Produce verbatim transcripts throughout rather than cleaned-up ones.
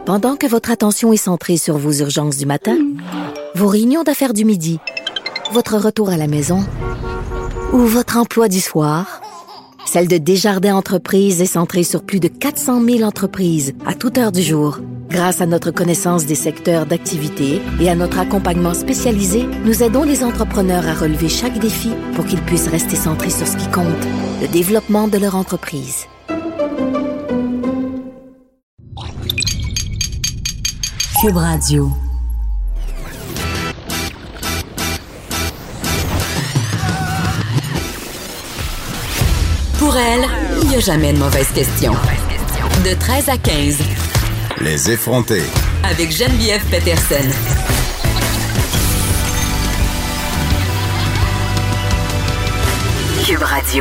Pendant que votre attention est centrée sur vos urgences du matin, vos réunions d'affaires du midi, votre retour à la maison ou votre emploi du soir, celle de Desjardins Entreprises est centrée sur plus de quatre cent mille entreprises à toute heure du jour. Grâce à notre connaissance des secteurs d'activité et à notre accompagnement spécialisé, nous aidons les entrepreneurs à relever chaque défi pour qu'ils puissent rester centrés sur ce qui compte, le développement de leur entreprise. Cube Radio. Pour elle, il n'y a jamais de mauvaise question. De treize à quinze. Les effrontés. Avec Geneviève Peterson. Cube Radio.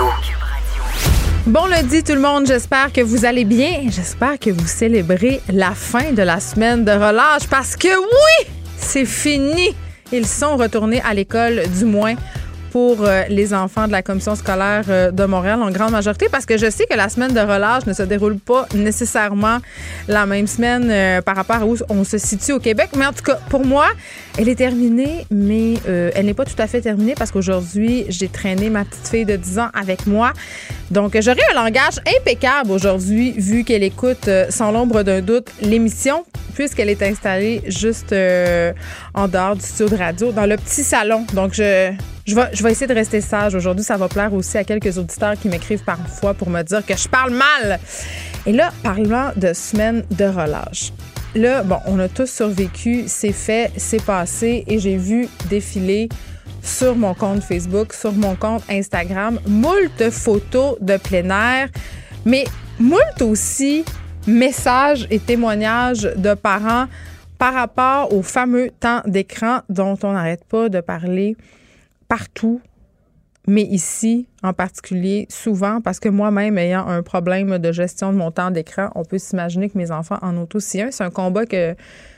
Bon lundi tout le monde, j'espère que vous allez bien. J'espère que vous célébrez la fin de la semaine de relâche parce que oui, c'est fini. Ils sont retournés à l'école, du moins pour euh, les enfants de la commission scolaire euh, de Montréal en grande majorité, parce que je sais que la semaine de relâche ne se déroule pas nécessairement la même semaine euh, par rapport à où on se situe au Québec. Mais en tout cas, pour moi, elle est terminée, mais euh, elle n'est pas tout à fait terminée parce qu'aujourd'hui, j'ai traîné ma petite fille de dix ans avec moi. Donc, j'aurai un langage impeccable aujourd'hui, vu qu'elle écoute euh, sans l'ombre d'un doute l'émission, puisqu'elle est installée juste euh, en dehors du studio de radio, dans le petit salon. Donc, je... Je vais, je vais essayer de rester sage. Aujourd'hui, ça va plaire aussi à quelques auditeurs qui m'écrivent parfois pour me dire que je parle mal. Et là, parlant de semaine de relâche. Là, bon, on a tous survécu. C'est fait, c'est passé. Et j'ai vu défiler sur mon compte Facebook, sur mon compte Instagram, moult photos de plein air, mais moult aussi messages et témoignages de parents par rapport au fameux temps d'écran dont on n'arrête pas de parler partout, mais ici, en particulier, souvent, parce que moi-même, ayant un problème de gestion de mon temps d'écran, on peut s'imaginer que mes enfants en ont aussi un. C'est un combat que,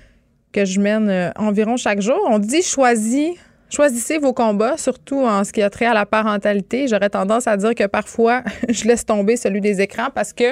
que je mène euh, environ chaque jour. On dit choisis, choisissez vos combats, surtout en ce qui a trait à la parentalité. J'aurais tendance à dire que parfois, je laisse tomber celui des écrans parce que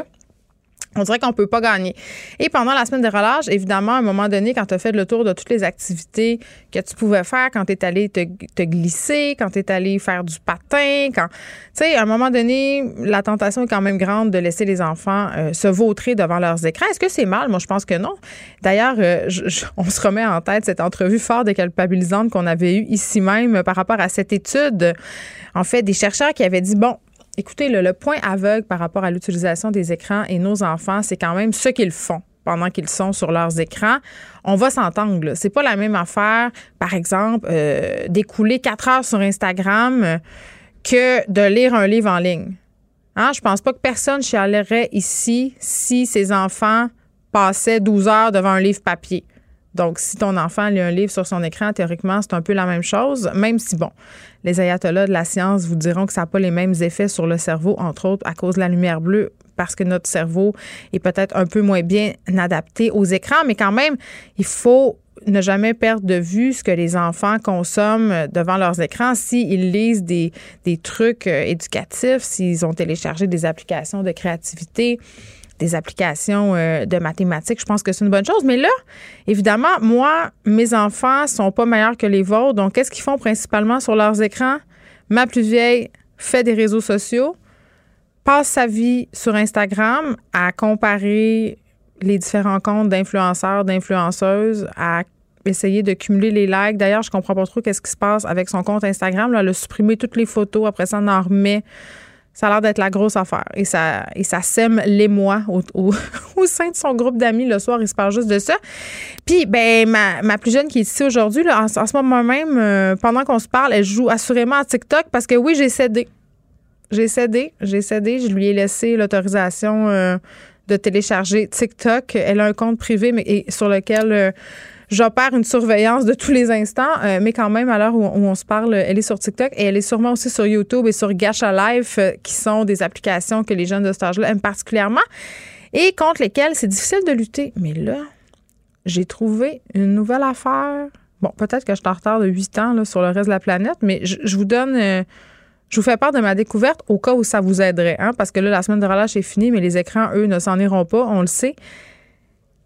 on dirait qu'on peut pas gagner. Et pendant la semaine de relâche, évidemment, à un moment donné, quand tu as fait le tour de toutes les activités que tu pouvais faire, quand tu es allé te, te glisser, quand tu es allé faire du patin, quand, tu sais, à un moment donné, la tentation est quand même grande de laisser les enfants euh, se vautrer devant leurs écrans. Est-ce que c'est mal? Moi, je pense que non. D'ailleurs, euh, je, je, on se remet en tête cette entrevue fort déculpabilisante qu'on avait eue ici même par rapport à cette étude. En fait, des chercheurs qui avaient dit, bon, écoutez, le, le point aveugle par rapport à l'utilisation des écrans et nos enfants, c'est quand même ce qu'ils font pendant qu'ils sont sur leurs écrans. On va s'entendre, là. C'est pas la même affaire, par exemple, euh, d'écouler quatre heures sur Instagram euh, que de lire un livre en ligne. Hein? Je pense pas que personne chialerait ici si ses enfants passaient douze heures devant un livre papier. Donc, si ton enfant lit un livre sur son écran, théoriquement, c'est un peu la même chose, même si, bon, les ayatollahs de la science vous diront que ça n'a pas les mêmes effets sur le cerveau, entre autres à cause de la lumière bleue, parce que notre cerveau est peut-être un peu moins bien adapté aux écrans, mais quand même, il faut ne jamais perdre de vue ce que les enfants consomment devant leurs écrans. S'ils lisent des, des trucs éducatifs, s'ils ont téléchargé des applications de créativité, des applications euh, de mathématiques, je pense que c'est une bonne chose. Mais là, évidemment, moi, mes enfants sont pas meilleurs que les vôtres. Donc, qu'est-ce qu'ils font principalement sur leurs écrans? Ma plus vieille fait des réseaux sociaux, passe sa vie sur Instagram à comparer les différents comptes d'influenceurs, d'influenceuses, à essayer de cumuler les likes. D'ailleurs, je comprends pas trop qu'est-ce qui se passe avec son compte Instagram. Là, elle a supprimé toutes les photos. Après ça, on en remet. Ça a l'air d'être la grosse affaire. Et ça, et ça sème l'émoi au, au, au sein de son groupe d'amis. Le soir, il se parle juste de ça. Puis, ben, ma, ma plus jeune qui est ici aujourd'hui, là, en, en ce moment même, euh, pendant qu'on se parle, elle joue assurément à TikTok parce que oui, j'ai cédé. J'ai cédé. J'ai cédé. Je lui ai laissé l'autorisation euh, de télécharger TikTok. Elle a un compte privé, mais et, sur lequel euh, j'opère une surveillance de tous les instants, euh, mais quand même, à l'heure où, où on se parle, elle est sur TikTok et elle est sûrement aussi sur YouTube et sur Gacha Life, euh, qui sont des applications que les jeunes de cet âge-là aiment particulièrement et contre lesquelles c'est difficile de lutter. Mais là, j'ai trouvé une nouvelle affaire. Bon, peut-être que je suis en retard de huit ans là, sur le reste de la planète, mais je, je vous donne... Euh, je vous fais part de ma découverte au cas où ça vous aiderait, hein, parce que là, la semaine de relâche est finie, mais les écrans, eux, ne s'en iront pas, on le sait.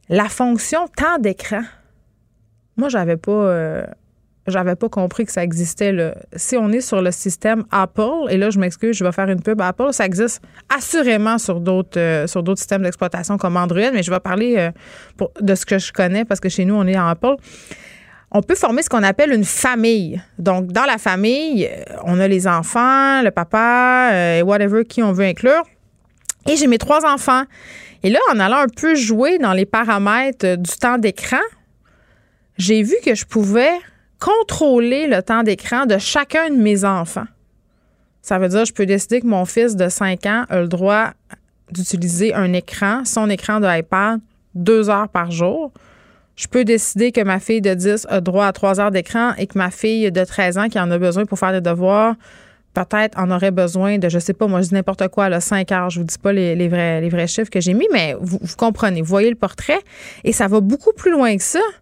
La fonction temps d'écran, moi, j'avais pas... Euh, J'avais pas compris que ça existait. Là. Si on est sur le système Apple, et là, je m'excuse, je vais faire une pub Apple, ça existe assurément sur d'autres euh, sur d'autres systèmes d'exploitation comme Android, mais je vais parler euh, pour, de ce que je connais parce que chez nous, on est en Apple. On peut former ce qu'on appelle une famille. Donc, dans la famille, on a les enfants, le papa, euh, whatever, qui on veut inclure. Et j'ai mes trois enfants. Et là, en allant un peu jouer dans les paramètres du temps d'écran, j'ai vu que je pouvais contrôler le temps d'écran de chacun de mes enfants. Ça veut dire que je peux décider que mon fils de cinq ans a le droit d'utiliser un écran, son écran de iPad, deux heures par jour. Je peux décider que ma fille de dix a droit à trois heures d'écran et que ma fille de treize ans qui en a besoin pour faire des devoirs, peut-être en aurait besoin de, je sais pas, moi je dis n'importe quoi, là, cinq heures. Je vous dis pas les, les, vrais, les vrais chiffres que j'ai mis, mais vous, vous comprenez, vous voyez le portrait. Et ça va beaucoup plus loin que ça.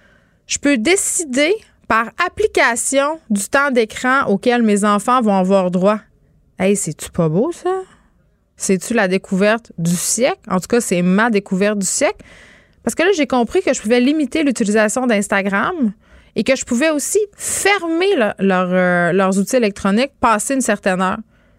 Je peux décider par application du temps d'écran auquel mes enfants vont avoir droit. Hey, c'est-tu pas beau, ça? C'est-tu la découverte du siècle? En tout cas, c'est ma découverte du siècle. Parce que là, j'ai compris que je pouvais limiter l'utilisation d'Instagram et que je pouvais aussi fermer le, leur, euh, leurs outils électroniques passé une certaine heure.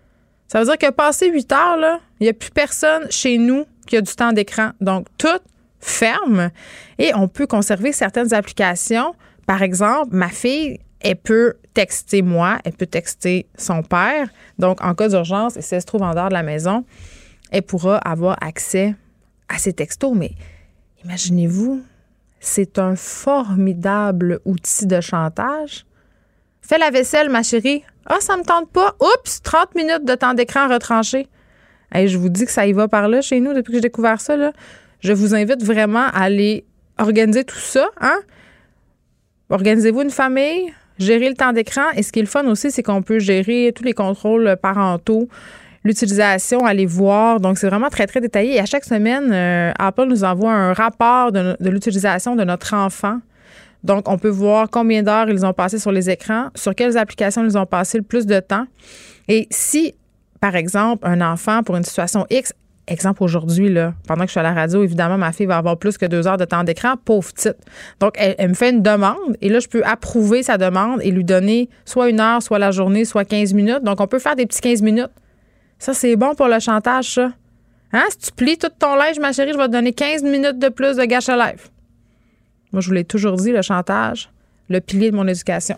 Ça veut dire que passé huit heures, là, il n'y a plus personne chez nous qui a du temps d'écran. Donc, tout ferme et on peut conserver certaines applications. Par exemple, ma fille, elle peut texter moi, elle peut texter son père. Donc, en cas d'urgence, et si elle se trouve en dehors de la maison, elle pourra avoir accès à ses textos. Mais imaginez-vous, c'est un formidable outil de chantage. Fais la vaisselle, ma chérie. Ah, ça me tente pas. Oups, trente minutes de temps d'écran retranché. Hey, je vous dis que ça y va par là chez nous depuis que j'ai découvert ça. Là. Je vous invite vraiment à aller organiser tout ça, hein? Organisez-vous une famille, gérez le temps d'écran. Et ce qui est le fun aussi, c'est qu'on peut gérer tous les contrôles parentaux, l'utilisation, aller voir. Donc, c'est vraiment très, très détaillé. Et à chaque semaine, euh, Apple nous envoie un rapport de, de l'utilisation de notre enfant. Donc, on peut voir combien d'heures ils ont passé sur les écrans, sur quelles applications ils ont passé le plus de temps. Et si, par exemple, un enfant, pour une situation X, exemple aujourd'hui, là, pendant que je suis à la radio, évidemment, ma fille va avoir plus que deux heures de temps d'écran, pauvre petite. Donc, elle, elle me fait une demande et là, je peux approuver sa demande et lui donner soit une heure, soit la journée, soit quinze minutes. Donc, on peut faire des petits quinze minutes. Ça, c'est bon pour le chantage, ça. Hein? Si tu plies tout ton linge, ma chérie, je vais te donner quinze minutes de plus de gâche à lèvres. Moi, je vous l'ai toujours dit, le chantage, le pilier de mon éducation.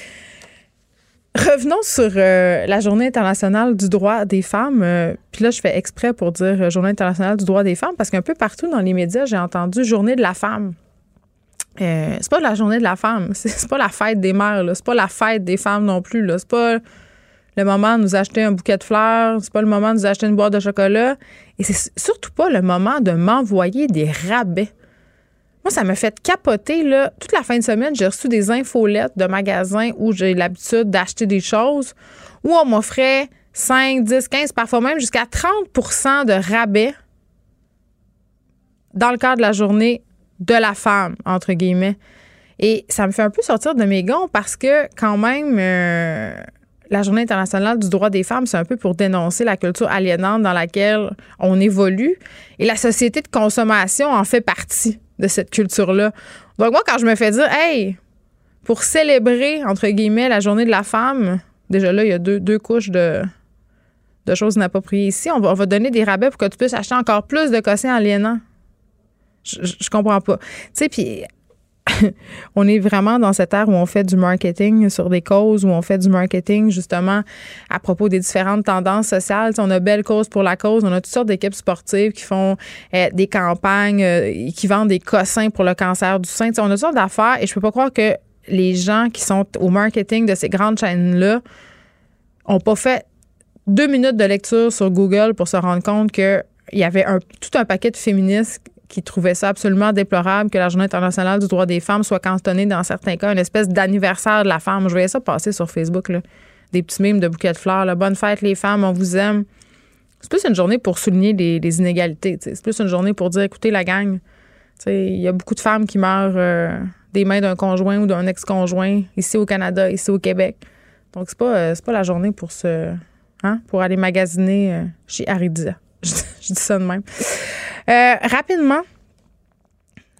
Revenons sur euh, la Journée internationale du droit des femmes. Euh, Puis là, je fais exprès pour dire euh, Journée internationale du droit des femmes parce qu'un peu partout dans les médias, j'ai entendu Journée de la femme. Euh, c'est pas la Journée de la femme. C'est, c'est pas la fête des mères. Là. C'est pas la fête des femmes non plus. Là. C'est pas le moment de nous acheter un bouquet de fleurs. C'est pas le moment de nous acheter une boîte de chocolat. Et c'est surtout pas le moment de m'envoyer des rabais. Moi, ça m'a fait capoter, là. Toute la fin de semaine, j'ai reçu des infolettes de magasins où j'ai l'habitude d'acheter des choses, où on m'offrait cinq, dix, quinze, parfois même jusqu'à trente pour cent de rabais dans le cadre de la journée de la femme, entre guillemets. Et ça me fait un peu sortir de mes gonds parce que, quand même, euh, la Journée internationale du droit des femmes, c'est un peu pour dénoncer la culture aliénante dans laquelle on évolue. Et la société de consommation en fait partie de cette culture-là. Donc moi, quand je me fais dire, hey, pour célébrer, entre guillemets, la journée de la femme, déjà là, il y a deux, deux couches de, de choses inappropriées ici. On va, on va donner des rabais pour que tu puisses acheter encore plus de cossins aliénants. Je, je, je comprends pas. Tu sais, puis on est vraiment dans cette ère où on fait du marketing sur des causes, où on fait du marketing justement à propos des différentes tendances sociales. T'sais, on a Belle Cause pour la cause, on a toutes sortes d'équipes sportives qui font euh, des campagnes, euh, qui vendent des cossins pour le cancer du sein. T'sais, on a toutes sortes d'affaires et je peux pas croire que les gens qui sont au marketing de ces grandes chaînes-là ont pas fait deux minutes de lecture sur Google pour se rendre compte qu'il y avait un, tout un paquet de féministes qui trouvaient ça absolument déplorable que la Journée internationale du droit des femmes soit cantonnée, dans certains cas, une espèce d'anniversaire de la femme. Je voyais ça passer sur Facebook, là. Des petits mimes de bouquets de fleurs. Là. Bonne fête, les femmes, on vous aime. C'est plus une journée pour souligner les, les inégalités. T'sais. C'est plus une journée pour dire, écoutez, la gang, il y a beaucoup de femmes qui meurent euh, des mains d'un conjoint ou d'un ex-conjoint ici au Canada, ici au Québec. Donc, c'est pas, euh, c'est pas la journée pour se, hein, pour aller magasiner euh, chez Aridia. Je, je dis ça de même. Euh, rapidement,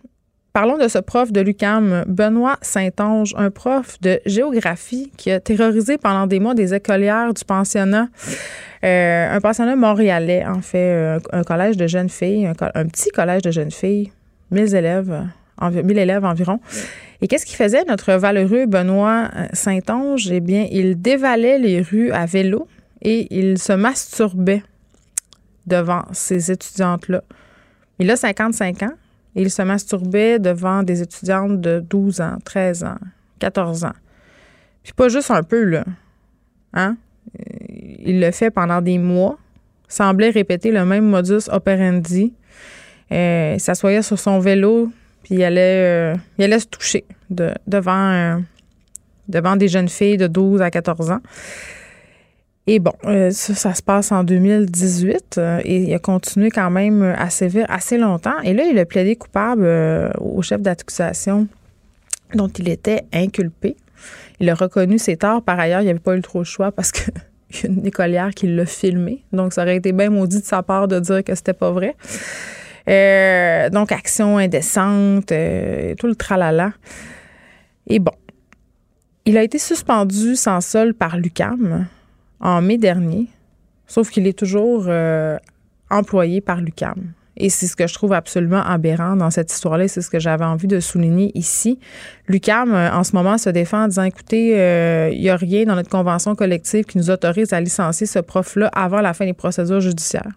parlons de ce prof de l'U Q A M, Benoît Saint-Onge, un prof de géographie qui a terrorisé pendant des mois des écolières du pensionnat, euh, un pensionnat montréalais, en fait, un, un collège de jeunes filles, un, un petit collège de jeunes filles, mille élèves, env- mille élèves environ. Et qu'est-ce qu'il faisait, notre valeureux Benoît Saint-Onge? Eh bien, il dévalait les rues à vélo et il se masturbait devant ces étudiantes-là. Il a cinquante-cinq ans et il se masturbait devant des étudiantes de douze ans, treize ans, quatorze ans. Puis pas juste un peu, là. Hein? Il le fait pendant des mois, semblait répéter le même modus operandi. Euh, il s'assoyait sur son vélo, puis il allait, euh, il allait se toucher de, devant, euh, devant des jeunes filles de douze à quatorze ans. Et bon, euh, ça, ça se passe en deux mille dix-huit euh, et il a continué quand même à sévir assez longtemps. Et là, il a plaidé coupable euh, au chef d'accusation dont il était inculpé. Il a reconnu ses torts. Par ailleurs, il n'avait pas eu trop le choix parce qu'il y a une écolière qui l'a filmé. Donc, ça aurait été bien maudit de sa part de dire que c'était pas vrai. Euh, donc, action indécente, euh, tout le tralala. Et bon, il a été suspendu sans solde par l'U Q A M en mai dernier, sauf qu'il est toujours euh, employé par l'U Q A M. Et c'est ce que je trouve absolument aberrant dans cette histoire-là, c'est ce que j'avais envie de souligner ici. L'U Q A M, en ce moment, se défend en disant, écoutez, il euh, n'y a rien dans notre convention collective qui nous autorise à licencier ce prof-là avant la fin des procédures judiciaires.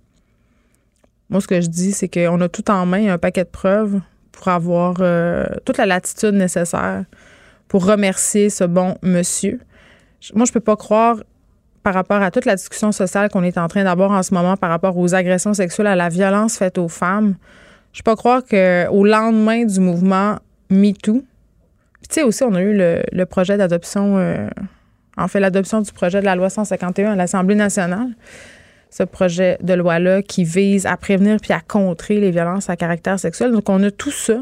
Moi, ce que je dis, c'est qu'on a tout en main, un paquet de preuves pour avoir euh, toute la latitude nécessaire pour remercier ce bon monsieur. Moi, je peux pas croire, par rapport à toute la discussion sociale qu'on est en train d'avoir en ce moment par rapport aux agressions sexuelles, à la violence faite aux femmes, je peux pas croire qu'au lendemain du mouvement MeToo, puis tu sais aussi, on a eu le, le projet d'adoption, euh, en fait, l'adoption du projet de la loi cent cinquante et un à l'Assemblée nationale, ce projet de loi-là qui vise à prévenir puis à contrer les violences à caractère sexuel. Donc, on a tout ça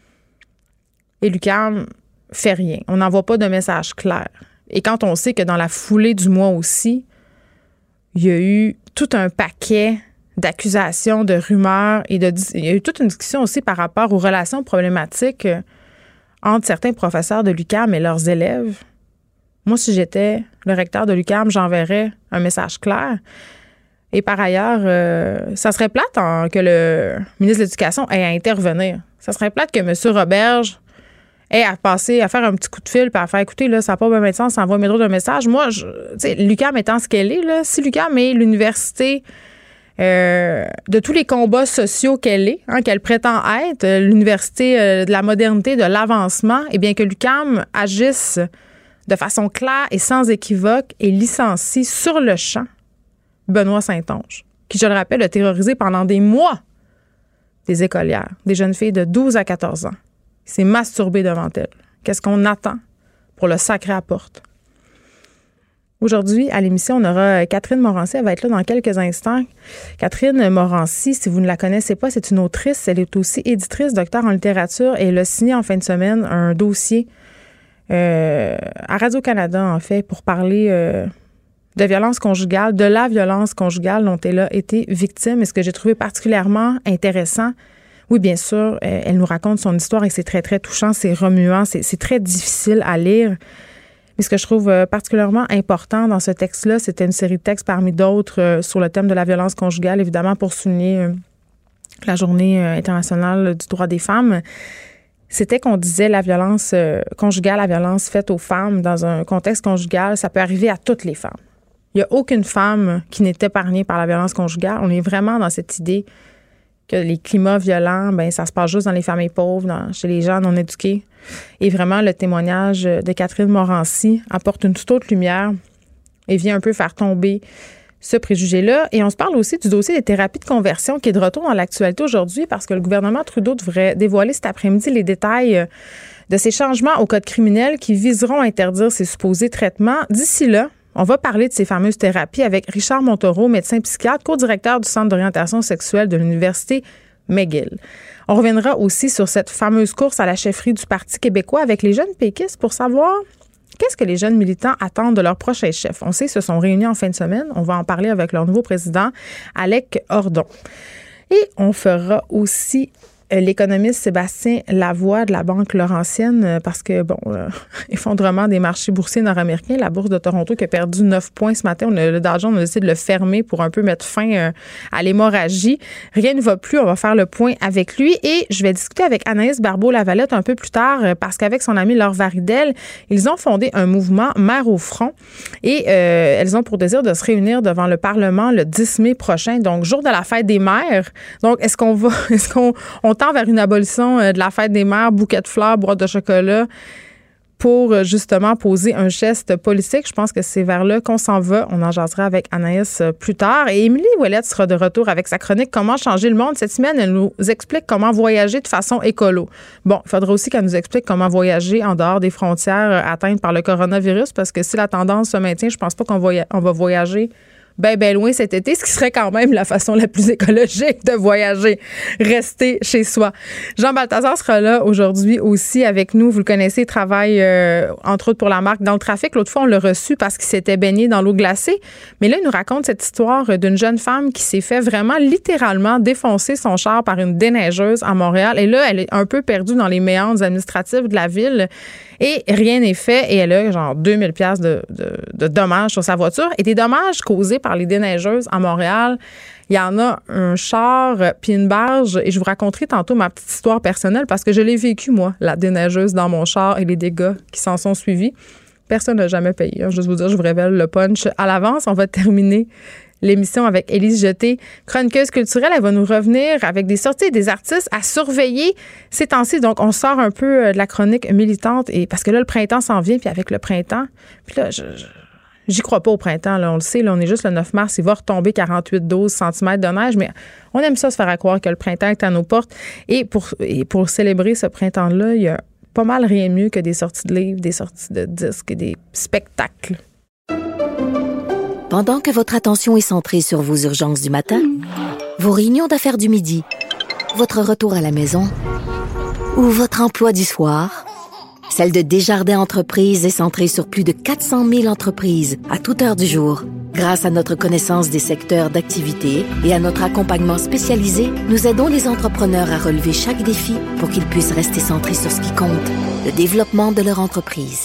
et l'U Q A M fait rien. On n'envoie pas de message clair. Et quand on sait que dans la foulée du mois aussi, il y a eu tout un paquet d'accusations, de rumeurs et de, il y a eu toute une discussion aussi par rapport aux relations problématiques entre certains professeurs de l'U Q A M et leurs élèves. Moi, si j'étais le recteur de l'U Q A M, j'enverrais un message clair. Et par ailleurs, euh, ça serait plate hein, que le ministre de l'Éducation ait à intervenir. Ça serait plate que M. Roberge ait à passer, à faire un petit coup de fil puis à faire écouter, là, ça n'a pas bien de sens, ça envoie métro de message. Moi, tu sais, l'U Q A M étant ce qu'elle est, là, si l'U Q A M est l'université euh, de tous les combats sociaux qu'elle est, hein, qu'elle prétend être, l'université euh, de la modernité, de l'avancement, eh bien que l'U Q A M agisse de façon claire et sans équivoque et licencie sur le champ Benoît Saint-Onge, qui, je le rappelle, a terrorisé pendant des mois des écolières, des jeunes filles de douze à quatorze ans. Il s'est masturbé devant elles. Qu'est-ce qu'on attend pour le sacrer à la porte? Aujourd'hui, à l'émission, on aura Catherine Morancy. Elle va être là dans quelques instants. Catherine Morancy, si vous ne la connaissez pas, c'est une autrice. Elle est aussi éditrice, docteur en littérature et elle a signé en fin de semaine un dossier euh, à Radio-Canada, en fait, pour parler euh, de violence conjugale, de la violence conjugale dont elle a été victime. Et ce que j'ai trouvé particulièrement intéressant, oui, bien sûr, elle nous raconte son histoire et c'est très, très touchant, c'est remuant, c'est, c'est très difficile à lire. Mais ce que je trouve particulièrement important dans ce texte-là, c'était une série de textes parmi d'autres sur le thème de la violence conjugale, évidemment pour souligner la Journée internationale du droit des femmes. C'était qu'on disait la violence conjugale, la violence faite aux femmes dans un contexte conjugal, ça peut arriver à toutes les femmes. Il n'y a aucune femme qui n'est épargnée par la violence conjugale. On est vraiment dans cette idée que les climats violents, ben ça se passe juste dans les familles pauvres, dans, chez les gens non éduqués. Et vraiment, le témoignage de Catherine Morancy apporte une toute autre lumière et vient un peu faire tomber ce préjugé-là. Et on se parle aussi du dossier des thérapies de conversion qui est de retour dans l'actualité aujourd'hui parce que le gouvernement Trudeau devrait dévoiler cet après-midi les détails de ces changements au code criminel qui viseront à interdire ces supposés traitements. D'ici là, on va parler de ces fameuses thérapies avec Richard Montereau, médecin psychiatre, co-directeur du Centre d'orientation sexuelle de l'Université McGill. On reviendra aussi sur cette fameuse course à la chefferie du Parti québécois avec les jeunes péquistes pour savoir qu'est-ce que les jeunes militants attendent de leur prochain chef. On sait qu'ils se sont réunis en fin de semaine. On va en parler avec leur nouveau président, Alec Ordon. Et on fera aussi l'économiste Sébastien Lavoie de la Banque Laurentienne, euh, parce que, bon, euh, effondrement des marchés boursiers nord-américains, la bourse de Toronto qui a perdu neuf points ce matin. On a, le Dow Jones, on a décidé de le fermer pour un peu mettre fin euh, à l'hémorragie. Rien ne va plus. On va faire le point avec lui et je vais discuter avec Anaïs Barbeau-Lavalette un peu plus tard euh, parce qu'avec son ami Laure Varidel, ils ont fondé un mouvement Mères au front et euh, elles ont pour désir de se réunir devant le Parlement le dix mai prochain, donc jour de la fête des mères. Donc, est-ce qu'on va, est-ce qu'on on tend vers une abolition de la fête des mères, bouquet de fleurs, boîte de chocolat, pour justement poser un geste politique? Je pense que c'est vers là qu'on s'en va. On en jasera avec Anaïs plus tard. Et Émilie Ouellette sera de retour avec sa chronique « Comment changer le monde ». Cette semaine, elle nous explique comment voyager de façon écolo. Bon, il faudra aussi qu'elle nous explique comment voyager en dehors des frontières atteintes par le coronavirus, parce que si la tendance se maintient, je pense pas qu'on va, on va voyager ben, ben loin cet été, ce qui serait quand même la façon la plus écologique de voyager. Rester chez soi. Jean Balthazar sera là aujourd'hui aussi avec nous. Vous le connaissez, il travaille euh, entre autres pour la marque Dans le trafic. L'autre fois, on l'a reçu parce qu'il s'était baigné dans l'eau glacée. Mais là, il nous raconte cette histoire d'une jeune femme qui s'est fait vraiment littéralement défoncer son char par une déneigeuse à Montréal. Et là, elle est un peu perdue dans les méandres administratifs de la ville. Et rien n'est fait. Et elle a genre deux mille dollars de, de, de dommages sur sa voiture. Et des dommages causés par les déneigeuses à Montréal. Il y en a un char puis une barge. Et je vous raconterai tantôt ma petite histoire personnelle parce que je l'ai vécu, moi, la déneigeuse dans mon char et les dégâts qui s'en sont suivis. Personne n'a jamais payé. Hein. Juste vous dire, je vous révèle le punch à l'avance. On va terminer l'émission avec Élise Jeté, chroniqueuse culturelle. Elle va nous revenir avec des sorties et des artistes à surveiller ces temps-ci. Donc, on sort un peu de la chronique militante et parce que là, le printemps s'en vient, puis avec le printemps, puis là, je, je, j'y crois pas au printemps. Là, on le sait, là, on est juste le neuf mars. Il va retomber quarante-huit douze centimètres de neige, mais on aime ça se faire à croire que le printemps est à nos portes. Et pour, et pour célébrer ce printemps-là, il y a pas mal rien de mieux que des sorties de livres, des sorties de disques et des spectacles. Pendant que votre attention est centrée sur vos urgences du matin, vos réunions d'affaires du midi, votre retour à la maison ou votre emploi du soir, celle de Desjardins Entreprises est centrée sur plus de quatre cent mille entreprises à toute heure du jour. Grâce à notre connaissance des secteurs d'activité et à notre accompagnement spécialisé, nous aidons les entrepreneurs à relever chaque défi pour qu'ils puissent rester centrés sur ce qui compte, le développement de leur entreprise.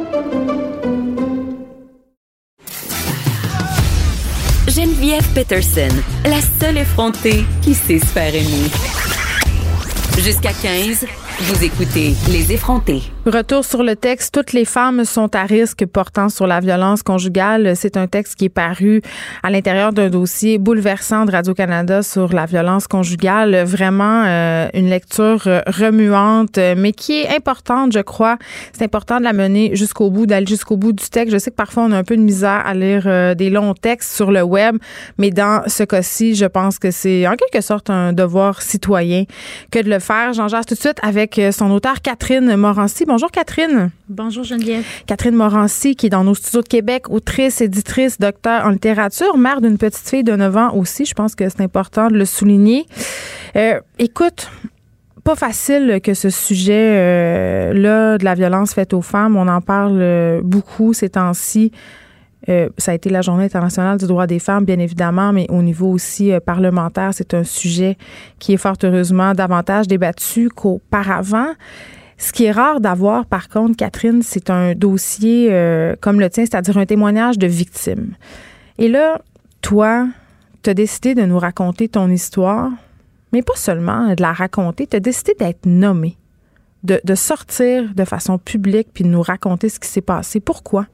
Geneviève Peterson, la seule effrontée qui sait se faire aimer. Jusqu'à quinze, vous écoutez Les effrontés. Retour sur le texte. Toutes les femmes sont à risque portant sur la violence conjugale. C'est un texte qui est paru à l'intérieur d'un dossier bouleversant de Radio-Canada sur la violence conjugale. Vraiment euh, une lecture remuante, mais qui est importante, je crois. C'est important de la mener jusqu'au bout, d'aller jusqu'au bout du texte. Je sais que parfois, on a un peu de misère à lire euh, des longs textes sur le web, mais dans ce cas-ci, je pense que c'est en quelque sorte un devoir citoyen que de le faire. J'en jase tout de suite avec son auteure Catherine Morancy. Bonjour Catherine. Bonjour Geneviève. Catherine Morancy qui est dans nos studios de Québec, autrice, éditrice, docteur en littérature, mère d'une petite fille de neuf ans aussi. Je pense que c'est important de le souligner. Euh, écoute, pas facile que ce sujet-là euh, de la violence faite aux femmes. On en parle euh, beaucoup ces temps-ci. Euh, ça a été la Journée internationale du droit des femmes, bien évidemment, mais au niveau aussi euh, parlementaire, c'est un sujet qui est fort heureusement davantage débattu qu'auparavant. Ce qui est rare d'avoir, par contre, Catherine, c'est un dossier euh, comme le tien, c'est-à-dire un témoignage de victime. Et là, toi, tu as décidé de nous raconter ton histoire, mais pas seulement de la raconter, tu as décidé d'être nommée, de, de sortir de façon publique puis de nous raconter ce qui s'est passé. Pourquoi?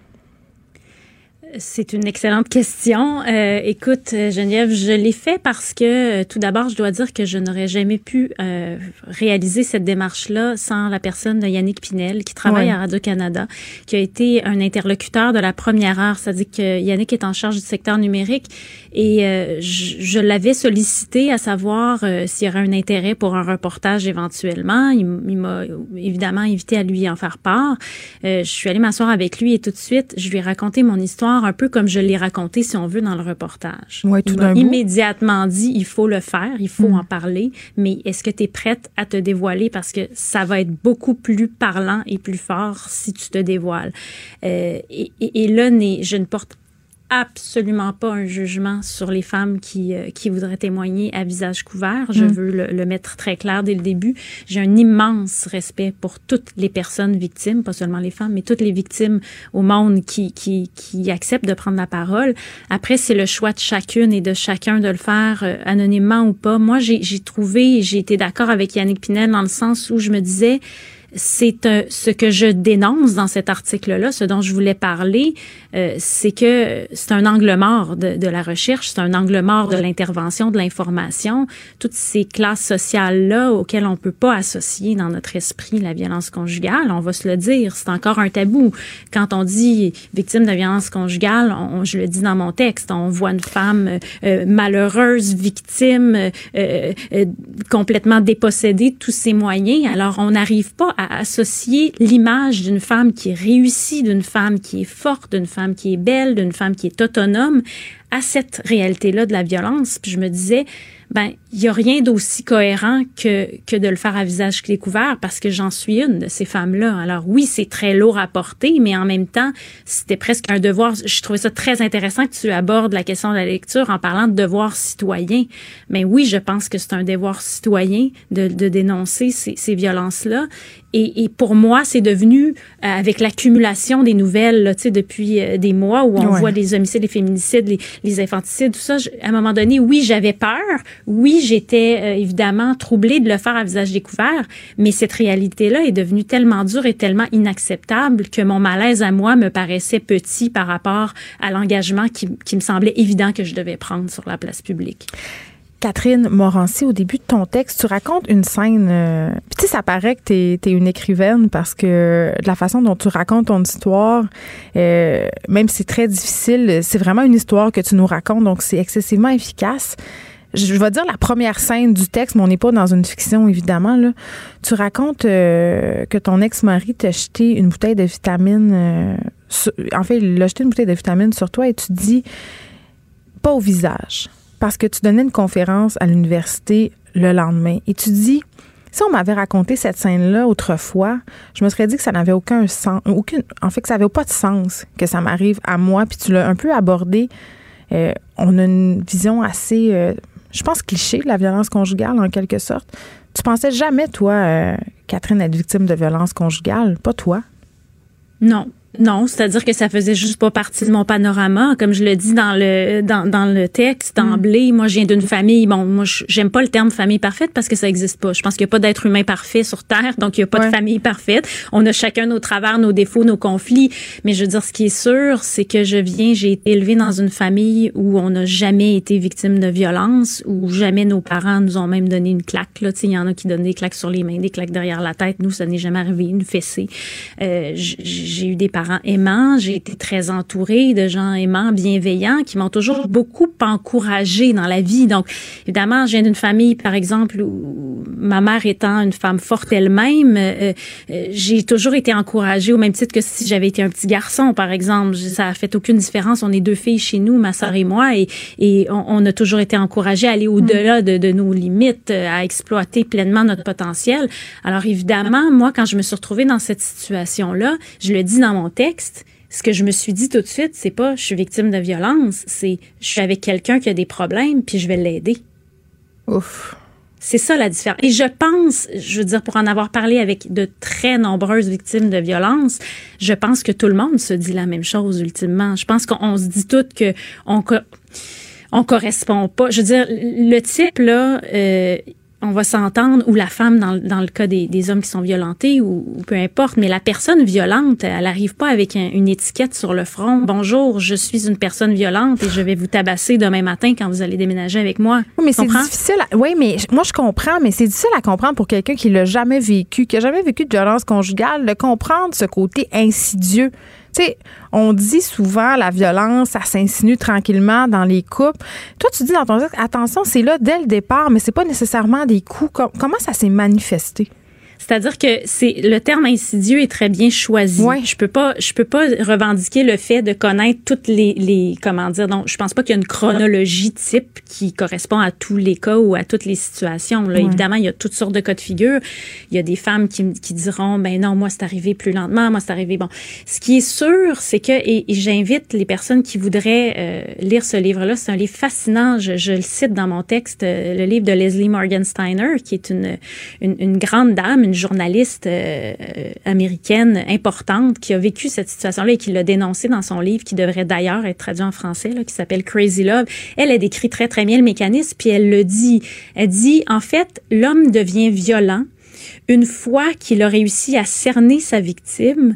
C'est une excellente question. Euh, écoute, Geneviève, je l'ai fait parce que, euh, tout d'abord, je dois dire que je n'aurais jamais pu euh, réaliser cette démarche-là sans la personne de Yannick Pinel, qui travaille oui. à Radio-Canada, qui a été un interlocuteur de la première heure. C'est-à-dire que Yannick est en charge du secteur numérique et euh, je, je l'avais sollicité à savoir euh, s'il y aurait un intérêt pour un reportage éventuellement. Il, il m'a évidemment invité à lui en faire part. Euh, je suis allée m'asseoir avec lui et tout de suite, je lui ai raconté mon histoire un peu comme je l'ai raconté, si on veut, dans le reportage. Ouais, tout il m'a d'un immédiatement bout. dit, il faut le faire, il faut mmh. en parler, mais est-ce que tu es prête à te dévoiler? Parce que ça va être beaucoup plus parlant et plus fort si tu te dévoiles. Euh, et, et, et là, je ne porte absolument pas un jugement sur les femmes qui euh, qui voudraient témoigner à visage couvert. Je mmh. veux le, le mettre très clair dès le début. J'ai un immense respect pour toutes les personnes victimes, pas seulement les femmes, mais toutes les victimes au monde qui qui qui acceptent de prendre la parole. Après, c'est le choix de chacune et de chacun de le faire euh, anonymement ou pas. Moi, j'ai j'ai trouvé, j'ai été d'accord avec Yannick Pinel dans le sens où je me disais, c'est un, ce que je dénonce dans cet article-là, ce dont je voulais parler, euh, c'est que c'est un angle mort de, de la recherche, c'est un angle mort de l'intervention, de l'information, toutes ces classes sociales-là auxquelles on peut pas associer dans notre esprit la violence conjugale, on va se le dire, c'est encore un tabou. Quand on dit victime de violence conjugale, on, je le dis dans mon texte, on voit une femme euh, malheureuse, victime, euh, euh, complètement dépossédée de tous ses moyens, alors on n'arrive pas à à associer l'image d'une femme qui est réussie, d'une femme qui est forte, d'une femme qui est belle, d'une femme qui est autonome à cette réalité-là de la violence. Puis je me disais, ben, il y a rien d'aussi cohérent que que de le faire à visage découvert parce que j'en suis une de ces femmes-là. Alors oui, c'est très lourd à porter, mais en même temps, c'était presque un devoir. Je trouvais ça très intéressant que tu abordes la question de la lecture en parlant de devoir citoyen. Mais oui, je pense que c'est un devoir citoyen de, de dénoncer ces, ces violences-là. Et, et pour moi, c'est devenu, euh, avec l'accumulation des nouvelles, là, tu sais, depuis euh, des mois où on ouais. voit les homicides, les féminicides, les, les infanticides, tout ça, je, à un moment donné, oui, j'avais peur. Oui, j'étais euh, évidemment troublée de le faire à visage découvert, mais cette réalité-là est devenue tellement dure et tellement inacceptable que mon malaise à moi me paraissait petit par rapport à l'engagement qui, qui me semblait évident que je devais prendre sur la place publique. Catherine Morancy, au début de ton texte, tu racontes une scène... Euh, puis tu sais, ça paraît que t'es, t'es une écrivaine parce que de la façon dont tu racontes ton histoire, euh, même si c'est très difficile, c'est vraiment une histoire que tu nous racontes, donc c'est excessivement efficace. Je, je vais dire la première scène du texte, mais on n'est pas dans une fiction, évidemment. Là. Tu racontes euh, que ton ex-mari t'a jeté une bouteille de vitamines... Euh, sur, en fait, il a jeté une bouteille de vitamines sur toi et tu dis « pas au visage ». Parce que tu donnais une conférence à l'université le lendemain. Et tu dis, si on m'avait raconté cette scène-là autrefois, je me serais dit que ça n'avait aucun sens, aucune, en fait, que ça n'avait pas de sens que ça m'arrive à moi. Puis tu l'as un peu abordé. Euh, on a une vision assez, euh, je pense, cliché de la violence conjugale, en quelque sorte. Tu pensais jamais, toi, euh, Catherine, être victime de violence conjugale? Pas toi? Non. Non, c'est-à-dire que ça faisait juste pas partie de mon panorama. Comme je le dis dans le dans, dans le texte d'emblée, mm. moi, je viens d'une famille, bon, moi, j'aime pas le terme famille parfaite parce que ça existe pas. Je pense qu'il y a pas d'être humain parfait sur Terre, donc il y a pas ouais. de famille parfaite. On a chacun nos travers, nos défauts, nos conflits. Mais je veux dire, ce qui est sûr, c'est que je viens, j'ai été élevée dans une famille où on n'a jamais été victime de violence, où jamais nos parents nous ont même donné une claque. Là, tu sais, il y en a qui donnent des claques sur les mains, des claques derrière la tête. Nous, ça n'est jamais arrivé, une fessée. Euh, j'ai eu des parents aimants, j'ai été très entourée de gens aimants, bienveillants, qui m'ont toujours beaucoup encouragée dans la vie. Donc, évidemment, je viens d'une famille, par exemple, où ma mère étant une femme forte elle-même, euh, euh, j'ai toujours été encouragée au même titre que si j'avais été un petit garçon, par exemple. Ça a fait aucune différence. On est deux filles chez nous, ma sœur et moi, et, et on, on a toujours été encouragés à aller au-delà de, de nos limites, à exploiter pleinement notre potentiel. Alors, évidemment, moi, quand je me suis retrouvée dans cette situation-là, je le dis dans mon texte, ce que je me suis dit tout de suite, c'est pas je suis victime de violence, c'est je suis avec quelqu'un qui a des problèmes puis je vais l'aider. Ouf. C'est ça la différence. Et je pense, je veux dire, pour en avoir parlé avec de très nombreuses victimes de violence, je pense que tout le monde se dit la même chose ultimement. Je pense qu'on se dit toutes que on, on correspond pas. Je veux dire, le type là, euh, on va s'entendre, ou la femme dans, dans le cas des, des hommes qui sont violentés, ou, ou peu importe, mais la personne violente, elle arrive pas avec un, une étiquette sur le front. Bonjour, je suis une personne violente et je vais vous tabasser demain matin quand vous allez déménager avec moi. Oui, mais c'est difficile. À, oui, mais moi je comprends, mais c'est difficile à comprendre pour quelqu'un qui l'a jamais vécu, qui a jamais vécu de violence conjugale, de comprendre ce côté insidieux. Tu sais, on dit souvent la violence, ça s'insinue tranquillement dans les couples. Toi, tu dis dans ton texte, attention, c'est là dès le départ, mais c'est pas nécessairement des coups. Com- comment ça s'est manifesté? C'est-à-dire que c'est le terme insidieux est très bien choisi. Ouais. Je peux pas, je peux pas revendiquer le fait de connaître toutes les, les comment dire. Donc, je pense pas qu'il y a une chronologie type qui correspond à tous les cas ou à toutes les situations. Là, ouais. Évidemment, il y a toutes sortes de cas de figure. Il y a des femmes qui, qui diront, ben non, moi c'est arrivé plus lentement, moi c'est arrivé bon. Ce qui est sûr, c'est que et, et j'invite les personnes qui voudraient euh, lire ce livre-là. C'est un livre fascinant. Je, je le cite dans mon texte, euh, le livre de Leslie Morgensteiner, qui est une une, une grande dame, une journaliste euh, américaine importante qui a vécu cette situation-là et qui l'a dénoncée dans son livre, qui devrait d'ailleurs être traduit en français, là, qui s'appelle Crazy Love. Elle a décrit très, très bien le mécanisme, puis elle le dit. Elle dit, en fait, l'homme devient violent une fois qu'il a réussi à cerner sa victime,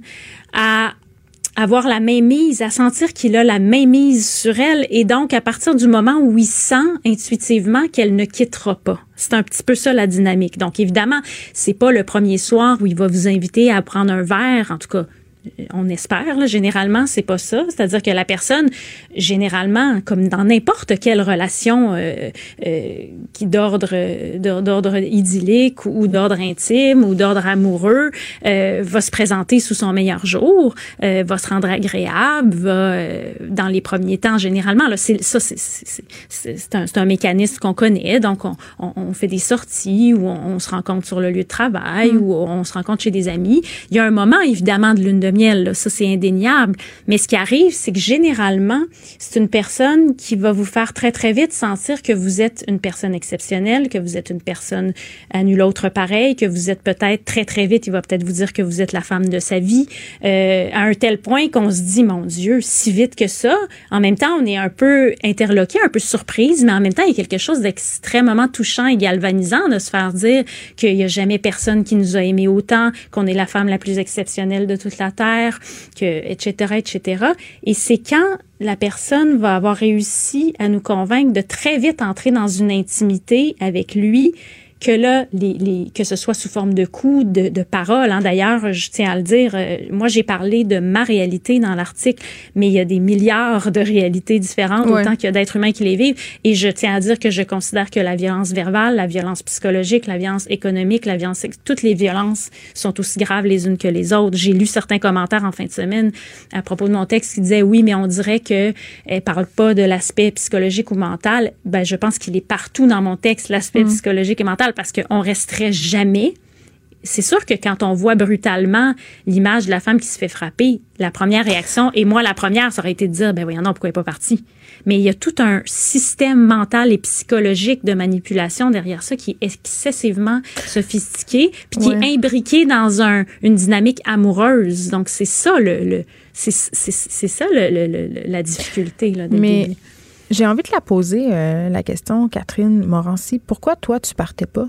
à avoir la mainmise, à sentir qu'il a la mainmise sur elle, et donc à partir du moment où il sent intuitivement qu'elle ne quittera pas. C'est un petit peu ça la dynamique. Donc évidemment, c'est pas le premier soir où il va vous inviter à prendre un verre, en tout cas on espère, là, généralement, c'est pas ça. C'est-à-dire que la personne, généralement, comme dans n'importe quelle relation euh, euh, qui d'ordre, d'ordre idyllique ou d'ordre intime ou d'ordre amoureux, euh, va se présenter sous son meilleur jour, euh, va se rendre agréable, va, euh, dans les premiers temps, généralement, là, c'est, ça, c'est, c'est, c'est, c'est, un, c'est un mécanisme qu'on connaît. Donc, on, on, on fait des sorties ou on, on se rencontre sur le lieu de travail mmh. ou on se rencontre chez des amis. Il y a un moment, évidemment, de lune de miel, là, ça c'est indéniable. Mais ce qui arrive, c'est que généralement, c'est une personne qui va vous faire très très vite sentir que vous êtes une personne exceptionnelle, que vous êtes une personne à nul autre pareil, que vous êtes peut-être très très vite, il va peut-être vous dire que vous êtes la femme de sa vie, euh, à un tel point qu'on se dit, mon Dieu, si vite que ça. En même temps, on est un peu interloqué, un peu surprise, mais en même temps, il y a quelque chose d'extrêmement touchant et galvanisant de se faire dire qu'il n'y a jamais personne qui nous a aimé autant, qu'on est la femme la plus exceptionnelle de toute la Terre, que, et cetera, et cetera. Et c'est quand la personne va avoir réussi à nous convaincre de très vite entrer dans une intimité avec lui, que là, les, les, que ce soit sous forme de coups, de, de paroles. Hein. D'ailleurs, je tiens à le dire, euh, moi, j'ai parlé de ma réalité dans l'article, mais il y a des milliards de réalités différentes, ouais. autant qu'il y a d'êtres humains qui les vivent. Et je tiens à dire que je considère que la violence verbale, la violence psychologique, la violence économique, la violence... Toutes les violences sont aussi graves les unes que les autres. J'ai lu certains commentaires en fin de semaine à propos de mon texte qui disaient, oui, mais on dirait qu'elle ne parle pas de l'aspect psychologique ou mental. Ben, je pense qu'il est partout dans mon texte, l'aspect mmh. psychologique et mental, parce qu'on resterait jamais. C'est sûr que quand on voit brutalement l'image de la femme qui se fait frapper, la première réaction, et moi la première, ça aurait été de dire, ben voyons non, pourquoi elle n'est pas partie? Mais il y a tout un système mental et psychologique de manipulation derrière ça qui est excessivement sophistiqué, puis qui ouais. est imbriqué dans un, une dynamique amoureuse. Donc c'est ça le, le c'est, c'est, c'est ça le, le, le, la difficulté là. De Mais début. J'ai envie de la poser, euh, la question, Catherine Morancy. Pourquoi toi, tu partais pas?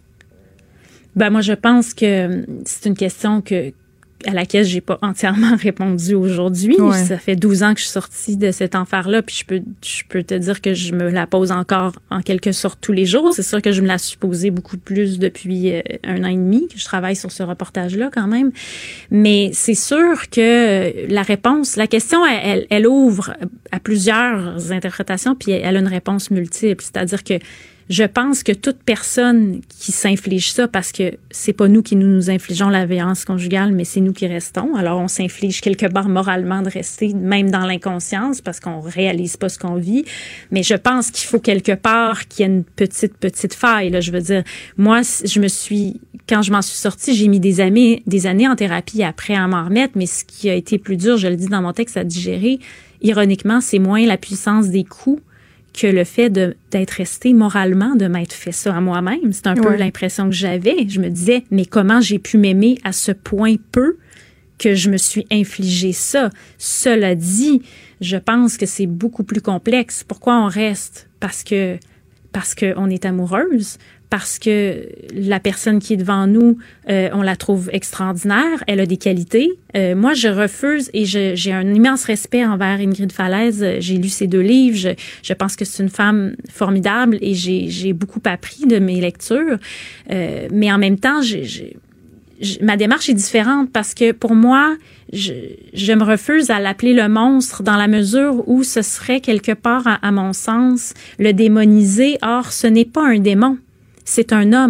Ben moi, je pense que c'est une question que à laquelle j'ai pas entièrement répondu aujourd'hui. Ouais. Ça fait douze ans que je suis sortie de cet enfer-là, puis je peux, je peux te dire que je me la pose encore en quelque sorte tous les jours. C'est sûr que je me la suis posée beaucoup plus depuis euh, un an et demi, que je travaille sur ce reportage-là quand même. Mais c'est sûr que la réponse, la question, elle, elle ouvre à plusieurs interprétations, puis elle a une réponse multiple. C'est-à-dire que je pense que toute personne qui s'inflige ça, parce que c'est pas nous qui nous, nous infligeons la violence conjugale, mais c'est nous qui restons. Alors, on s'inflige quelque part moralement de rester, même dans l'inconscience, parce qu'on réalise pas ce qu'on vit. Mais je pense qu'il faut quelque part qu'il y ait une petite, petite faille, là. Je veux dire, moi, je me suis, quand je m'en suis sortie, j'ai mis des années, des années en thérapie après à m'en remettre, mais ce qui a été plus dur, je le dis dans mon texte, à digérer, ironiquement, c'est moins la puissance des coups que le fait de, d'être resté moralement, de m'être fait ça à moi-même. C'est un peu ouais. l'impression que j'avais. Je me disais, mais comment j'ai pu m'aimer à ce point peu que je me suis infligé ça? Cela dit, je pense que c'est beaucoup plus complexe. Pourquoi on reste? Parce que, parce qu'on est amoureuse, parce que la personne qui est devant nous, euh, on la trouve extraordinaire, elle a des qualités. Euh, moi, je refuse et je, j'ai un immense respect envers Ingrid Falaise. J'ai lu ses deux livres. Je, je pense que c'est une femme formidable et j'ai, j'ai beaucoup appris de mes lectures. Euh, mais en même temps, j'ai, j'ai, j'ai, ma démarche est différente parce que pour moi, je, je me refuse à l'appeler le monstre dans la mesure où ce serait quelque part, à, à mon sens, le démoniser. Or, ce n'est pas un démon. C'est un homme.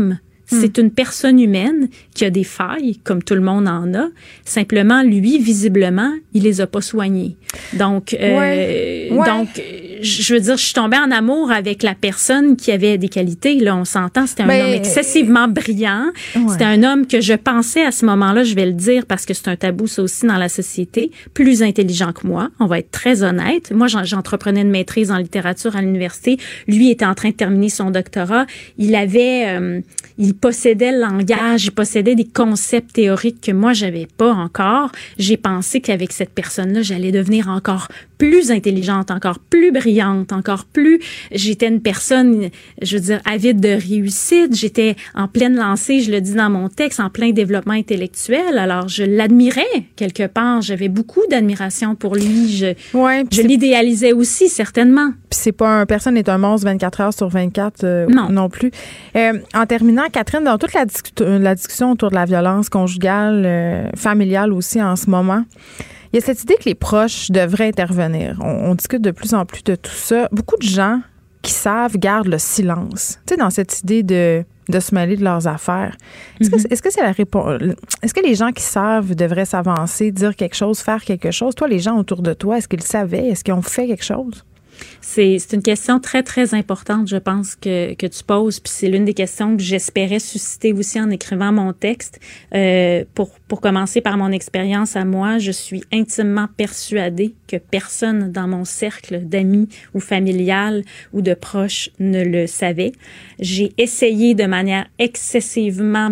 C'est une personne humaine qui a des failles, comme tout le monde en a. Simplement, lui, visiblement, il les a pas soignées. Donc, euh, ouais. Ouais. donc, je veux dire, je suis tombée en amour avec la personne qui avait des qualités. Là, on s'entend. C'était un ben, homme excessivement brillant. Ouais. C'était un homme que je pensais à ce moment-là, je vais le dire parce que c'est un tabou, ça aussi, dans la société, plus intelligent que moi. On va être très honnête. Moi, j'entreprenais une maîtrise en littérature à l'université. Lui était en train de terminer son doctorat. Il avait, euh, il possédait le langage, il possédait des concepts théoriques que moi, j'avais pas encore. J'ai pensé qu'avec cette personne-là, j'allais devenir encore plus intelligente, encore plus brillante, encore plus... J'étais une personne, je veux dire, avide de réussite. J'étais en pleine lancée, je le dis dans mon texte, en plein développement intellectuel. Alors, je l'admirais quelque part. J'avais beaucoup d'admiration pour lui. Je, ouais, je l'idéalisais aussi, certainement. Puis c'est pas un... Personne n'est un monstre vingt-quatre heures sur vingt-quatre euh, non. non plus. Euh, en terminant, Catherine, dans toute la, discu- la discussion autour de la violence conjugale, euh, familiale aussi en ce moment, il y a cette idée que les proches devraient intervenir. On, on discute de plus en plus de tout ça. Beaucoup de gens qui savent gardent le silence. Tu sais, dans cette idée de, de se mêler de leurs affaires. Est-ce, mm-hmm. que, est-ce que c'est la réponse? Est-ce que les gens qui savent devraient s'avancer, dire quelque chose, faire quelque chose? Toi, les gens autour de toi, est-ce qu'ils savaient? Est-ce qu'ils ont fait quelque chose? C'est, c'est une question très, très importante, je pense, que, que tu poses. Puis c'est l'une des questions que j'espérais susciter aussi en écrivant mon texte. Euh, pour, pour commencer par mon expérience à moi, je suis intimement persuadée que personne dans mon cercle d'amis ou familial ou de proches ne le savait. J'ai essayé de manière excessivement,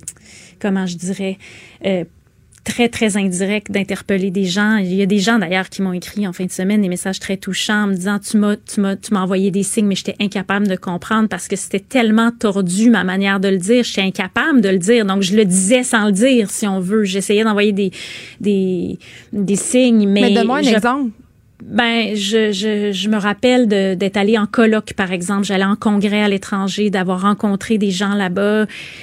comment je dirais, euh, très, très indirect d'interpeller des gens. Il y a des gens, d'ailleurs, qui m'ont écrit en fin de semaine des messages très touchants en me disant « Tu m'as, tu m'as, tu m'as envoyé des signes, mais j'étais incapable de comprendre parce que c'était tellement tordu, ma manière de le dire. J'étais incapable de le dire. Donc, je le disais sans le dire, si on veut. J'essayais d'envoyer des, des, des signes, mais... Mais donne-moi un je, exemple. Ben, je, je, je me rappelle de, d'être allée en colloque, par exemple. J'allais en congrès à l'étranger, d'avoir rencontré des gens là-bas.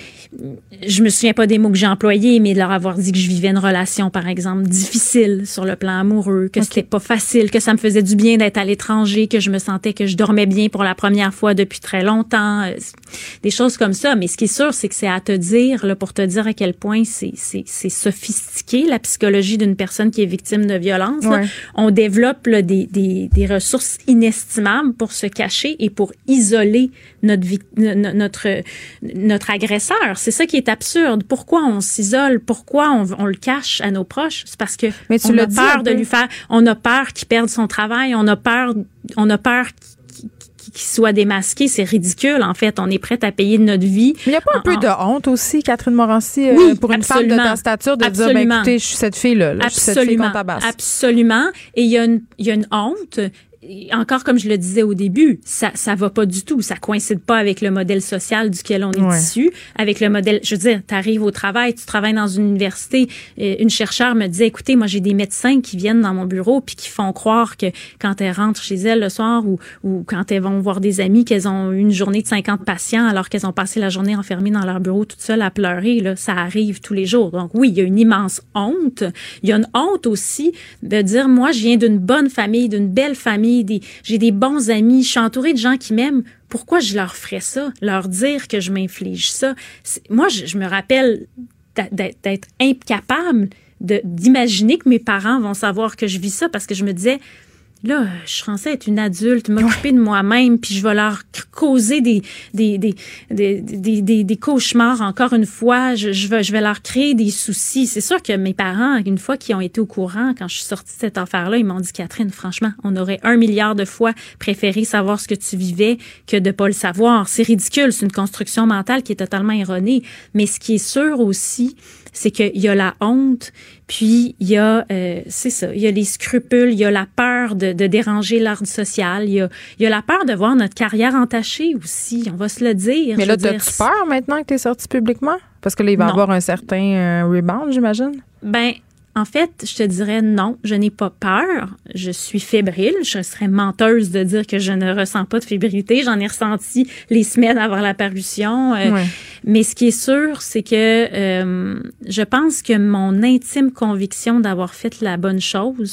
Je me souviens pas des mots que j'ai employés, mais de leur avoir dit que je vivais une relation, par exemple, difficile sur le plan amoureux, que okay. c'était pas facile, que ça me faisait du bien d'être à l'étranger, que je me sentais que je dormais bien pour la première fois depuis très longtemps, des choses comme ça. Mais ce qui est sûr, c'est que c'est à te dire, là, pour te dire à quel point c'est, c'est, c'est sophistiqué, la psychologie d'une personne qui est victime de violence. Ouais. On développe là, des, des, des ressources inestimables pour se cacher et pour isoler notre, notre, notre agresseur. C'est ça qui est absurde. Pourquoi on s'isole? Pourquoi on, on le cache à nos proches? C'est parce que Mais tu on a peur de lui faire, on a peur qu'il perde son travail, on a peur, on a peur qu'il, qu'il soit démasqué. C'est ridicule, en fait. On est prêt à payer de notre vie. Mais il n'y a pas un en, peu de honte aussi, Catherine Morancy, oui, euh, pour une femme de ta stature, de absolument. dire, ben, écoutez, je suis cette fille-là, là, je suis cette fille qu'on tabasse. Absolument. Et il y a une, il y a une honte. Encore comme je le disais au début, ça ça va pas du tout, ça coïncide pas avec le modèle social duquel on est ouais. issu, avec le modèle, je veux dire, tu arrives au travail, tu travailles dans une université, une chercheure me disait écoutez, moi j'ai des médecins qui viennent dans mon bureau puis qui font croire que quand elles rentrent chez elles le soir ou ou quand elles vont voir des amis qu'elles ont une journée de cinquante patients alors qu'elles ont passé la journée enfermées dans leur bureau toutes seules à pleurer, là, ça arrive tous les jours. Donc oui, il y a une immense honte, il y a une honte aussi de dire moi je viens d'une bonne famille, d'une belle famille. Des, j'ai des bons amis, je suis entourée de gens qui m'aiment. Pourquoi je leur ferais ça? Leur dire que je m'inflige ça? C'est, moi, je, je me rappelle d'être, d'être incapable de, d'imaginer que mes parents vont savoir que je vis ça parce que je me disais, là, je suis censée être une adulte, m'occuper de moi-même, puis je vais leur causer des des des des des, des, des cauchemars. Encore une fois, je, je vais je vais leur créer des soucis. C'est sûr que mes parents, une fois qu'ils ont été au courant, quand je suis sortie de cette affaire-là, ils m'ont dit Catherine, franchement, on aurait un milliard de fois préféré savoir ce que tu vivais que de pas le savoir. C'est ridicule, c'est une construction mentale qui est totalement erronée. Mais ce qui est sûr aussi, c'est qu'il y a la honte, puis il y a, euh, c'est ça, il y a les scrupules, il y a la peur de, de déranger l'ordre social, il y a, il y a la peur de voir notre carrière entachée aussi, on va se le dire. Mais là, t'as-tu peur maintenant que t'es sortie publiquement? Parce que là, il va y avoir un certain euh, rebound, j'imagine? Ben, en fait, je te dirais non, je n'ai pas peur. Je suis fébrile. Je serais menteuse de dire que je ne ressens pas de fébrilité. J'en ai ressenti les semaines avant la parution. Euh, ouais. Mais ce qui est sûr, c'est que euh, je pense que mon intime conviction d'avoir fait la bonne chose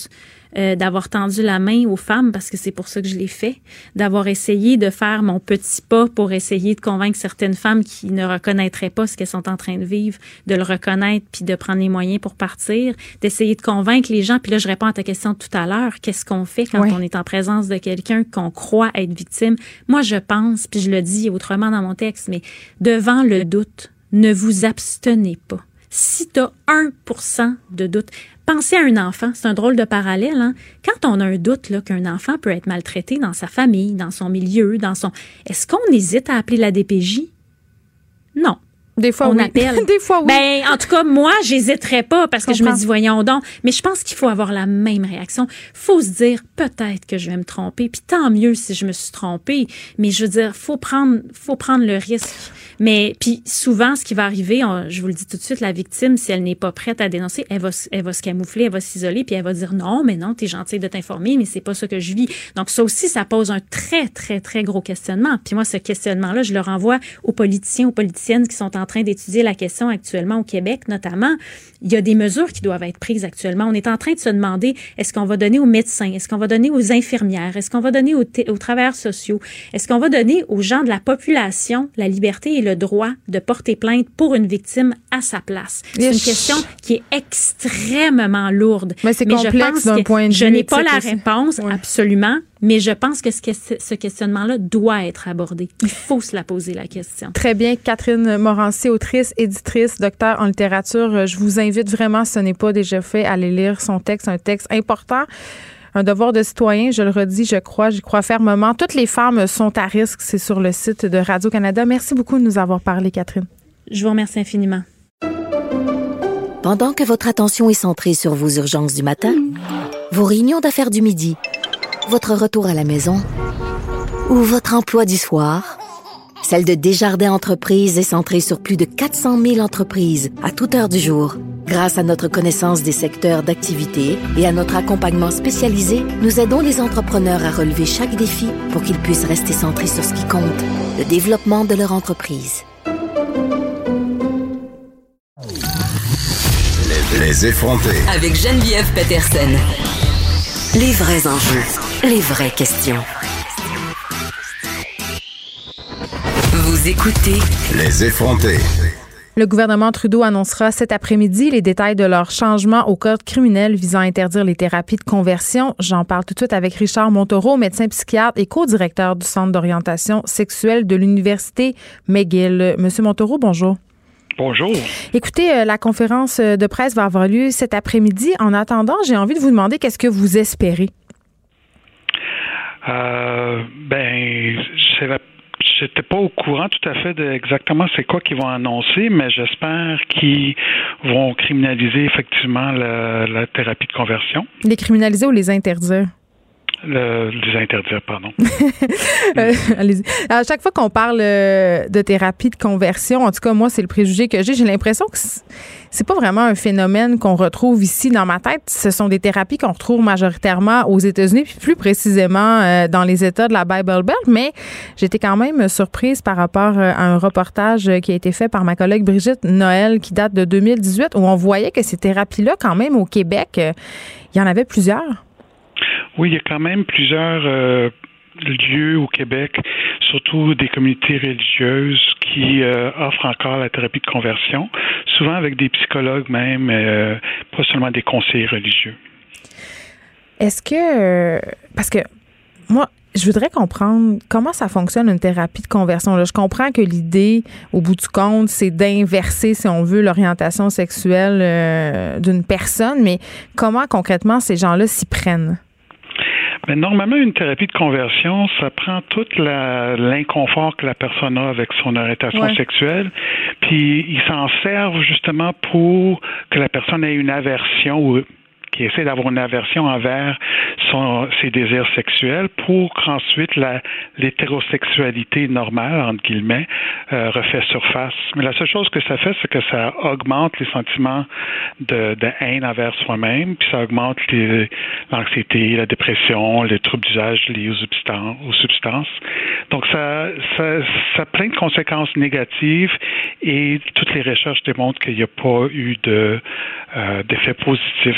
euh, d'avoir tendu la main aux femmes, parce que c'est pour ça que je l'ai fait, d'avoir essayé de faire mon petit pas pour essayer de convaincre certaines femmes qui ne reconnaîtraient pas ce qu'elles sont en train de vivre, de le reconnaître puis de prendre les moyens pour partir, d'essayer de convaincre les gens. Puis là, je réponds à ta question de tout à l'heure. Qu'est-ce qu'on fait quand oui. on est en présence de quelqu'un qu'on croit être victime? Moi, je pense, puis je le dis autrement dans mon texte, mais devant le doute, ne vous abstenez pas. Si tu as un pour cent de doute, pensez à un enfant, c'est un drôle de parallèle. Hein? Quand on a un doute là, qu'un enfant peut être maltraité dans sa famille, dans son milieu, dans son... Est-ce qu'on hésite à appeler la D P J? Non. Des fois, on oui. appelle. Des fois, oui. Ben, en tout cas, moi, j'hésiterais pas parce que je, je me dis, voyons donc. Mais je pense qu'il faut avoir la même réaction. Faut se dire, peut-être que je vais me tromper. Puis tant mieux si je me suis trompée. Mais je veux dire, faut prendre, faut prendre le risque. Mais puis souvent, ce qui va arriver, on, je vous le dis tout de suite, la victime, si elle n'est pas prête à dénoncer, elle va, elle va se camoufler, elle va s'isoler, puis elle va dire non, mais non, t'es gentille de t'informer, mais c'est pas ça que je vis. Donc ça aussi, ça pose un très, très, très gros questionnement. Puis moi, ce questionnement-là, je le renvoie aux politiciens, aux politiciennes qui sont en train d'étudier la question actuellement au Québec, notamment. Il y a des mesures qui doivent être prises actuellement. On est en train de se demander, est-ce qu'on va donner aux médecins, est-ce qu'on va donner aux infirmières, est-ce qu'on va donner aux, t- aux travailleurs sociaux, est-ce qu'on va donner aux gens de la population la liberté et le droit de porter plainte pour une victime à sa place. C'est une question qui est extrêmement lourde. Mais c'est mais complexe d'un point de vue. Je n'ai pas la aussi. réponse, oui. absolument, mais je pense que ce, ce questionnement-là doit être abordé. Il faut se la poser, la question. Très bien. Catherine Morancy, autrice, éditrice, docteur en littérature. Je vous invite vraiment, si ce n'est pas déjà fait, à aller lire son texte, un texte important. Un devoir de citoyen, je le redis, je crois, j'y crois fermement. Toutes les femmes sont à risque, c'est sur le site de Radio-Canada. Merci beaucoup de nous avoir parlé, Catherine. Je vous remercie infiniment. Pendant que votre attention est centrée sur vos urgences du matin, vos réunions d'affaires du midi, votre retour à la maison ou votre emploi du soir, celle de Desjardins Entreprises est centrée sur plus de quatre cent mille entreprises à toute heure du jour. Grâce à notre connaissance des secteurs d'activité et à notre accompagnement spécialisé, nous aidons les entrepreneurs à relever chaque défi pour qu'ils puissent rester centrés sur ce qui compte, le développement de leur entreprise. Les, les effrontés. Avec Geneviève Peterson. Les vrais enjeux, les vraies questions. Vous écoutez Les effrontés. Le gouvernement Trudeau annoncera cet après-midi les détails de leur changement au code criminel visant à interdire les thérapies de conversion. J'en parle tout de suite avec Richard Montereau, médecin psychiatre et co-directeur du Centre d'orientation sexuelle de l'Université McGill. Monsieur Montereau, bonjour. Bonjour. Écoutez, la conférence de presse va avoir lieu cet après-midi. En attendant, j'ai envie de vous demander qu'est-ce que vous espérez? Euh, ben, c'est la J'étais pas au courant tout à fait de exactement c'est quoi qu'ils vont annoncer, mais j'espère qu'ils vont criminaliser effectivement la, la thérapie de conversion. Les criminaliser ou les interdire? Le, les interdire, pardon. euh, allez-y. À chaque fois qu'on parle euh, de thérapie de conversion, en tout cas, moi, c'est le préjugé que j'ai. J'ai l'impression que c'est, c'est pas vraiment un phénomène qu'on retrouve ici dans ma tête. Ce sont des thérapies qu'on retrouve majoritairement aux États-Unis, puis plus précisément euh, dans les États de la Bible Belt. Mais j'étais quand même surprise par rapport à un reportage qui a été fait par ma collègue Brigitte Noël, qui date de deux mille dix-huit, où on voyait que ces thérapies-là, quand même, au Québec, euh, il y en avait plusieurs. Oui, il y a quand même plusieurs euh, lieux au Québec, surtout des communautés religieuses qui euh, offrent encore la thérapie de conversion, souvent avec des psychologues même, euh, pas seulement des conseillers religieux. Est-ce que... Euh, parce que moi, je voudrais comprendre comment ça fonctionne une thérapie de conversion. Là, je comprends que l'idée, au bout du compte, c'est d'inverser, si on veut, l'orientation sexuelle euh, d'une personne, mais comment concrètement ces gens-là s'y prennent? Mais normalement, une thérapie de conversion, ça prend tout la, l'inconfort que la personne a avec son orientation ouais. sexuelle, puis ils s'en servent justement pour que la personne ait une aversion ou qui essaie d'avoir une aversion envers son, ses désirs sexuels pour qu'ensuite la, l'hétérosexualité normale, entre guillemets, euh, refait surface. Mais la seule chose que ça fait, c'est que ça augmente les sentiments de, de haine envers soi-même, puis ça augmente les, l'anxiété, la dépression, les troubles d'usage liés aux substances. Aux substances. Donc ça, ça, ça a plein de conséquences négatives et toutes les recherches démontrent qu'il n'y a pas eu de, euh, d'effet positif de ce genre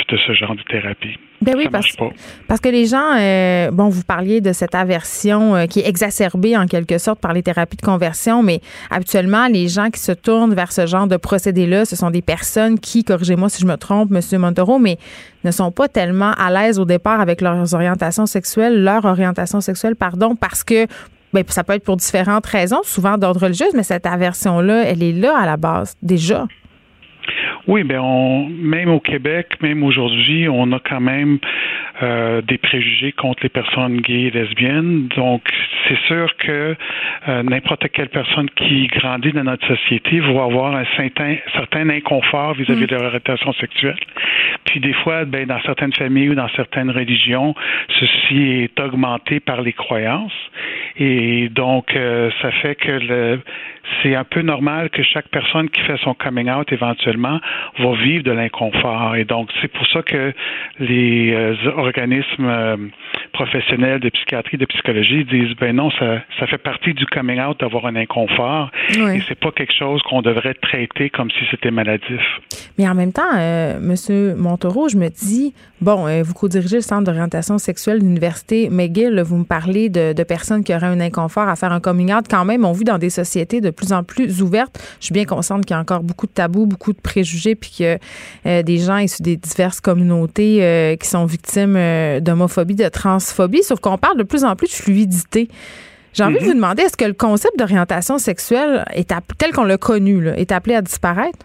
genre de thérapie. Ben oui, ça parce, marche pas. parce que les gens, euh, bon, vous parliez de cette aversion euh, qui est exacerbée en quelque sorte par les thérapies de conversion, mais habituellement, les gens qui se tournent vers ce genre de procédé-là, ce sont des personnes qui, corrigez-moi si je me trompe, M. Montero, mais ne sont pas tellement à l'aise au départ avec leurs orientations sexuelles, leur orientation sexuelle, pardon, parce que ben, ça peut être pour différentes raisons, souvent d'ordre religieux, mais cette aversion-là, elle est là à la base, déjà. Oui, ben on, même au Québec, même aujourd'hui, on a quand même euh, des préjugés contre les personnes gays et lesbiennes. Donc, c'est sûr que euh, n'importe quelle personne qui grandit dans notre société va avoir un certain, certain inconfort vis-à-vis mmh. de leur orientation sexuelle. Puis des fois, ben, dans certaines familles ou dans certaines religions, ceci est augmenté par les croyances. Et donc, euh, ça fait que le, c'est un peu normal que chaque personne qui fait son coming out éventuellement va vivre de l'inconfort. Et donc, c'est pour ça que les euh, organismes euh, professionnels de psychiatrie, de psychologie disent, ben non, ça, ça fait partie du coming out d'avoir un inconfort. Oui. Et c'est pas quelque chose qu'on devrait traiter comme si c'était maladif. Mais en même temps, euh, M. Montero, je me dis, bon, euh, vous co-dirigez le Centre d'orientation sexuelle de l'Université McGill, vous me parlez de, de personnes qui auraient un inconfort à faire un coming out. Quand même, on vit dans des sociétés de plus en plus ouvertes. Je suis bien consciente qu'il y a encore beaucoup de tabous, beaucoup de préjugés, puis que euh, des gens issus des diverses communautés euh, qui sont victimes euh, d'homophobie, de transphobie, sauf qu'on parle de plus en plus de fluidité. J'ai envie mm-hmm. de vous demander, est-ce que le concept d'orientation sexuelle, est app- tel qu'on l'a connu, là, est appelé à disparaître?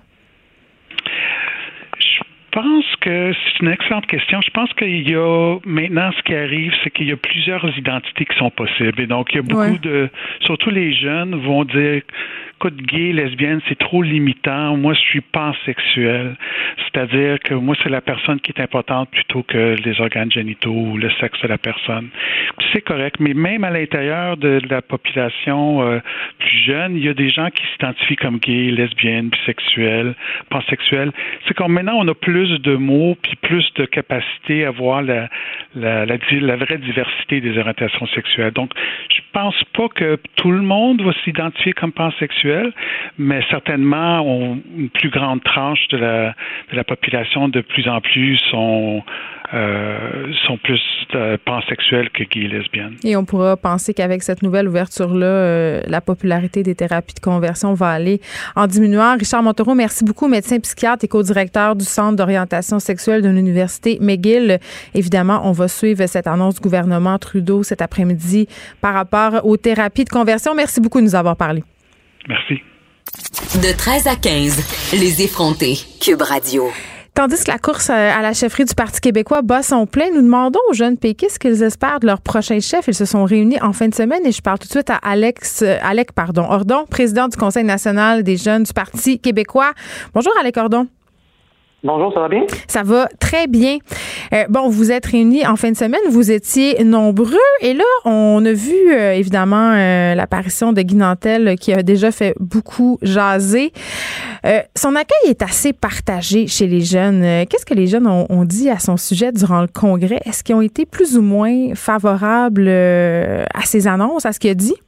Je pense que c'est une excellente question. Je pense qu'il y a maintenant ce qui arrive, c'est qu'il y a plusieurs identités qui sont possibles. Et donc, il y a beaucoup ouais. de, surtout les jeunes vont dire, écoute, gay, lesbienne, c'est trop limitant. Moi, je suis pansexuel. C'est-à-dire que moi, c'est la personne qui est importante plutôt que les organes génitaux ou le sexe de la personne. Puis c'est correct. Mais même à l'intérieur de la population euh, plus jeune, il y a des gens qui s'identifient comme gays, lesbiennes, bisexuels, pansexuels. C'est comme maintenant, on a plus de mots puis plus de capacité à voir la, la, la, la vraie diversité des orientations sexuelles. Donc, je pense pas que tout le monde va s'identifier comme pansexuel, mais certainement, on, une plus grande tranche de la, de la population de plus en plus sont, euh, sont plus euh, pansexuels que gays et lesbiennes. Et on pourra penser qu'avec cette nouvelle ouverture-là, euh, la popularité des thérapies de conversion va aller en diminuant. Richard Montero, merci beaucoup, médecin psychiatre et co-directeur du Centre d'orientation sexuelle de l'Université McGill. Évidemment, on va suivre cette annonce du gouvernement Trudeau cet après-midi par rapport aux thérapies de conversion. Merci beaucoup de nous avoir parlé. Merci. De treize à quinze, les effrontés. Cube Radio. Tandis que la course à la chefferie du Parti québécois bat son plein, nous demandons aux jeunes péquistes ce qu'ils espèrent de leur prochain chef. Ils se sont réunis en fin de semaine et je parle tout de suite à Alex, Alec pardon, Ordon, président du Conseil national des jeunes du Parti québécois. Bonjour, Alec Ordon. Bonjour, ça va bien? Ça va très bien. Euh, bon, vous êtes réunis en fin de semaine, vous étiez nombreux et là, on a vu euh, évidemment euh, l'apparition de Guy Nantel qui a déjà fait beaucoup jaser. Euh, son accueil est assez partagé chez les jeunes. Euh, qu'est-ce que les jeunes ont, ont dit à son sujet durant le congrès? Est-ce qu'ils ont été plus ou moins favorables euh, à ses annonces, à ce qu'il a dit?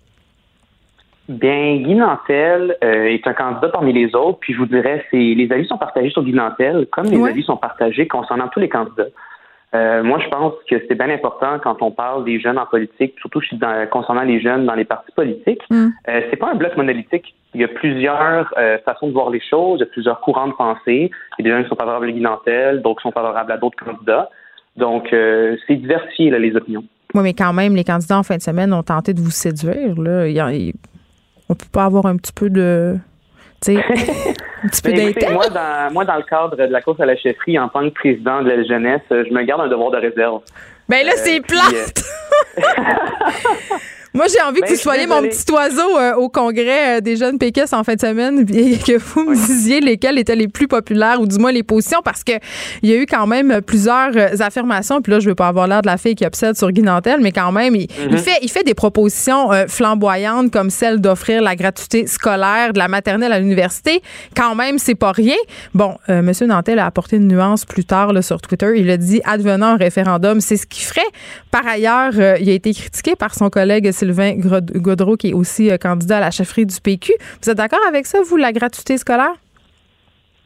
Bien, Guy Nantel euh, est un candidat parmi les autres, puis je vous dirais, c'est les avis sont partagés sur Guy Nantel, comme les ouais. avis sont partagés concernant tous les candidats. Euh, moi, je pense que c'est bien important quand on parle des jeunes en politique, surtout dans, concernant les jeunes dans les partis politiques. Mm. Euh, c'est pas un bloc monolithique. Il y a plusieurs euh, façons de voir les choses, il y a plusieurs courants de pensée. Il y a des gens qui sont favorables à Guy Nantel, d'autres qui sont favorables à d'autres candidats. Donc, euh, c'est diversifié, là, les opinions. Oui, mais quand même, les candidats en fin de semaine ont tenté de vous séduire, là. Il y a, il... On peut pas avoir un petit peu de, tu sais, un petit peu d'intérêt. Moi, dans, moi, dans le cadre de la course à la chefferie, en tant que président de la jeunesse, je me garde un devoir de réserve. Ben là, euh, c'est plate! Puis, euh... Moi, j'ai envie ben, que vous soyez mon petit oiseau euh, au congrès euh, des jeunes péquistes en fin de semaine et que vous me disiez lesquels étaient les plus populaires ou du moins les positions parce que il y a eu quand même plusieurs euh, affirmations. Puis là, je ne veux pas avoir l'air de la fille qui obsède sur Guy Nantel, mais quand même, il, mm-hmm. il, fait, il fait des propositions euh, flamboyantes comme celle d'offrir la gratuité scolaire de la maternelle à l'université. Quand même, c'est pas rien. Bon, euh, M. Nantel a apporté une nuance plus tard là, sur Twitter. Il a dit, advenant un référendum, c'est ce qu'il ferait. Par ailleurs, euh, il a été critiqué par son collègue Sylvain Gaudreault, qui est aussi euh, candidat à la chefferie du P Q. Vous êtes d'accord avec ça, vous, la gratuité scolaire?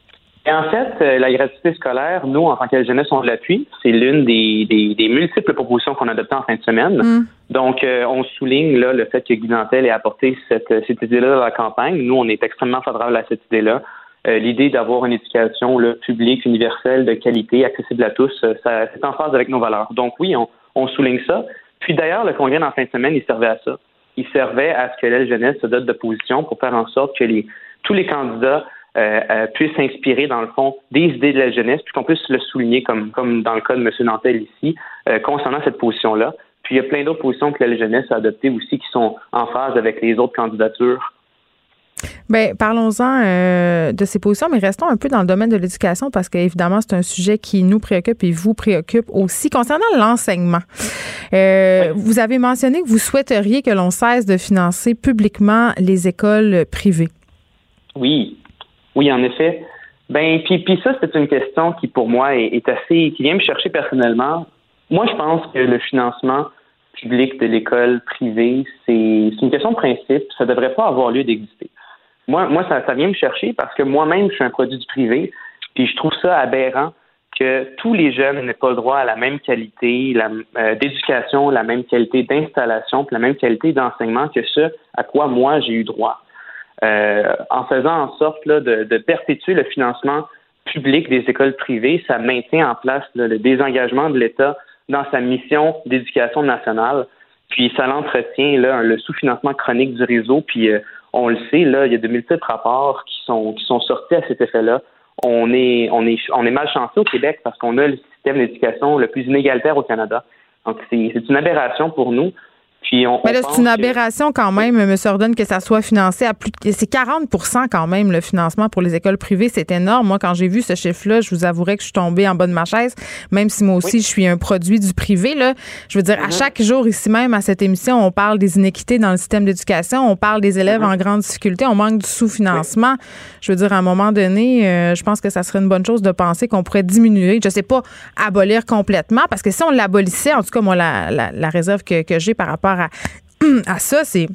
Et en fait, euh, la gratuité scolaire, nous, en tant que jeunesse, on l'appuie. C'est l'une des, des, des multiples propositions qu'on a adoptées en fin de semaine. Mm. Donc, euh, on souligne là le fait que Guy Nantel ait apporté cette, cette idée-là dans la campagne. Nous, on est extrêmement favorable à cette idée-là. Euh, l'idée d'avoir une éducation là, publique, universelle, de qualité, accessible à tous, euh, ça, c'est en phase avec nos valeurs. Donc oui, on, on souligne ça. Puis d'ailleurs, le congrès en fin de semaine, il servait à ça. Il servait à ce que l'aile jeunesse se dote de position pour faire en sorte que les, tous les candidats Euh, euh, puisse s'inspirer, dans le fond, des idées de la jeunesse, puis qu'on puisse le souligner, comme, comme dans le cas de M. Nantel ici, euh, concernant cette position-là. Puis il y a plein d'autres positions que la jeunesse a adoptées aussi qui sont en phase avec les autres candidatures. Bien, parlons-en euh, de ces positions, mais restons un peu dans le domaine de l'éducation parce qu'évidemment, c'est un sujet qui nous préoccupe et vous préoccupe aussi. Concernant l'enseignement, euh, oui. vous avez mentionné que vous souhaiteriez que l'on cesse de financer publiquement les écoles privées. Oui. Oui, en effet. Ben, puis, puis ça, c'est une question qui, pour moi, est, est assez, qui vient me chercher personnellement. Moi, je pense que le financement public de l'école privée, c'est, c'est une question de principe. Ça ne devrait pas avoir lieu d'exister. Moi, moi, ça, ça vient me chercher parce que moi-même, je suis un produit du privé, puis je trouve ça aberrant que tous les jeunes n'aient pas le droit à la même qualité la, euh, d'éducation, la même qualité d'installation, puis la même qualité d'enseignement que ce à quoi moi j'ai eu droit. Euh, en faisant en sorte là, de, de perpétuer le financement public des écoles privées, ça maintient en place là, le désengagement de l'État dans sa mission d'éducation nationale, puis ça l'entretient là, le sous-financement chronique du réseau, puis euh, on le sait, là, il y a de multiples rapports qui sont qui sont sortis à cet effet-là. On est on est on est malchanceux au Québec parce qu'on a le système d'éducation le plus inégalitaire au Canada. Donc c'est, c'est une aberration pour nous. Puis on, Mais là, on c'est une aberration que... quand même, M. Ordonne, que ça soit financé à plus de... C'est quarante pour cent quand même, le financement pour les écoles privées. C'est énorme. Moi, quand j'ai vu ce chiffre-là, je vous avouerai que je suis tombée en bas de ma chaise, même si moi aussi, oui. je suis un produit du privé. Là. Je veux dire, mm-hmm. à chaque jour, ici même, à cette émission, on parle des inéquités dans le système d'éducation, on parle des élèves mm-hmm. en grande difficulté, on manque du sous-financement. Oui. Je veux dire, à un moment donné, euh, je pense que ça serait une bonne chose de penser qu'on pourrait diminuer, je sais pas, abolir complètement, parce que si on l'abolissait, en tout cas, moi, la, la, la réserve que, que j'ai par rapport à à ça, c'est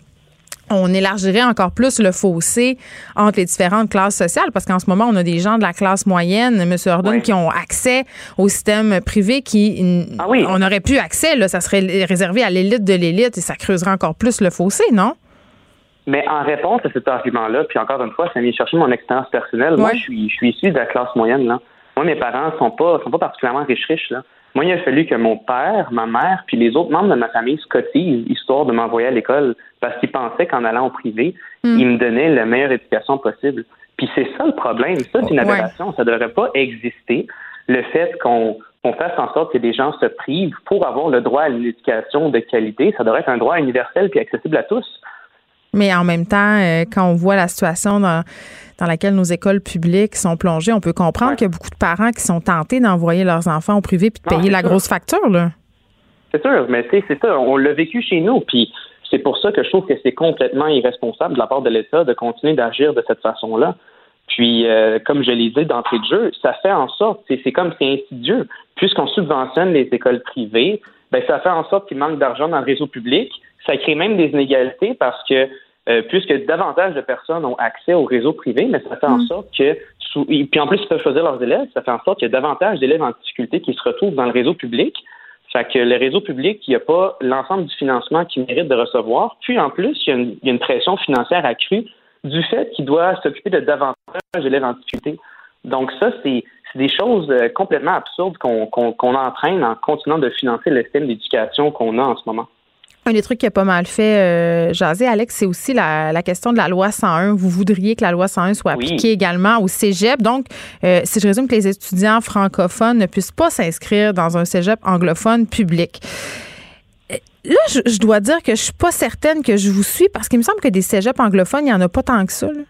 on élargirait encore plus le fossé entre les différentes classes sociales parce qu'en ce moment, on a des gens de la classe moyenne, M. Ordonne, oui. qui ont accès au système privé qui, ah oui. on n'aurait plus accès, là, ça serait réservé à l'élite de l'élite et ça creuserait encore plus le fossé, non? Mais en réponse à cet argument-là, puis encore une fois, ça vient chercher mon expérience personnelle. Oui. Moi, je suis, je suis issu de la classe moyenne, là. Moi, mes parents sont pas, sont pas particulièrement riches-riches, là. Moi, il a fallu que mon père, ma mère, puis les autres membres de ma famille se cotisent, histoire de m'envoyer à l'école, parce qu'ils pensaient qu'en allant au privé, mm. ils me donnaient la meilleure éducation possible. Puis c'est ça le problème. Ça, c'est une aberration. Ouais. Ça ne devrait pas exister. Le fait qu'on, qu'on fasse en sorte que des gens se privent pour avoir le droit à une éducation de qualité, ça devrait être un droit universel puis accessible à tous. Mais en même temps, euh, quand on voit la situation dans, dans laquelle nos écoles publiques sont plongées, on peut comprendre ouais. qu'il y a beaucoup de parents qui sont tentés d'envoyer leurs enfants au privé puis de non, payer la sûr. grosse facture, là. C'est sûr, mais c'est, c'est ça. On l'a vécu chez nous, puis c'est pour ça que je trouve que c'est complètement irresponsable de la part de l'État de continuer d'agir de cette façon-là. Puis, euh, comme je l'ai dit d'entrée de jeu, ça fait en sorte, c'est, c'est comme c'est insidieux. Puisqu'on subventionne les écoles privées, ben ça fait en sorte qu'il manque d'argent dans le réseau public. Ça crée même des inégalités parce que euh, puisque davantage de personnes ont accès au réseau privé, mais ça fait en sorte que, sous, et puis en plus ils peuvent choisir leurs élèves, ça fait en sorte qu'il y a davantage d'élèves en difficulté qui se retrouvent dans le réseau public. Fait que le réseau public, il n'y a pas l'ensemble du financement qu'il mérite de recevoir. Puis en plus, il y a une, il y a une pression financière accrue du fait qu'il doit s'occuper de davantage d'élèves en difficulté. Donc ça, c'est, c'est des choses complètement absurdes qu'on, qu'on, qu'on entraîne en continuant de financer le système d'éducation qu'on a en ce moment. Un des trucs qui a pas mal fait euh, jaser, Alex, c'est aussi la, la question de la loi cent un. Vous voudriez que la loi cent un soit appliquée oui. également au cégep. Donc, euh, si je résume que les étudiants francophones ne puissent pas s'inscrire dans un cégep anglophone public. Là, je, je dois dire que je suis pas certaine que je vous suis parce qu'il me semble que des cégeps anglophones, il n'y en a pas tant que ça. Là.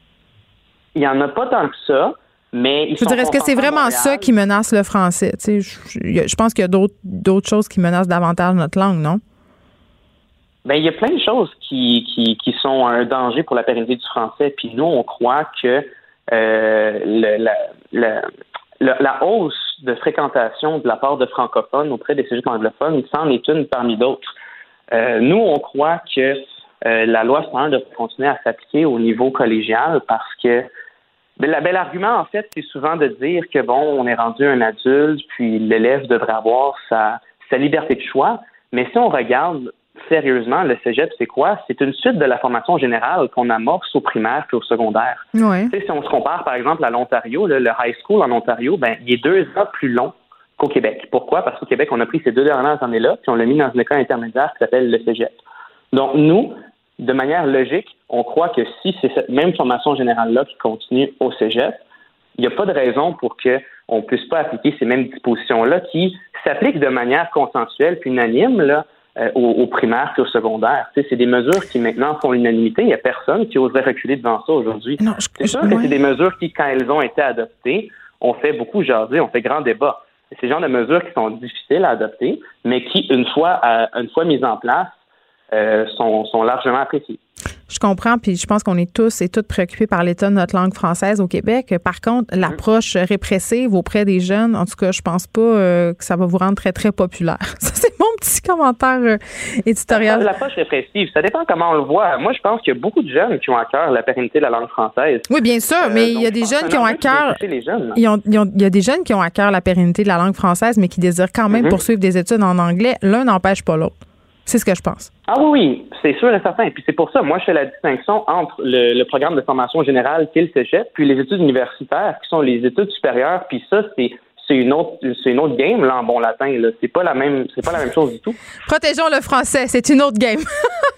Il n'y en a pas tant que ça. Mais ils je veux dire, est-ce que c'est vraiment ça qui menace le français? Tu sais, je, je pense qu'il y a d'autres, d'autres choses qui menacent davantage notre langue, non? Ben, il y a plein de choses qui, qui, qui sont un danger pour la pérennité du français. Puis nous, on croit que euh, le, la, la, la, la hausse de fréquentation de la part de francophones auprès des cégeps anglophones, c'en est une parmi d'autres. Euh, nous, on croit que euh, la loi cent un doit continuer à s'appliquer au niveau collégial parce que Ben, la, ben, l'argument, en fait, c'est souvent de dire que, bon, on est rendu un adulte, puis l'élève devrait avoir sa, sa liberté de choix. Mais si on regarde sérieusement, le cégep, c'est quoi? C'est une suite de la formation générale qu'on amorce au primaire puis au secondaire. Ouais. Tu sais, si on se compare, par exemple, à l'Ontario, le, le high school en Ontario, ben, il est deux ans plus long qu'au Québec. Pourquoi? Parce qu'au Québec, on a pris ces deux dernières années-là, puis on l'a mis dans une école intermédiaire qui s'appelle le cégep. Donc, nous, de manière logique, on croit que si c'est cette même formation générale-là qui continue au cégep, il n'y a pas de raison pour qu'on ne puisse pas appliquer ces mêmes dispositions-là qui s'appliquent de manière consensuelle puis unanime, là, euh, au, au primaire puis au secondaire. Tu sais, c'est des mesures qui maintenant font l'unanimité. Il n'y a personne qui oserait reculer devant ça aujourd'hui. Non, je, c'est sûr je, que ouais. c'est des mesures qui, quand elles ont été adoptées, on fait beaucoup jaser, on fait grand débat. C'est le genre de mesures qui sont difficiles à adopter, mais qui, une fois, euh, une fois mises en place, euh, sont, sont largement appréciées. Je comprends, puis je pense qu'on est tous et toutes préoccupés par l'état de notre langue française au Québec. Par contre, mmh. l'approche répressive auprès des jeunes, en tout cas, je pense pas euh, que ça va vous rendre très, très populaire. Ça, c'est mon petit commentaire euh, éditorial. L'approche répressive, ça dépend comment on le voit. Moi, je pense qu'il y a beaucoup de jeunes qui ont à cœur la pérennité de la langue française. Oui, bien sûr, euh, mais il y a des jeunes qui ont à cœur... Il y a des jeunes qui ont à cœur la pérennité de la langue française, mais qui désirent quand même mmh. poursuivre des études en anglais. L'un n'empêche pas l'autre. C'est ce que je pense. Ah oui, oui, c'est sûr et certain. Et puis c'est pour ça, moi, je fais la distinction entre le, le programme de formation générale qu'est le cégep, puis les études universitaires, qui sont les études supérieures. Puis ça, c'est c'est une autre c'est une autre game là en bon latin. Là, c'est pas la même c'est pas la même chose du tout. Protégeons le français, c'est une autre game.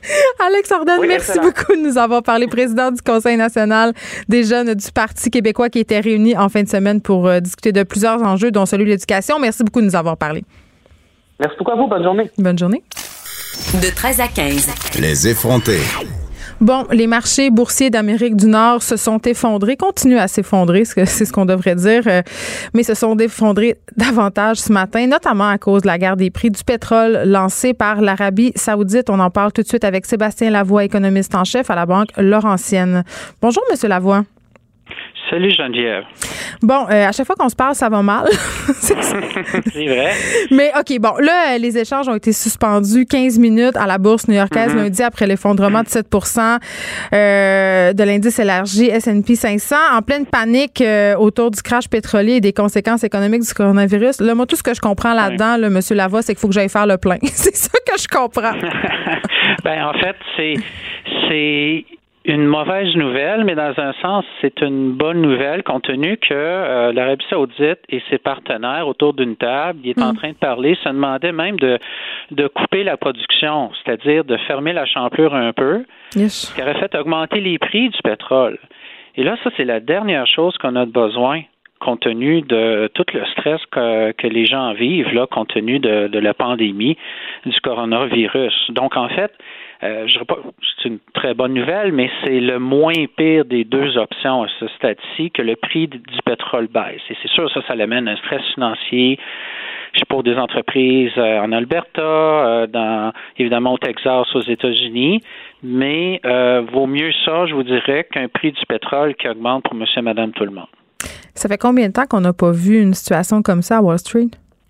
Alex Ordonne, oui, merci excellent. beaucoup de nous avoir parlé. Président du Conseil national des jeunes du Parti québécois qui était réuni en fin de semaine pour euh, discuter de plusieurs enjeux, dont celui de l'éducation. Merci beaucoup de nous avoir parlé. Merci beaucoup à vous. Bonne journée. Bonne journée. De treize à quinze. Les effrontés. Bon, les marchés boursiers d'Amérique du Nord se sont effondrés, continuent à s'effondrer, c'est ce qu'on devrait dire, mais se sont effondrés davantage ce matin, notamment à cause de la guerre des prix du pétrole lancée par l'Arabie saoudite. On en parle tout de suite avec Sébastien Lavoie, économiste en chef à la Banque Laurentienne. Bonjour, Monsieur Lavoie. Salut Geneviève. Bon, euh, à chaque fois qu'on se parle, ça va mal. c'est, c'est vrai. Mais OK, bon, là, les échanges ont été suspendus quinze minutes à la bourse new-yorkaise mm-hmm. lundi après l'effondrement mm-hmm. de sept pour cent euh, de l'indice élargi S and P cinq cents, en pleine panique euh, autour du crash pétrolier et des conséquences économiques du coronavirus. Là, moi, tout ce que je comprends là-dedans, oui. là, M. Lavoie, c'est qu'il faut que j'aille faire le plein. C'est ça que je comprends. ben, en fait, c'est... c'est... une mauvaise nouvelle, mais dans un sens, c'est une bonne nouvelle compte tenu que euh, l'Arabie saoudite et ses partenaires autour d'une table, il est mmh. en train de parler, se demandaient même de, de couper la production, c'est-à-dire de fermer la champlure un peu, yes. ce qui aurait fait augmenter les prix du pétrole. Et là, ça, c'est la dernière chose qu'on a besoin compte tenu de tout le stress que, que les gens vivent, là, compte tenu de, de la pandémie du coronavirus. Donc, en fait, Euh, je dirais pas, c'est une très bonne nouvelle, mais c'est le moins pire des deux options à ce stade-ci que le prix du pétrole baisse. Et c'est sûr, ça, ça amène un stress financier pour des entreprises en Alberta, euh, dans évidemment au Texas, aux États-Unis, mais euh, vaut mieux ça, je vous dirais, qu'un prix du pétrole qui augmente pour monsieur et madame tout le monde. Ça fait combien de temps qu'on n'a pas vu une situation comme ça à Wall Street?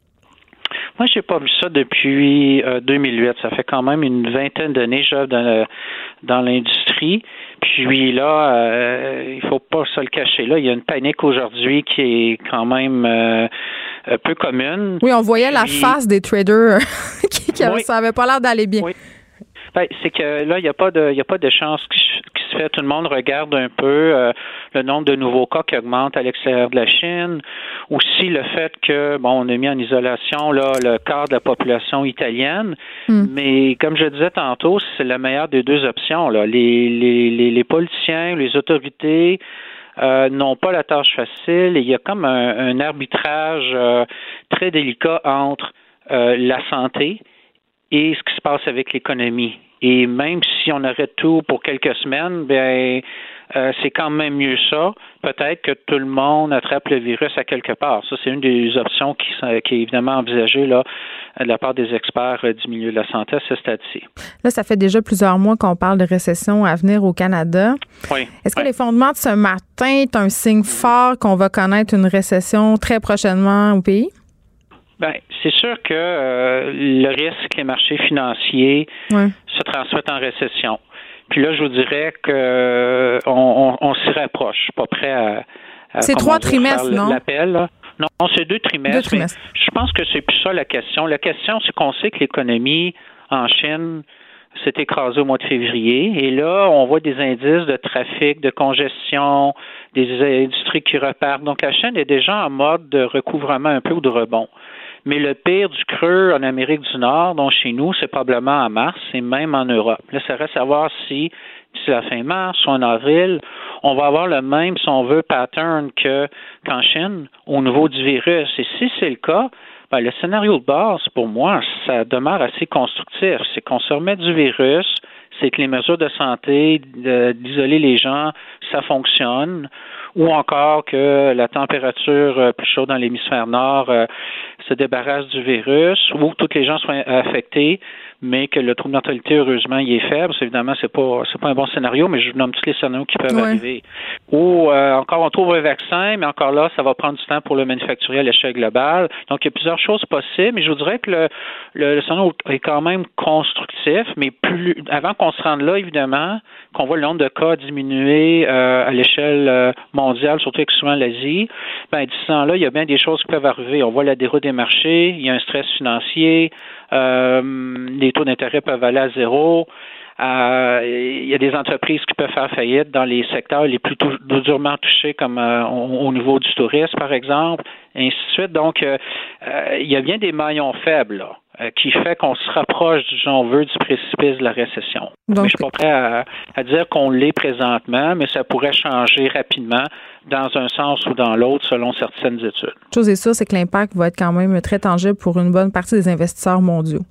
Moi, j'ai pas vu ça depuis euh, deux mille huit. Ça fait quand même une vingtaine d'années que j'œuvre dans, dans l'industrie. Puis là, euh, il faut pas se le cacher. Là, il y a une panique aujourd'hui qui est quand même euh, peu commune. Oui, on voyait Puis, la face des traders qui, qui oui. ça avait pas l'air d'aller bien. Oui. Ben, c'est que là, il n'y a pas de, il y a pas d'échange qui, qui se fait. Tout le monde regarde un peu euh, le nombre de nouveaux cas qui augmente à l'extérieur de la Chine. Aussi le fait que, bon, on a mis en isolation là le quart de la population italienne. Mm. Mais comme je disais tantôt, c'est la meilleure des deux options. Là, les, les, les, les politiciens, les autorités euh, n'ont pas la tâche facile. Et il y a comme un, un arbitrage euh, très délicat entre euh, la santé et ce qui se passe avec l'économie. Et même si on arrête tout pour quelques semaines, bien, euh, c'est quand même mieux ça. Peut-être que tout le monde attrape le virus à quelque part. Ça, c'est une des options qui, qui est évidemment envisagée là, de la part des experts du milieu de la santé à ce stade-ci. Là, ça fait déjà plusieurs mois qu'on parle de récession à venir au Canada. Oui. Est-ce que oui. l'effondrement de ce matin est un signe fort qu'on va connaître une récession très prochainement au pays? Ben, c'est sûr que euh, le risque que les marchés financiers ouais. se transmettent en récession. Puis là, je vous dirais que on, on, on s'y rapproche. Je suis pas prêt à, à c'est trois dire, trimestres, non? L'appel, là. Non, c'est deux trimestres. Deux trimestres. Mais je pense que c'est plus ça la question. La question, c'est qu'on sait que l'économie en Chine s'est écrasée au mois de février. Et là, on voit des indices de trafic, de congestion, des industries qui repartent. Donc, la Chine est déjà en mode de recouvrement un peu ou de rebond. Mais le pire du creux en Amérique du Nord, donc chez nous, c'est probablement en mars et même en Europe. Là, ça reste à voir si, d'ici la fin mars ou en avril, on va avoir le même, si on veut, pattern que, qu'en Chine au niveau du virus. Et si c'est le cas, ben, le scénario de base, pour moi, ça demeure assez constructif. C'est qu'on se remet du virus, c'est que les mesures de santé, de, d'isoler les gens, ça fonctionne, ou encore que la température plus chaude dans l'hémisphère nord euh, se débarrasse du virus, ou que tous les gens soient affectés, mais que le taux de mortalité, heureusement, il est faible. C'est, évidemment, c'est pas c'est pas un bon scénario, mais je vous nomme tous les scénarios qui peuvent ouais. arriver. Ou euh, encore, on trouve un vaccin, mais encore là, ça va prendre du temps pour le manufacturer à l'échelle globale. Donc, il y a plusieurs choses possibles, mais je vous dirais que le, le, le scénario est quand même constructif, mais plus avant qu'on se rende là, évidemment, qu'on voit le nombre de cas diminuer euh, à l'échelle euh, mondiale, surtout avec souvent l'Asie, ben, d'ici là, il y a bien des choses qui peuvent arriver. On voit la déroute des marchés, il y a un stress financier, euh, les taux d'intérêt peuvent aller à zéro. Euh, il y a des entreprises qui peuvent faire faillite dans les secteurs les plus tou- durement touchés, comme euh, au, au niveau du tourisme, par exemple, et ainsi de suite. Donc, euh, euh, il y a bien des maillons faibles, là, euh, qui fait qu'on se rapproche, si on veut, du précipice de la récession. Donc, mais je suis pas prêt à, à dire qu'on l'est présentement, mais ça pourrait changer rapidement dans un sens ou dans l'autre, selon certaines études. Chose est sûre, c'est que l'impact va être quand même très tangible pour une bonne partie des investisseurs mondiaux.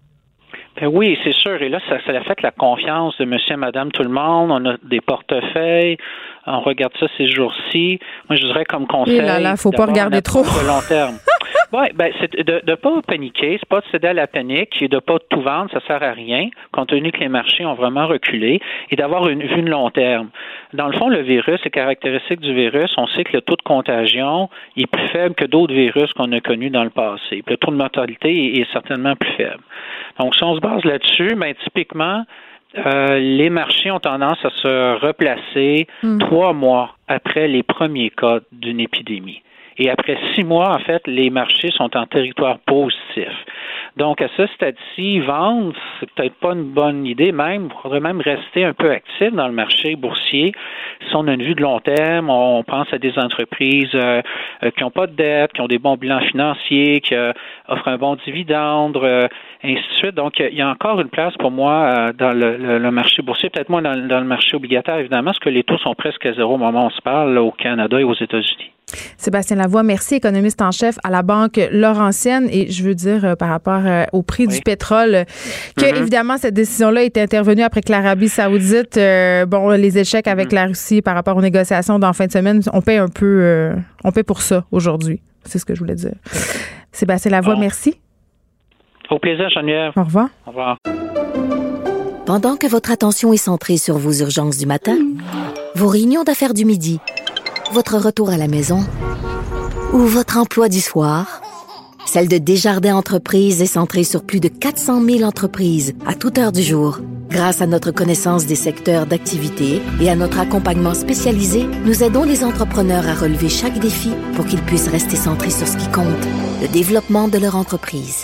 Ben oui, c'est sûr. Et là, ça, ça affecte la confiance de monsieur et madame tout le monde. On a des portefeuilles. On regarde ça ces jours-ci. Moi, je dirais comme conseil. Et là, là, faut pas regarder trop. De long terme. Oui, ben, c'est de ne pas paniquer, c'est pas de céder à la panique et de pas tout vendre, ça sert à rien, compte tenu que les marchés ont vraiment reculé, et d'avoir une vue de long terme. Dans le fond, le virus, les caractéristiques du virus, on sait que le taux de contagion est plus faible que d'autres virus qu'on a connus dans le passé. Puis le taux de mortalité est, est certainement plus faible. Donc, si on se base là-dessus, ben, typiquement, euh, les marchés ont tendance à se replacer mmh. trois mois après les premiers cas d'une épidémie. Et après six mois, en fait, les marchés sont en territoire positif. Donc, à ce stade-ci, vendre, c'est peut-être pas une bonne idée. Même, il faudrait même rester un peu actif dans le marché boursier. Si on a une vue de long terme, on pense à des entreprises euh, qui n'ont pas de dette, qui ont des bons bilans financiers, qui euh, offrent un bon dividende, euh, ainsi de suite. Donc, il y a encore une place pour moi euh, dans le, le, le marché boursier, peut-être moins dans, dans le marché obligataire, évidemment, parce que les taux sont presque à zéro au moment où on se parle, là, au Canada et aux États-Unis. Sébastien Lavoie, merci, économiste en chef à la Banque Laurentienne. Et je veux dire, euh, par rapport euh, au prix oui. du pétrole, euh, que mm-hmm. évidemment, cette décision-là est intervenue après que l'Arabie saoudite, euh, bon, les échecs avec mm-hmm. la Russie par rapport aux négociations d'en fin de semaine, on paie un peu, euh, on paie pour ça aujourd'hui. C'est ce que je voulais dire. Sébastien Lavoie, bon. merci. Au plaisir, Geneviève. Au revoir. Au revoir. Pendant que votre attention est centrée sur vos urgences du matin, vos réunions d'affaires du midi, votre retour à la maison ou votre emploi du soir, celle de Desjardins Entreprises est centrée sur plus de quatre cent mille entreprises à toute heure du jour. Grâce à notre connaissance des secteurs d'activité et à notre accompagnement spécialisé, nous aidons les entrepreneurs à relever chaque défi pour qu'ils puissent rester centrés sur ce qui compte, le développement de leur entreprise.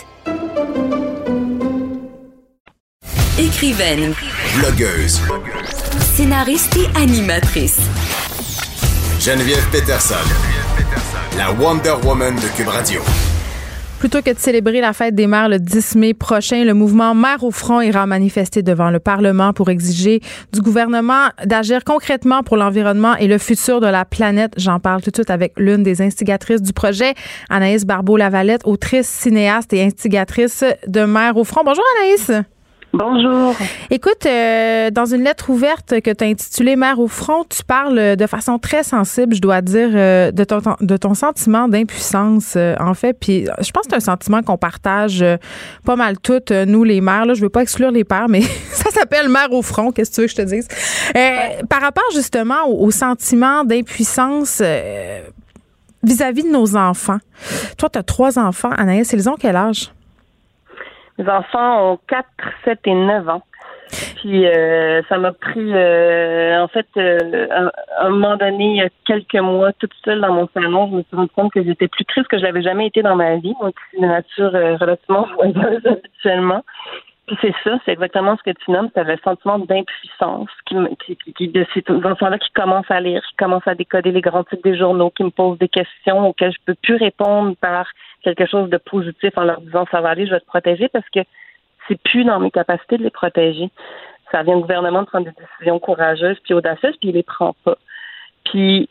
Écrivaine, blogueuse, scénariste et animatrice. Geneviève Peterson, la Wonder Woman de Cube Radio. Plutôt que de célébrer la fête des mères le dix mai prochain, le mouvement Mères au front ira manifester devant le Parlement pour exiger du gouvernement d'agir concrètement pour l'environnement et le futur de la planète. J'en parle tout de suite avec l'une des instigatrices du projet, Anaïs Barbeau-Lavalette, autrice, cinéaste et instigatrice de Mères au front. Bonjour Anaïs. Bonjour. Écoute, euh, dans une lettre ouverte que tu as intitulée « Mères au front », tu parles de façon très sensible, je dois dire, euh, de, ton, de ton sentiment d'impuissance, euh, en fait. Puis je pense que c'est un sentiment qu'on partage euh, pas mal toutes, euh, nous, les mères. Là, je veux pas exclure les pères, mais ça s'appelle « Mères au front », qu'est-ce que tu veux que je te dise? Euh, ouais. Par rapport, justement, au, au sentiment d'impuissance euh, vis-à-vis de nos enfants. Toi, tu as trois enfants. Anaïs, ils ont quel âge? Mes enfants ont quatre, sept et neuf ans. Puis euh, ça m'a pris, euh, en fait, euh, à un moment donné, il y a quelques mois, toute seule dans mon salon, je me suis rendu compte que j'étais plus triste que je l'avais jamais été dans ma vie. Moi, qui suis de nature euh, relativement joyeuse habituellement. Puis c'est ça, c'est exactement ce que tu nommes, c'est le sentiment d'impuissance qui, qui, qui, qui de ces enfants-là qui commencent à lire, qui commencent à décoder les grands titres des journaux, qui me posent des questions auxquelles je peux plus répondre par quelque chose de positif en leur disant ça va aller, je vais te protéger, parce que c'est plus dans mes capacités de les protéger. Ça vient du gouvernement de prendre des décisions courageuses puis audacieuses, puis il les prend pas. Puis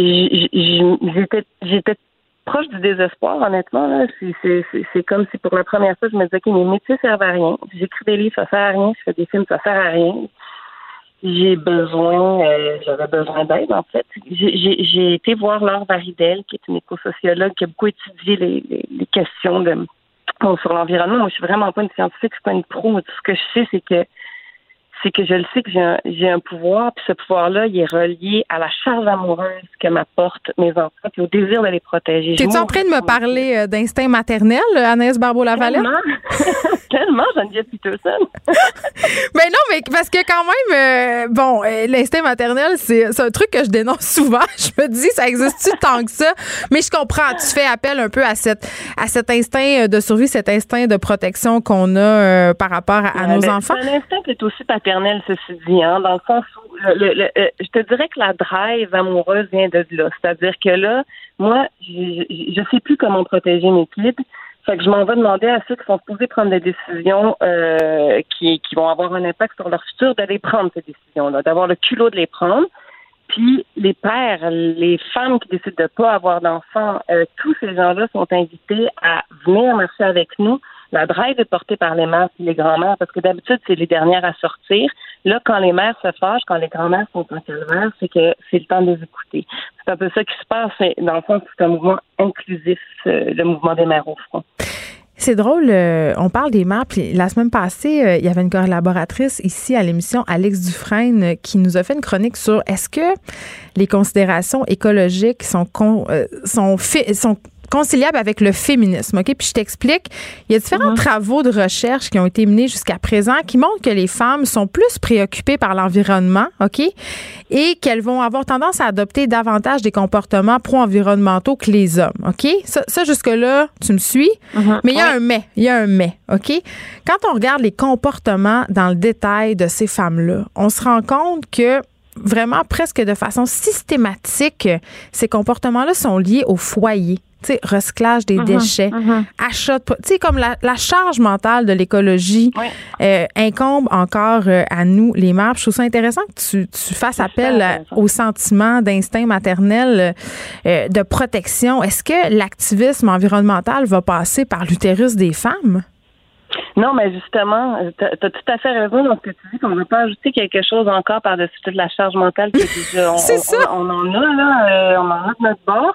j'étais j'étais proche du désespoir, honnêtement. Là. C'est, c'est, c'est, c'est comme si pour la première fois, je me disais, OK, mes métiers servent à rien. J'écris des livres, ça sert à rien. Je fais des films, ça sert à rien. J'ai besoin, euh, j'avais besoin d'aide, en fait. J'ai, j'ai, j'ai été voir Laure Varidel, qui est une écosociologue qui a beaucoup étudié les, les, les questions de, bon, sur l'environnement. Moi, je suis vraiment pas une scientifique, je suis pas une pro. Tout ce que je sais, c'est que c'est que je le sais que j'ai un, j'ai un pouvoir, puis ce pouvoir-là, il est relié à la charge amoureuse que m'apportent mes enfants, puis au désir de les protéger. T'es-tu en train de me parler d'instinct maternel, Anaïs Barbeau-Lavalette? Tellement, tellement, Geneviève Peterson. Mais non, mais parce que quand même, euh, bon, euh, l'instinct maternel, c'est, c'est un truc que je dénonce souvent. Je me dis, ça existe-tu tant que ça? Mais je comprends, tu fais appel un peu à, cette, à cet instinct de survie, cet instinct de protection qu'on a euh, par rapport à, à nos ben, enfants. C'est un instinct qui est aussi paternel. Ceci dit, hein, dans le sens où le, le, le, je te dirais que la drive amoureuse vient de là. C'est-à-dire que là, moi, je ne sais plus comment protéger mes kids. Fait que je m'en vais demander à ceux qui sont supposés prendre des décisions euh, qui, qui vont avoir un impact sur leur futur d'aller prendre ces décisions-là, d'avoir le culot de les prendre. Puis les pères, les femmes qui décident de ne pas avoir d'enfants, euh, tous ces gens-là sont invités à venir marcher avec nous. La drive est portée par les mères et les grands-mères, parce que d'habitude, c'est les dernières à sortir. Là, quand les mères se fâchent, quand les grands-mères sont en calvaire, c'est que c'est le temps de les écouter. C'est un peu ça qui se passe. Dans le fond, c'est un mouvement inclusif, le mouvement des mères au front. C'est drôle, euh, on parle des mères, puis la semaine passée, euh, il y avait une collaboratrice ici à l'émission, Alex Dufresne, euh, qui nous a fait une chronique sur est-ce que les considérations écologiques sont con, euh, sont, fi- sont conciliable avec le féminisme, OK? Puis je t'explique, il y a différents mm-hmm. travaux de recherche qui ont été menés jusqu'à présent qui montrent que les femmes sont plus préoccupées par l'environnement, OK? Et qu'elles vont avoir tendance à adopter davantage des comportements pro-environnementaux que les hommes, OK? Ça, ça jusque-là, tu me suis? Mm-hmm. Mais il y a ouais. un mais, il y a un mais, OK? Quand on regarde les comportements dans le détail de ces femmes-là, on se rend compte que vraiment presque de façon systématique, ces comportements-là sont liés au foyer. Tu sais, recyclage des uh-huh, déchets, uh-huh. achat de... Tu sais, comme la, la charge mentale de l'écologie oui. euh, incombe encore euh, à nous, les mères. Je trouve ça intéressant que tu, tu fasses appel à, au sentiment d'instinct maternel euh, de protection. Est-ce que l'activisme environnemental va passer par l'utérus des femmes? Non, mais justement, tu as tout à fait raison dans ce que tu dis, qu'on ne veut pas ajouter quelque chose encore par-dessus toute la charge mentale que déjà on, C'est on, ça. On, on en a, là, euh, on en a de notre bord.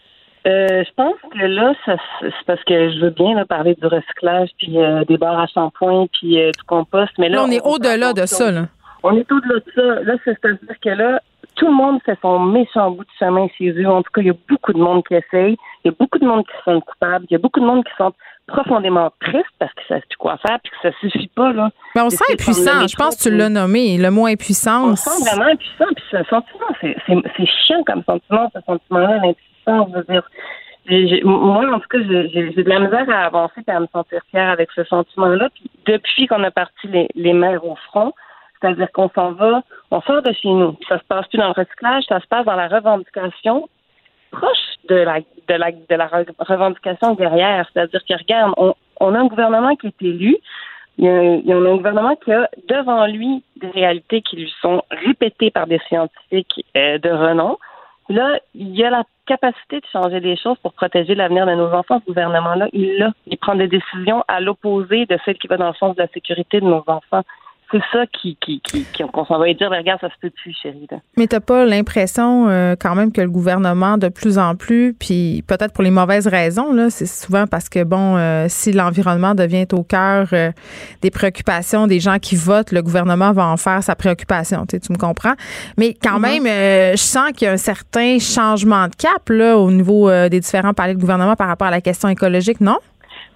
Euh, je pense que là, ça, c'est parce que je veux bien là, parler du recyclage, puis euh, des barres à shampoing, puis euh, du compost. Mais là, là on est on au-delà de ça. Là. On est au-delà de ça. Là, c'est-à-dire que là, tout le monde fait son méchant bout de chemin chez eux. En tout cas, il y a beaucoup de monde qui essaye. Il y a beaucoup de monde qui se sent coupable. Il y a beaucoup de monde qui sont profondément tristes parce qu'ils ne savent plus quoi faire, puis que ça suffit pas. Là. Mais on se sent impuissant. Je pense que tu l'as nommé, le mot impuissance. On se sent vraiment impuissant, puis ce sentiment, c'est, c'est, c'est chiant comme sentiment, ce sentiment-là, l'impuissance. Je veux dire, j'ai, j'ai, moi, en tout cas, j'ai, j'ai, j'ai de la misère à avancer et à me sentir fière avec ce sentiment-là. Puis depuis qu'on a parti les, les mères au front, c'est-à-dire qu'on s'en va, on sort de chez nous. Ça se passe plus dans le recyclage, ça se passe dans la revendication proche de la de la de la revendication guerrière. C'est-à-dire que regarde, on, on a un gouvernement qui est élu, il y a, il y a un gouvernement qui a devant lui des réalités qui lui sont répétées par des scientifiques euh, de renom. Là, il y a la capacité de changer les choses pour protéger l'avenir de nos enfants. Ce gouvernement-là, il l'a. Il prend des décisions à l'opposé de celles qui vont dans le sens de la sécurité de nos enfants. C'est ça qui, qui, qui, qui, qu'on s'en va lui dire, regarde, ça se peut plus, chérie. Là. Mais t'as pas l'impression euh, quand même que le gouvernement, de plus en plus, puis peut-être pour les mauvaises raisons, là, c'est souvent parce que, bon, euh, si l'environnement devient au cœur euh, des préoccupations des gens qui votent, le gouvernement va en faire sa préoccupation, tu sais, tu me comprends? Mais quand mm-hmm. même, euh, je sens qu'il y a un certain changement de cap là, au niveau euh, des différents paliers de gouvernement par rapport à la question écologique, non?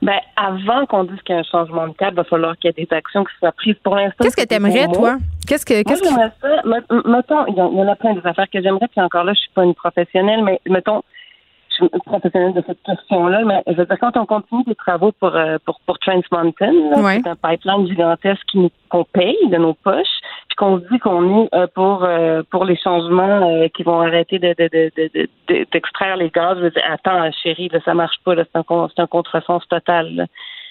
Ben, avant qu'on dise qu'il y a un changement de cap, il va falloir qu'il y ait des actions qui soient prises. Pour l'instant, qu'est-ce que tu aimerais, toi? Qu'est-ce que, qu'est-ce Moi, j'aimerais ça. Mettons, il y en a plein des affaires que j'aimerais, puis encore là, je suis pas une professionnelle, mais mettons, je suis une professionnelle de cette question-là, mais je veux dire, quand on continue des travaux pour, euh, pour, pour Trans Mountain, là, ouais. c'est un pipeline gigantesque qui nous, qu'on paye de nos poches, puis qu'on se dit qu'on est euh, pour euh, pour les changements euh, qui vont arrêter de, de, de, de, de, d'extraire les gaz. Je veux dire, attends, chérie, là, ça marche pas, là, c'est un, c'est un contresens total, là.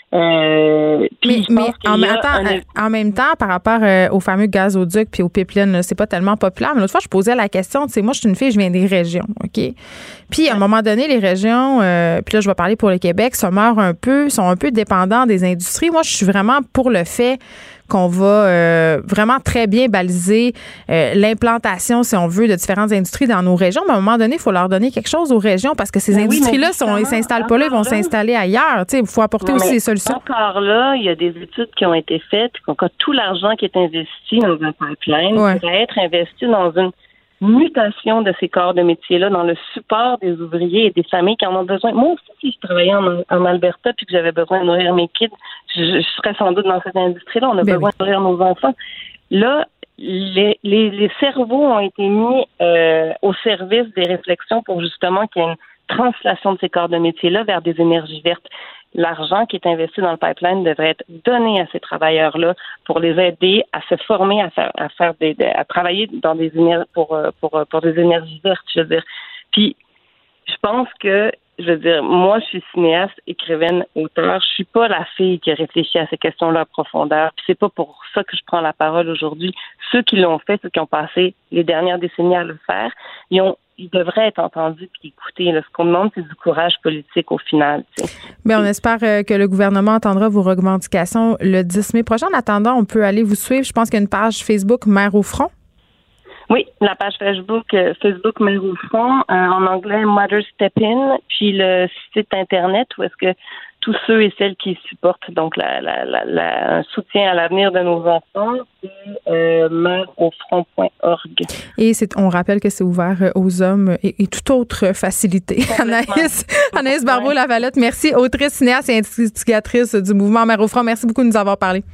Euh, mais mais en, attends, un... en même temps, par rapport euh, au fameux gazoduc puis aux pipelines, là, c'est pas tellement populaire. Mais l'autre fois, je posais la question, tu sais, moi, je suis une fille, je viens des régions, OK? Puis, à un moment donné, les régions, euh, puis là, je vais parler pour le Québec, se meurent un peu, sont un peu dépendants des industries. Moi, je suis vraiment pour le fait qu'on va euh, vraiment très bien baliser euh, l'implantation, si on veut, de différentes industries dans nos régions. Mais à un moment donné, il faut leur donner quelque chose aux régions parce que ces mais industries-là, oui, ils ne s'installent pas là, ils vont là. s'installer ailleurs. Il faut apporter non, aussi des solutions. Encore là, il y a des études qui ont été faites, qu'on a tout l'argent qui est investi dans un pipeline ouais. pourrait être investi dans une mutation de ces corps de métier-là, dans le support des ouvriers et des familles qui en ont besoin. Moi aussi, si je travaillais en, en Alberta puis que j'avais besoin de nourrir mes kids, je, je serais sans doute dans cette industrie-là. On a ben besoin oui. de nourrir nos enfants. Là, les, les, les cerveaux ont été mis euh, au service des réflexions pour justement qu'il y ait une translation de ces corps de métier-là vers des énergies vertes. L'argent qui est investi dans le pipeline devrait être donné à ces travailleurs-là pour les aider à se former, à faire, à faire des, à travailler dans des énergies pour, pour, pour des énergies vertes, je veux dire. Puis, je pense que, je veux dire, moi, je suis cinéaste, écrivaine, auteur. Je suis pas la fille qui réfléchit à ces questions-là en profondeur. Puis c'est pas pour ça que je prends la parole aujourd'hui. Ceux qui l'ont fait, ceux qui ont passé les dernières décennies à le faire, ils ont ils devraient être entendus et écoutés. Là. Ce qu'on demande, c'est du courage politique au final. Bien, on espère euh, que le gouvernement entendra vos revendications le dix mai prochain. En attendant, on peut aller vous suivre. Je pense qu'il y a une page Facebook Mère au front. Oui, la page Facebook euh, Facebook Mère au front, euh, en anglais Mother Step In, puis le site Internet où est-ce que tous ceux et celles qui supportent donc la, la, la, la, un soutien à l'avenir de nos enfants, c'est euh, mère au front point org. Et c'est, on rappelle que c'est ouvert aux hommes et, et toute autre facilité. Anaïs, Anaïs Barbeau-Lavalette, merci, autrice, cinéaste et investigatrice du mouvement Mère au front. Merci beaucoup de nous avoir parlé.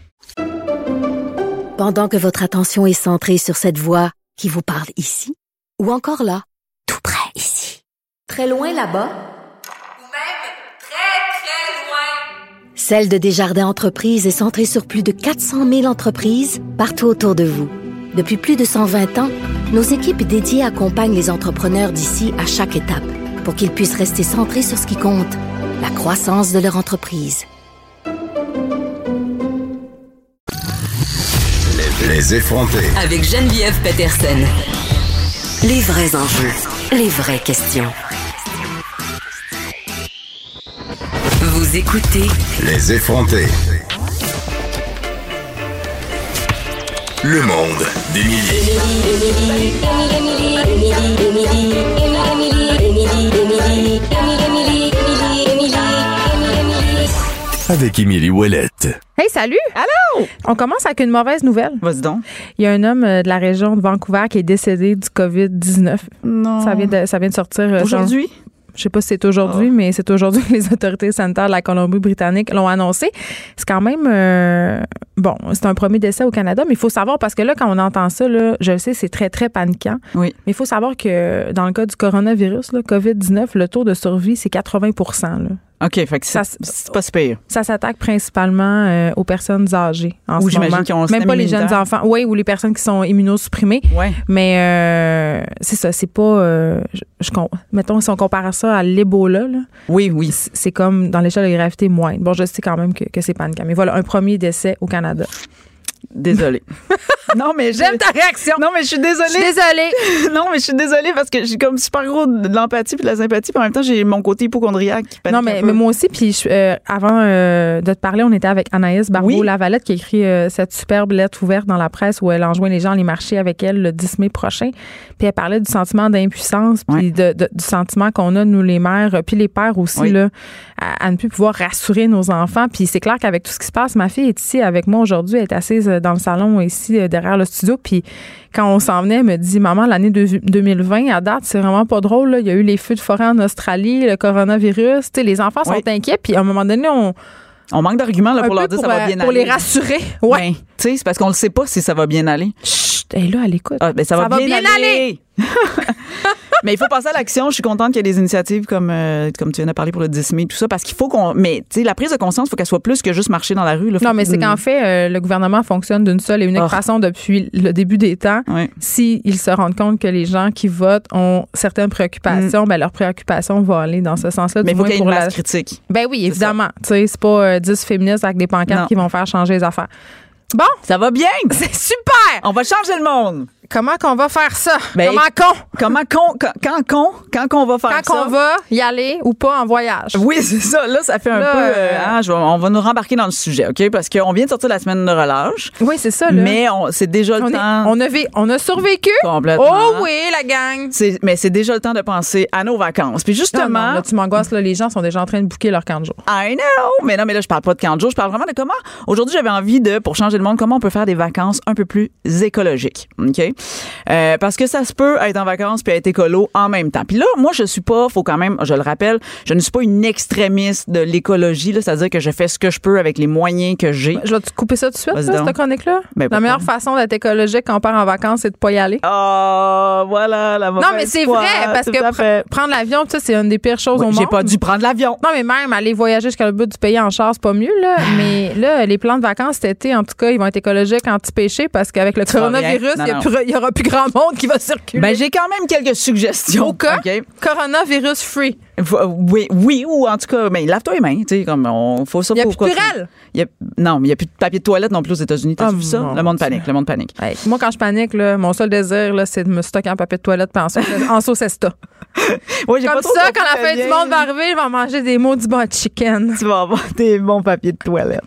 Pendant que votre attention est centrée sur cette voix qui vous parle ici, ou encore là, tout près ici, très loin là-bas, Celle de Desjardins Entreprises est centrée sur plus de quatre cent mille entreprises partout autour de vous. Depuis plus de cent vingt ans, nos équipes dédiées accompagnent les entrepreneurs d'ici à chaque étape pour qu'ils puissent rester centrés sur ce qui compte, la croissance de leur entreprise. Les effrontés. Avec Geneviève Peterson. Les vrais enjeux, les vraies questions. Vous écoutez Les effrontés. Le monde d'Émilie. Avec Émilie Ouellette. Hey, salut! Allô! On commence avec une mauvaise nouvelle. Vas-y donc. Il y a un homme de la région de Vancouver qui est décédé du covid dix-neuf. Non. Ça vient de, ça vient de sortir. Aujourd'hui? Genre, je sais pas si c'est aujourd'hui, oh. mais c'est aujourd'hui que les autorités sanitaires de la Colombie-Britannique l'ont annoncé. C'est quand même... Euh, bon, c'est un premier décès au Canada, mais il faut savoir, parce que là, quand on entend ça, là, je le sais, c'est très, très paniquant. Oui. Mais il faut savoir que dans le cas du coronavirus, là, covid dix-neuf, le taux de survie, c'est quatre-vingts pour cent. Là. OK, fait que c'est, ça, c'est pas si pire. Ça s'attaque principalement euh, aux personnes âgées en ou ce moment. Qui ont même pas les jeunes enfants. Oui, ou les personnes qui sont immunosupprimées. Ouais. Mais euh, c'est ça, c'est pas... Euh, je, je, mettons, si on compare ça à l'Ebola, là, oui, oui. C'est, c'est comme dans l'échelle de gravité moindre. Bon, je sais quand même que, que c'est paniquant. Mais voilà, un premier décès au Canada. Désolée. Non, mais j'aime ta réaction. Non, mais je suis désolée. Je suis désolée. Non, mais je suis désolée parce que j'ai comme super gros de l'empathie puis de la sympathie, puis en même temps, j'ai mon côté hypochondriaque qui panique. Non, mais, mais moi aussi, puis je, euh, avant euh, de te parler, on était avec Anaïs Barbeau-Lavalette qui a écrit euh, cette superbe lettre ouverte dans la presse où elle enjoint les gens à aller marcher avec elle le dix mai prochain. Puis elle parlait du sentiment d'impuissance, puis ouais. de, de, du sentiment qu'on a, nous, les mères, puis les pères aussi, oui. là, à, à ne plus pouvoir rassurer nos enfants. Puis c'est clair qu'avec tout ce qui se passe, ma fille est ici avec moi aujourd'hui, elle est assise dans le salon ici derrière derrière le studio. Puis quand on s'en venait, elle me dit, maman, l'année deux mille vingt, à date, c'est vraiment pas drôle. Là. Il y a eu les feux de forêt en Australie, le coronavirus. T'sais, les enfants sont oui. inquiets. Puis à un moment donné, on... On manque d'arguments là, pour leur dire pour, ça va bien pour aller. Pour les rassurer. Ouais. Ben, tu sais, c'est parce qu'on ne sait pas si ça va bien aller. Chut, elle est là, elle écoute. Ah, ben, ça, ça va, va bien, bien aller. aller. Mais il faut passer à l'action. Je suis contente qu'il y ait des initiatives comme, euh, comme tu viens de parler pour le dix mai, tout ça, parce qu'il faut qu'on. Mais, tu sais, la prise de conscience, il faut qu'elle soit plus que juste marcher dans la rue. Là. Non, mais c'est qu'en fait, euh, le gouvernement fonctionne d'une seule et unique oh. façon depuis le début des temps. Oui. S'ils se rendent compte que les gens qui votent ont certaines préoccupations, mm. ben leurs préoccupations vont aller dans ce sens-là. Mais il faut qu'il y ait une masse la... critique. Ben oui, évidemment. Tu sais, c'est pas euh, dix féministes avec des pancartes non. qui vont faire changer les affaires. Bon. Ça va bien. C'est super. On va changer le monde. Comment qu'on va faire ça? Ben, comment qu'on? Comment qu'on? Quand, quand qu'on? Quand qu'on va faire quand ça? Quand qu'on va y aller ou pas en voyage? Oui, c'est ça. Là, ça fait un là, peu... Euh, hein, je, on va nous rembarquer dans le sujet, OK? Parce qu'on vient de sortir la semaine de relâche. Oui, c'est ça. Là. Mais on, c'est déjà le on temps... Est, on, a vé, on a survécu. Complètement. Oh oui, la gang. C'est, mais c'est déjà le temps de penser à nos vacances. Puis justement... Non, non, là, tu m'angoisses, là, les gens sont déjà en train de booker leur camp de jour. I know! Mais non, mais là, je parle pas de camp de jour. Je parle vraiment de comment... Aujourd'hui, j'avais envie de, pour changer le monde, comment on peut faire des vacances un peu plus écologiques. OK? Euh, parce que ça se peut être en vacances puis être écolo en même temps. Puis là, moi, je suis pas, faut quand même, je le rappelle, je ne suis pas une extrémiste de l'écologie, là, c'est-à-dire que je fais ce que je peux avec les moyens que j'ai. Je vais te couper ça tout de suite, là, cette chronique-là. Ben, la meilleure façon d'être écologique quand on part en vacances, c'est de pas y aller. Oh, voilà, la mauvaise Non, mais c'est foi, vrai, parce que pr- prendre l'avion, ça, c'est une des pires choses oui, au j'ai monde. J'ai pas dû prendre l'avion. Non, mais même aller voyager jusqu'à le bout du pays en char, c'est pas mieux, là. mais là, les plans de vacances cet été, en tout cas, ils vont être écologiques anti-péché parce qu'avec le coronavirus, il y aura plus grand monde qui va circuler. Ben, j'ai quand même quelques suggestions. Au cas, okay. coronavirus free. Oui, oui, ou en tout cas, ben, lave-toi les mains, tu sais, comme on faut ça. Il y a pour plus de Purell. Il y a, non, mais il y a plus de papier de toilette non plus aux États-Unis. T'as oh, vu ça? Le monde panique, le monde panique. Hey, moi, quand je panique, là, mon seul désir, là, c'est de me stocker en papier de toilette puis en, en sauce Esta. Oui, j'ai comme pas trop ça, quand la fin du monde va arriver, je vais manger des maudits bons chicken. Tu vas avoir des bons papiers de toilette.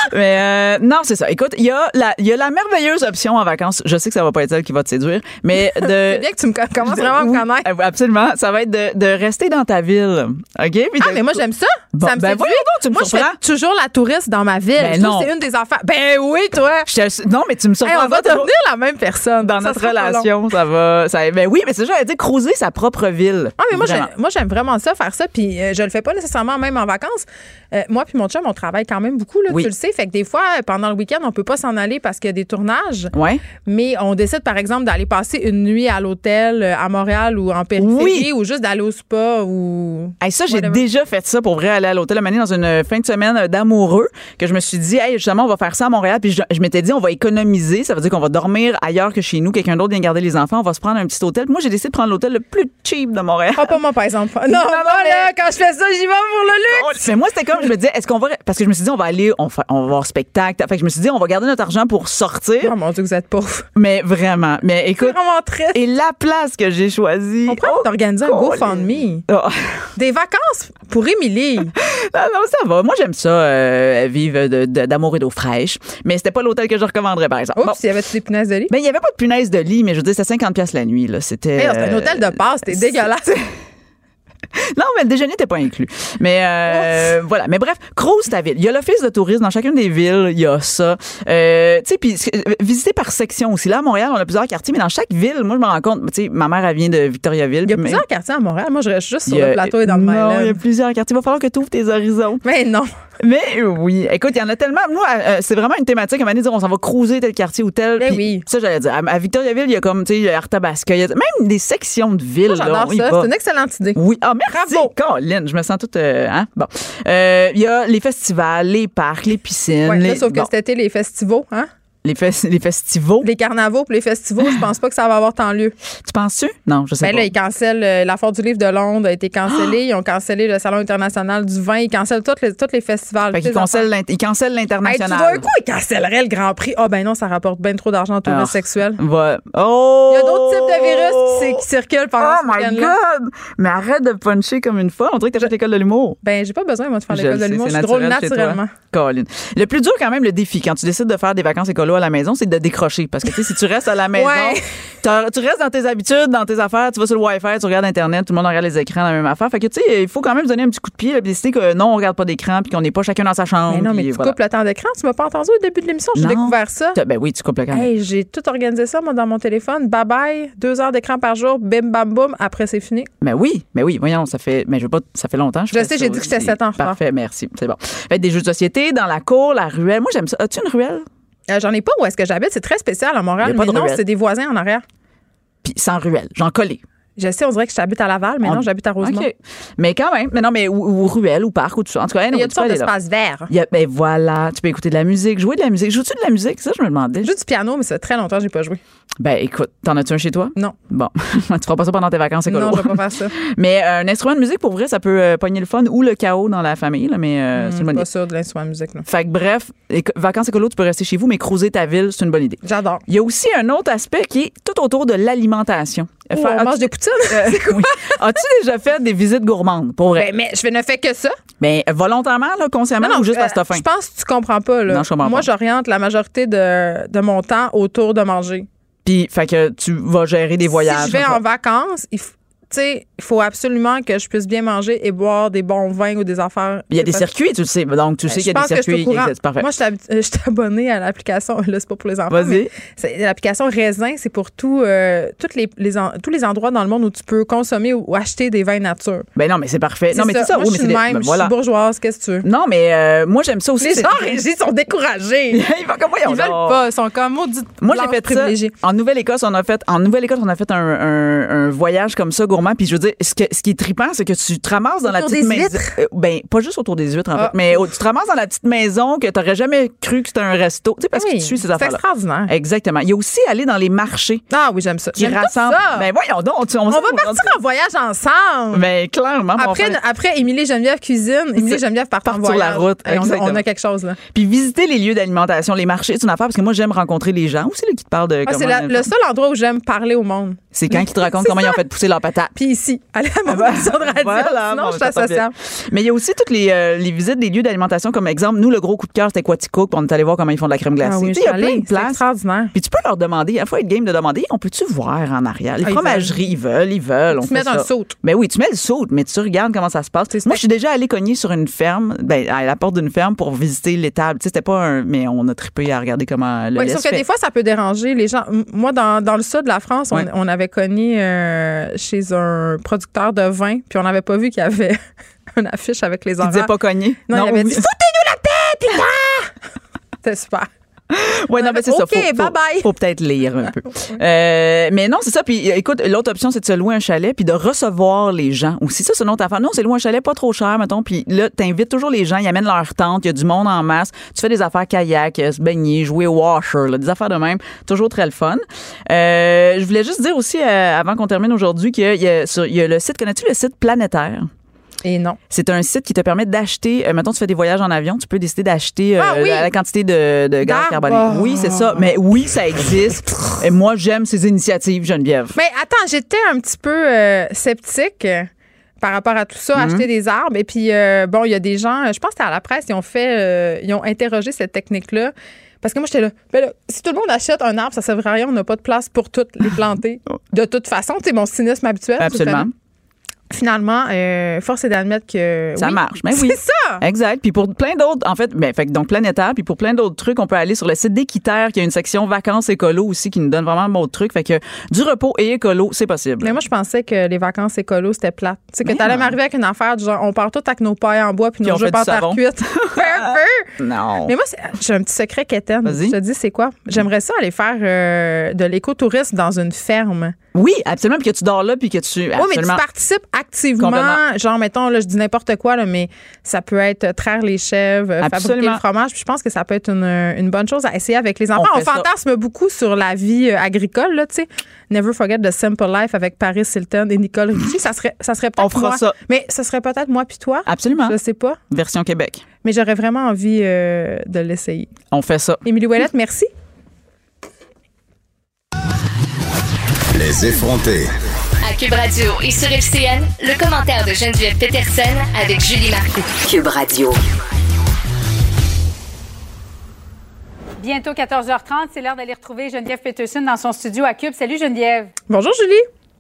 mais euh, non, c'est ça. Écoute, il y a la, il y a la merveilleuse option en vacances. Je sais que ça va pas être celle qui va te séduire, mais de. C'est bien que tu me commences vraiment à me connaître. Oui, absolument. Ça va être de, de rester dans ta ville. OK? Puis ah, de... mais moi, j'aime ça. Bon, ça me ben séduit. Voyons donc, tu me moi, surprends. Je fais toujours la touriste dans ma ville. Ben je non. C'est une des affaires. Ben oui, toi. Je, non, mais tu me surprends. Hey, on va devenir la même personne. Dans ça notre relation, ça va. Ça, ben oui, mais c'est juste, j'allais dire, cruiser sa propre ville. Ah, mais moi, j'aime, moi, j'aime vraiment ça, faire ça. Puis euh, je le fais pas nécessairement même en vacances. Euh, moi, puis mon chum, on travaille quand même beaucoup, là, oui. tu le sais. Fait que des fois, pendant le week-end, on peut pas s'en aller parce qu'il y a des tournages. Ouais. Mais on décide, par exemple, d'aller passer une nuit à l'hôtel à Montréal ou en périphérie oui. ou juste d'aller au spa ou. Hey, ça, j'ai déjà fait ça pour vrai, aller à l'hôtel à Mané dans une fin de semaine d'amoureux, que je me suis dit, hey, justement, on va faire ça à Montréal. Puis je, je m'étais dit, on va économiser. Ça veut dire qu'on va dormir ailleurs que chez nous. Quelqu'un d'autre vient garder les enfants. On va se prendre un petit hôtel. Puis moi, j'ai décidé de prendre l'hôtel le plus cheap de Montréal. Ah, pas moi, par exemple. Non, non, moi, mais... là, quand je fais ça, j'y vais pour le luxe. Mais moi, c'était comme, je me disais, est-ce qu'on va. Parce que je me suis dit, on va aller, on, fa... on va voir spectacle. Fait que je me suis dit, on va garder notre argent pour sortir. Oh mon Dieu, vous êtes pauvres. Mais vraiment. Mais écoute. C'est vraiment triste. Et la place que j'ai choisie. On pourrait oh, t'organiser un GoFundMe. Oh. Des vacances pour Émilie. non, non, ça va. Moi, j'aime ça, euh, vivre de, de, d'amour et d'eau fraîche. Mais c'était pas l'hôtel que je recommanderais, par exemple. Oups, bon. Il y avait des punaises de lit? Ben, il y avait pas de punaises de lit, mais je veux dire, c'était cinquante dollars la nuit, là. C'était. Hey, c'était un hôtel de passe, c'était dégueulasse. Non, mais le déjeuner n'était pas inclus. Mais euh, voilà. Mais bref, cruise ta ville. Il y a l'office de tourisme dans chacune des villes. Il y a ça. Euh, tu sais, puis visiter par section aussi. Là, à Montréal, on a plusieurs quartiers, mais dans chaque ville, moi, je me rends compte. Tu sais, ma mère, elle vient de Victoriaville. Il y a mais... plusieurs quartiers à Montréal. Moi, je reste juste sur a... le plateau et dans le Mile. Non, il y a plusieurs quartiers. Il va falloir que tu ouvres tes horizons. Mais non. Mais oui. Écoute, il y en a tellement. Moi, euh, c'est vraiment une thématique. À un moment donné, dire on s'en va cruiser tel quartier ou tel. Mais oui. Ça, j'allais dire. À, à Victoriaville, il y a comme, tu sais, Arthabasca. Il y a même des sections de villes. Moi, j'adore là, ça. C'est une excellente idée. Oui. Ah, merci. Bravo. Colin, je me sens toute. Euh, hein? Bon. Euh, il y a les festivals, les parcs, les piscines. Ouais, les... là, sauf bon. que cet été, les festivals, hein? Les, fes- les festivals. Les carnavals puis les festivals, je pense pas que ça va avoir tant lieu. Tu penses-tu? Non, je sais ben pas. Là, ils cancellent. Euh, la Foire du livre de Londres a été cancellée. Ils ont cancellé le Salon international du vin. Ils cancellent tous les, tous les festivals. Fait qu'ils cancellent, l'int- ils cancellent l'international. Hey, tout d'un coup, ils cancelleraient le Grand Prix. Ah, oh, ben non, ça rapporte bien trop d'argent au tourisme sexuel. Va... Oh! Il y a d'autres types de virus qui, qui circulent pendant oh ce week-end. Oh my God! Mais arrête de puncher comme une folle. On dirait que t'achètes l'école de l'humour. Ben, j'ai pas besoin, moi, de faire l'école je de l'humour. Je suis drôle naturellement. Colin. Le plus dur, quand même, le défi, quand tu décides de faire des vacances écolo écolo à la maison, c'est de décrocher. Parce que, tu sais, si tu restes à la maison, Ouais. tu restes dans tes habitudes, dans tes affaires, tu vas sur le Wi-Fi, tu regardes Internet, tout le monde regarde les écrans, la même affaire. Fait que, tu sais, il faut quand même se donner un petit coup de pied, là, puis décider que non, on regarde pas d'écran, puis qu'on n'est pas chacun dans sa chambre. Mais non, mais puis tu voilà. coupes le temps d'écran. Tu m'as pas entendu au début de l'émission. J'ai Non. découvert ça. Ben oui, tu coupes le camp. Hey, j'ai tout organisé ça, moi, dans mon téléphone. Bye bye. Deux heures d'écran par jour. Bim, bam, boum. Après, c'est fini. Mais oui, mais oui, voyons, ça fait, mais je veux pas, ça fait longtemps. Je fais sais, ça j'ai dit que j'étais aussi. sept ans en retard. Parfait, merci, c'est bon. Fait des jeux de société dans la cour, la ruelle. Moi, j'aime ça. As-tu une ruelle? Euh, J'en ai pas où est-ce que j'habite. C'est très spécial à Montréal. Y a pas Mais de non, ruelle. c'est des voisins en arrière. Puis sans ruelle, j'en collais. Je sais, on dirait que j'habite à Laval, mais On- non, j'habite à Rosemont. OK. Mais quand même, mais non, mais ou, ou ruelle ou parc ou tout ça. En tout cas, Il y a tu toutes sortes peux aller là. d'espaces verts. Il y a- ben voilà, tu peux écouter de la musique, jouer de la musique. Joues-tu de la musique? Ça, je me demandais. Je joue du piano, mais ça fait très longtemps que j'ai pas joué. Ben écoute, t'en as-tu un chez toi? Non. Bon, tu feras pas ça pendant tes vacances écolo. Non, je vais pas faire ça. Mais euh, un instrument de musique, pour vrai, ça peut euh, pogner le fun ou le chaos dans la famille, là, mais euh, c'est une bonne Pas idée. ça de l'instrument de musique. Là. Fait que bref, éco- vacances écolo, tu peux rester chez vous, mais cruiser ta ville, c'est une bonne idée. J'adore. Il y a aussi un autre aspect qui est tout autour de l'alimentation. Oh, Faire- on mange as-tu- des poutines. Euh, oui. As-tu déjà fait des visites gourmandes, pour vrai? Ben, mais je ne fais que ça. Ben, volontairement, là, consciemment, ou juste euh, parce que t'as faim? je pense que tu comprends pas. Là. Non, je comprends Moi, pas. j'oriente la majorité de, de mon temps autour de manger. Puis, fait que tu vas gérer des voyages. Si je vais comme en vacances, il faut, tu sais, il faut absolument que je puisse bien manger et boire des bons vins ou des affaires. Il y a des Parce- circuits, tu le sais. Donc, tu sais Je qu'il y a pense des que je suis circuits au qui courant. existent. Parfait. Moi, je suis habi- euh, je suis abonnée à l'application. Là, c'est pas pour les enfants. Vas-y. mais c'est l'application Raisin, c'est pour tout, euh, toutes les, les en- tous les endroits dans le monde où tu peux consommer ou, ou acheter des vins nature. Ben non, mais c'est parfait. Non, mais ça. c'est ça. Moi, oui, je mais suis c'est de des- même. ben Je voilà. suis bourgeoise. Qu'est-ce que tu veux? Non, mais euh, moi, j'aime ça aussi. Les c'est- gens en régie sont découragés. Ils vont comme, voyons Ils veulent donc. pas. Ils sont comme maudits. Moi, j'ai blancs fait privilégiés. ça. En Nouvelle-Écosse, on a fait, en Nouvelle-Écosse, on a fait un, un, un voyage comme ça, gourmand. Puis je veux dire, ce, que, ce qui est trippant, c'est que tu te ramasses dans la Autour petite des maison. huîtres? Euh, ben, pas juste autour des huîtres, en Ah. fait. Mais oh, tu te ramasses dans la petite maison que t'aurais jamais cru que c'était un resto. Tu sais, parce Oui, que tu suis ces c'est affaires-là. extraordinaire. Exactement. Il y a aussi aller dans les marchés Ah oui, j'aime ça. qui J'aime tout rassemblent. ça. Ben, voyons donc. tu- on On sait va pas partir en voyage ensemble. Ben, clairement. on va Après, faire- après Émilie Geneviève cuisine, Émilie C'est- Geneviève part en part sur voyage. la route, Hey, on, a, exactement. on a quelque chose là. Puis visiter les lieux d'alimentation, les marchés, c'est une affaire parce que moi j'aime rencontrer les gens aussi là, qui te parlent de Ah, c'est comment la- le seul endroit où j'aime parler au monde. c'est quand ils te racontent C'est comment ça. ils ont fait pousser leurs patates. Puis ici, allez à mon ben, émission de radio. voilà, Sinon, bon, je suis ça tombe bien. associable. Mais il y a aussi toutes les, euh, les visites des lieux d'alimentation comme exemple, nous le gros coup de cœur c'était Quaticook, puis on est allé voir comment ils font de la crème glacée. Ah oui, Tu je sais, il y a suis plein allée. de C'est places. extraordinaire. Puis tu peux leur demander, il faut être game de demander, on peut-tu voir en arrière les Ah, ils fromageries, ils veulent, ils veulent, on Tu fait mets ça. un saute. Ben oui, tu mets le saut, mais tu regardes comment ça se passe. C'est Moi, je suis déjà allée cogner sur une ferme, ben, à la porte d'une ferme pour visiter l'étable. Tu sais, c'était pas un, mais on a trippé à regarder comment le Oui, lait sauf se que fait. des fois, ça peut déranger les gens. M- Moi, dans, dans le sud de la France, on, Ouais. on avait cogné euh, chez un producteur de vin, puis on n'avait pas vu qu'il y avait une affiche avec les Ils horaires. disaient pas cogner. Non, il avait oui. dit foutez-nous la tête, putain! C'était super. Ouais, non, mais c'est ça. OK, Faut, faut, bye-bye. faut peut-être lire un peu. Euh, mais non, c'est ça. Puis écoute, l'autre option, c'est de se louer un chalet puis de recevoir les gens aussi. Ça, c'est une autre affaire. Non, c'est louer un chalet pas trop cher, mettons. Puis là, t'invites toujours les gens, ils amènent leur tente, il y a du monde en masse. Tu fais des affaires kayak, euh, se baigner, jouer au washer, là, des affaires de même. Toujours très le fun. Euh, je voulais juste dire aussi, euh, avant qu'on termine aujourd'hui, qu'il y a, sur, il y a le site, connais-tu le site Planétaire? Et non. C'est un site qui te permet d'acheter, euh, mettons, tu fais des voyages en avion, tu peux décider d'acheter euh, Ah oui! la, la quantité de, de gaz D'arbres. carboné. Oui, c'est ça. Mais oui, ça existe. Et moi, j'aime ces initiatives, Geneviève. Mais attends, j'étais un petit peu euh, sceptique euh, par rapport à tout ça, Mhm. acheter des arbres. Et puis, euh, bon, il y a des gens, je pense que c'était à la presse, ils ont fait, euh, ils ont interrogé cette technique-là. Parce que moi, j'étais là, ben là, si tout le monde achète un arbre, ça ne servirait à rien, on n'a pas de place pour toutes les planter. De toute façon, c'est mon cynisme habituel. Absolument. Finalement, euh, force est d'admettre que Ça oui, marche. Mais oui. c'est ça. Exact. Puis pour plein d'autres, en fait, ben, fait que donc planétaire, puis pour plein d'autres trucs, on peut aller sur le site d'Équiterre, qui a une section vacances écolo aussi, qui nous donne vraiment un beau truc. Fait que du repos et écolo, c'est possible. Mais moi, je pensais que les vacances écolo, c'était plate. Tu sais, que Mais t'allais non. m'arriver avec une affaire du genre, on part tout avec nos pailles en bois puis Puis nos on jeux fait du en terre savon. cuite. un peu. Non. Mais moi, c'est- j'ai un petit secret quétaine. Vas-y. Je te dis, c'est quoi? J'aimerais ça aller faire euh, de l'écotourisme dans une ferme. Oui, absolument. Puis que tu dors là, puis que tu. Oui, mais tu Absolument. participes activement. Complètement. Genre, mettons, là, je dis n'importe quoi, là, mais ça peut être traire les chèvres, euh, fabriquer Absolument. le fromage. Puis je pense que ça peut être une, une bonne chose à essayer avec les enfants. On On, fait ça. fantasme beaucoup sur la vie euh, agricole, là, tu sais. Never Forget the Simple Life avec Paris Hilton et Nicole Richie. Ça serait, ça serait peut-être On fera moi. ça. Mais ça serait peut-être moi puis toi. Absolument. Je sais pas. Version Québec. Mais j'aurais vraiment envie euh, de l'essayer. On fait ça. Émilie Ouellette, merci. Les effrontés. À Cube Radio et sur F C N, le commentaire de Geneviève Peterson avec Julie Marcoux. Cube Radio. Bientôt quatorze heures trente, c'est l'heure d'aller retrouver Geneviève Peterson dans son studio à Cube. Salut Geneviève. Bonjour Julie.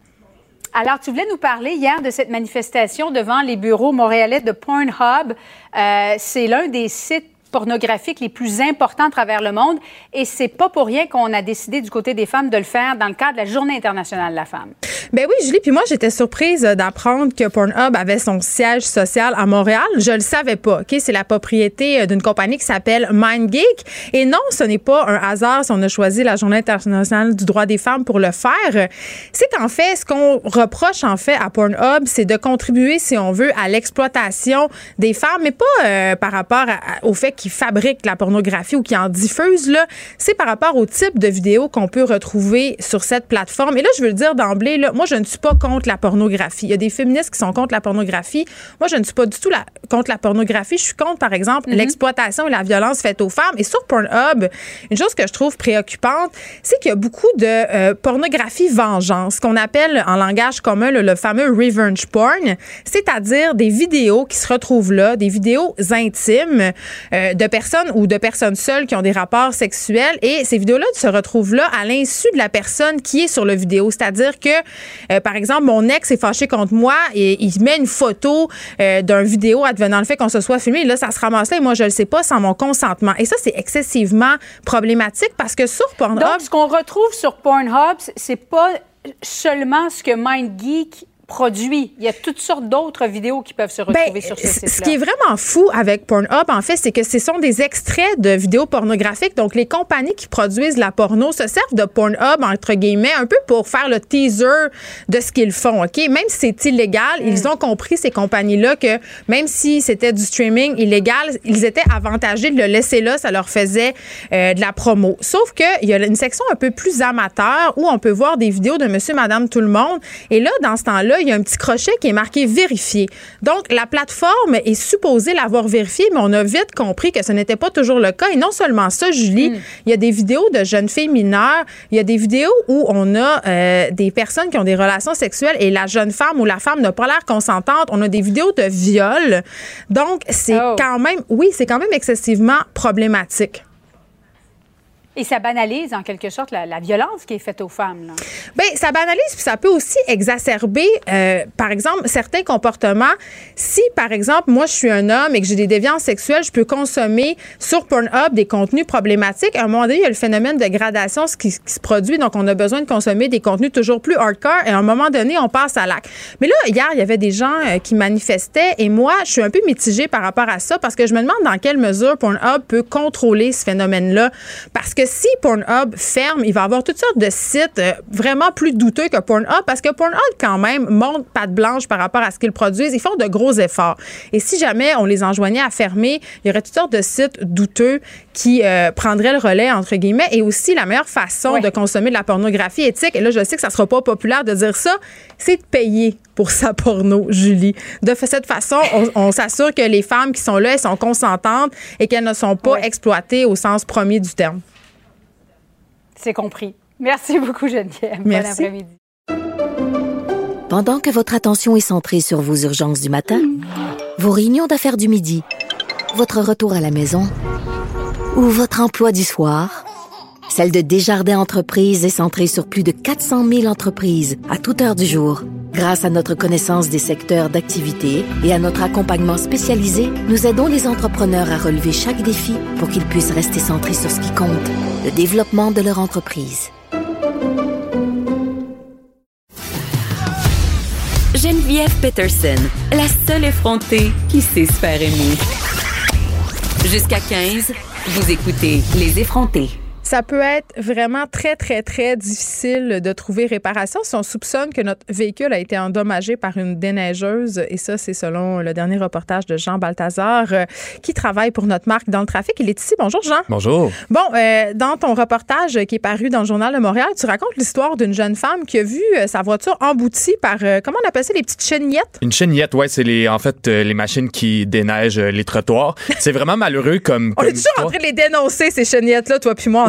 Alors, tu voulais nous parler hier de cette manifestation devant les bureaux montréalais de Pornhub. Euh, c'est l'un des sites pornographiques les plus importants à travers le monde et c'est pas pour rien qu'on a décidé du côté des femmes de le faire dans le cadre de la Journée internationale de la femme. Ben oui, Julie, puis moi, j'étais surprise d'apprendre que Pornhub avait son siège social à Montréal. Je le savais pas, OK? C'est la propriété d'une compagnie qui s'appelle MindGeek. Et non, ce n'est pas un hasard si on a choisi la Journée internationale du droit des femmes pour le faire. C'est qu'en fait, ce qu'on reproche, en fait, à Pornhub, c'est de contribuer, si on veut, à l'exploitation des femmes, mais pas euh, par rapport à, à, au fait qu'ils fabriquent la pornographie ou qu'ils en diffusent, là. C'est par rapport au type de vidéos qu'on peut retrouver sur cette plateforme. Et là, je veux le dire d'emblée, là, moi, je ne suis pas contre la pornographie. Il y a des féministes qui sont contre la pornographie. Moi, je ne suis pas du tout la, contre la pornographie. Je suis contre, par exemple, mm-hmm. l'exploitation et la violence faite aux femmes. Et sur Pornhub, une chose que je trouve préoccupante, c'est qu'il y a beaucoup de euh, pornographie vengeance, qu'on appelle en langage commun le, le fameux revenge porn, c'est-à-dire des vidéos qui se retrouvent là, des vidéos intimes euh, de personnes ou de personnes seules qui ont des rapports sexuels. Et ces vidéos-là se retrouvent là à l'insu de la personne qui est sur le vidéo. C'est-à-dire que Euh, par exemple, mon ex est fâché contre moi et il met une photo euh, d'un vidéo advenant le fait qu'on se soit filmé. Et là, ça se ramasse là et moi, je le sais pas sans mon consentement. Et ça, c'est excessivement problématique parce que sur Pornhub... Donc, ce qu'on retrouve sur Pornhub, c'est pas seulement ce que MindGeek produit. Il y a toutes sortes d'autres vidéos qui peuvent se retrouver ben, sur ce site-là. Ce qui est vraiment fou avec Pornhub, en fait, c'est que ce sont des extraits de vidéos pornographiques. Donc, les compagnies qui produisent la porno se servent de Pornhub, entre guillemets, un peu pour faire le teaser de ce qu'ils font, OK? Même si c'est illégal, mm. ils ont compris, ces compagnies-là, que même si c'était du streaming illégal, ils étaient avantagés de le laisser là. Ça leur faisait euh, de la promo. Sauf qu'il y a une section un peu plus amateur où on peut voir des vidéos de monsieur, madame, tout le monde. Et là, dans ce temps-là, il y a un petit crochet qui est marqué « Vérifier ». Donc, la plateforme est supposée l'avoir vérifié, mais on a vite compris que ce n'était pas toujours le cas. Et non seulement ça, Julie, mm. il y a des vidéos de jeunes filles mineures, il y a des vidéos où on a euh, des personnes qui ont des relations sexuelles et la jeune femme ou la femme n'a pas l'air consentante. On a des vidéos de viol. Donc, c'est oh. quand même, oui, c'est quand même excessivement problématique. Et ça banalise, en quelque sorte, la, la violence qui est faite aux femmes. Là. Bien, ça banalise, puis ça peut aussi exacerber, euh, par exemple, certains comportements. Si, par exemple, moi, je suis un homme et que j'ai des déviances sexuelles, je peux consommer sur Pornhub des contenus problématiques. À un moment donné, il y a le phénomène de gradation ce qui, qui se produit. Donc, on a besoin de consommer des contenus toujours plus hardcore. Et à un moment donné, on passe à l'acte. Mais là, hier, il y avait des gens euh, qui manifestaient. Et moi, je suis un peu mitigée par rapport à ça parce que je me demande dans quelle mesure Pornhub peut contrôler ce phénomène-là. Parce que si Pornhub ferme, il va y avoir toutes sortes de sites euh, vraiment plus douteux que Pornhub parce que Pornhub, quand même, monte patte blanche par rapport à ce qu'ils produisent. Ils font de gros efforts. Et si jamais on les enjoignait à fermer, il y aurait toutes sortes de sites douteux qui euh, prendraient le relais, entre guillemets. Et aussi, la meilleure façon oui. de consommer de la pornographie éthique, et là, je sais que ça sera pas populaire de dire ça, c'est de payer pour sa porno, Julie. De cette façon, on, on s'assure que les femmes qui sont là, elles sont consentantes et qu'elles ne sont pas oui. exploitées au sens premier du terme. C'est compris. Merci beaucoup, Geneviève. Merci. Bon après-midi. Pendant que votre attention est centrée sur vos urgences du matin, vos réunions d'affaires du midi, votre retour à la maison ou votre emploi du soir, celle de Desjardins Entreprises est centrée sur plus de quatre cent mille entreprises à toute heure du jour. Grâce à notre connaissance des secteurs d'activité et à notre accompagnement spécialisé, nous aidons les entrepreneurs à relever chaque défi pour qu'ils puissent rester centrés sur ce qui compte, le développement de leur entreprise. Geneviève Peterson, la seule effrontée qui sait se faire aimer. Jusqu'à quinze, vous écoutez Les effrontés. Ça peut être vraiment très, très, très difficile de trouver réparation si on soupçonne que notre véhicule a été endommagé par une déneigeuse. Et ça, c'est selon le dernier reportage de Jean Balthazar, euh, qui travaille pour notre marque dans le trafic. Il est ici. Bonjour, Jean. Bonjour. Bon, euh, dans ton reportage qui est paru dans le Journal de Montréal, tu racontes l'histoire d'une jeune femme qui a vu euh, sa voiture emboutie par, euh, comment on appelle ça, les petites chenillettes? Une chenillette, oui, c'est les, en fait euh, les machines qui déneigent euh, les trottoirs. C'est vraiment malheureux comme... on comme est toujours en train de les dénoncer, ces chenillettes-là, toi puis moi, ensemble.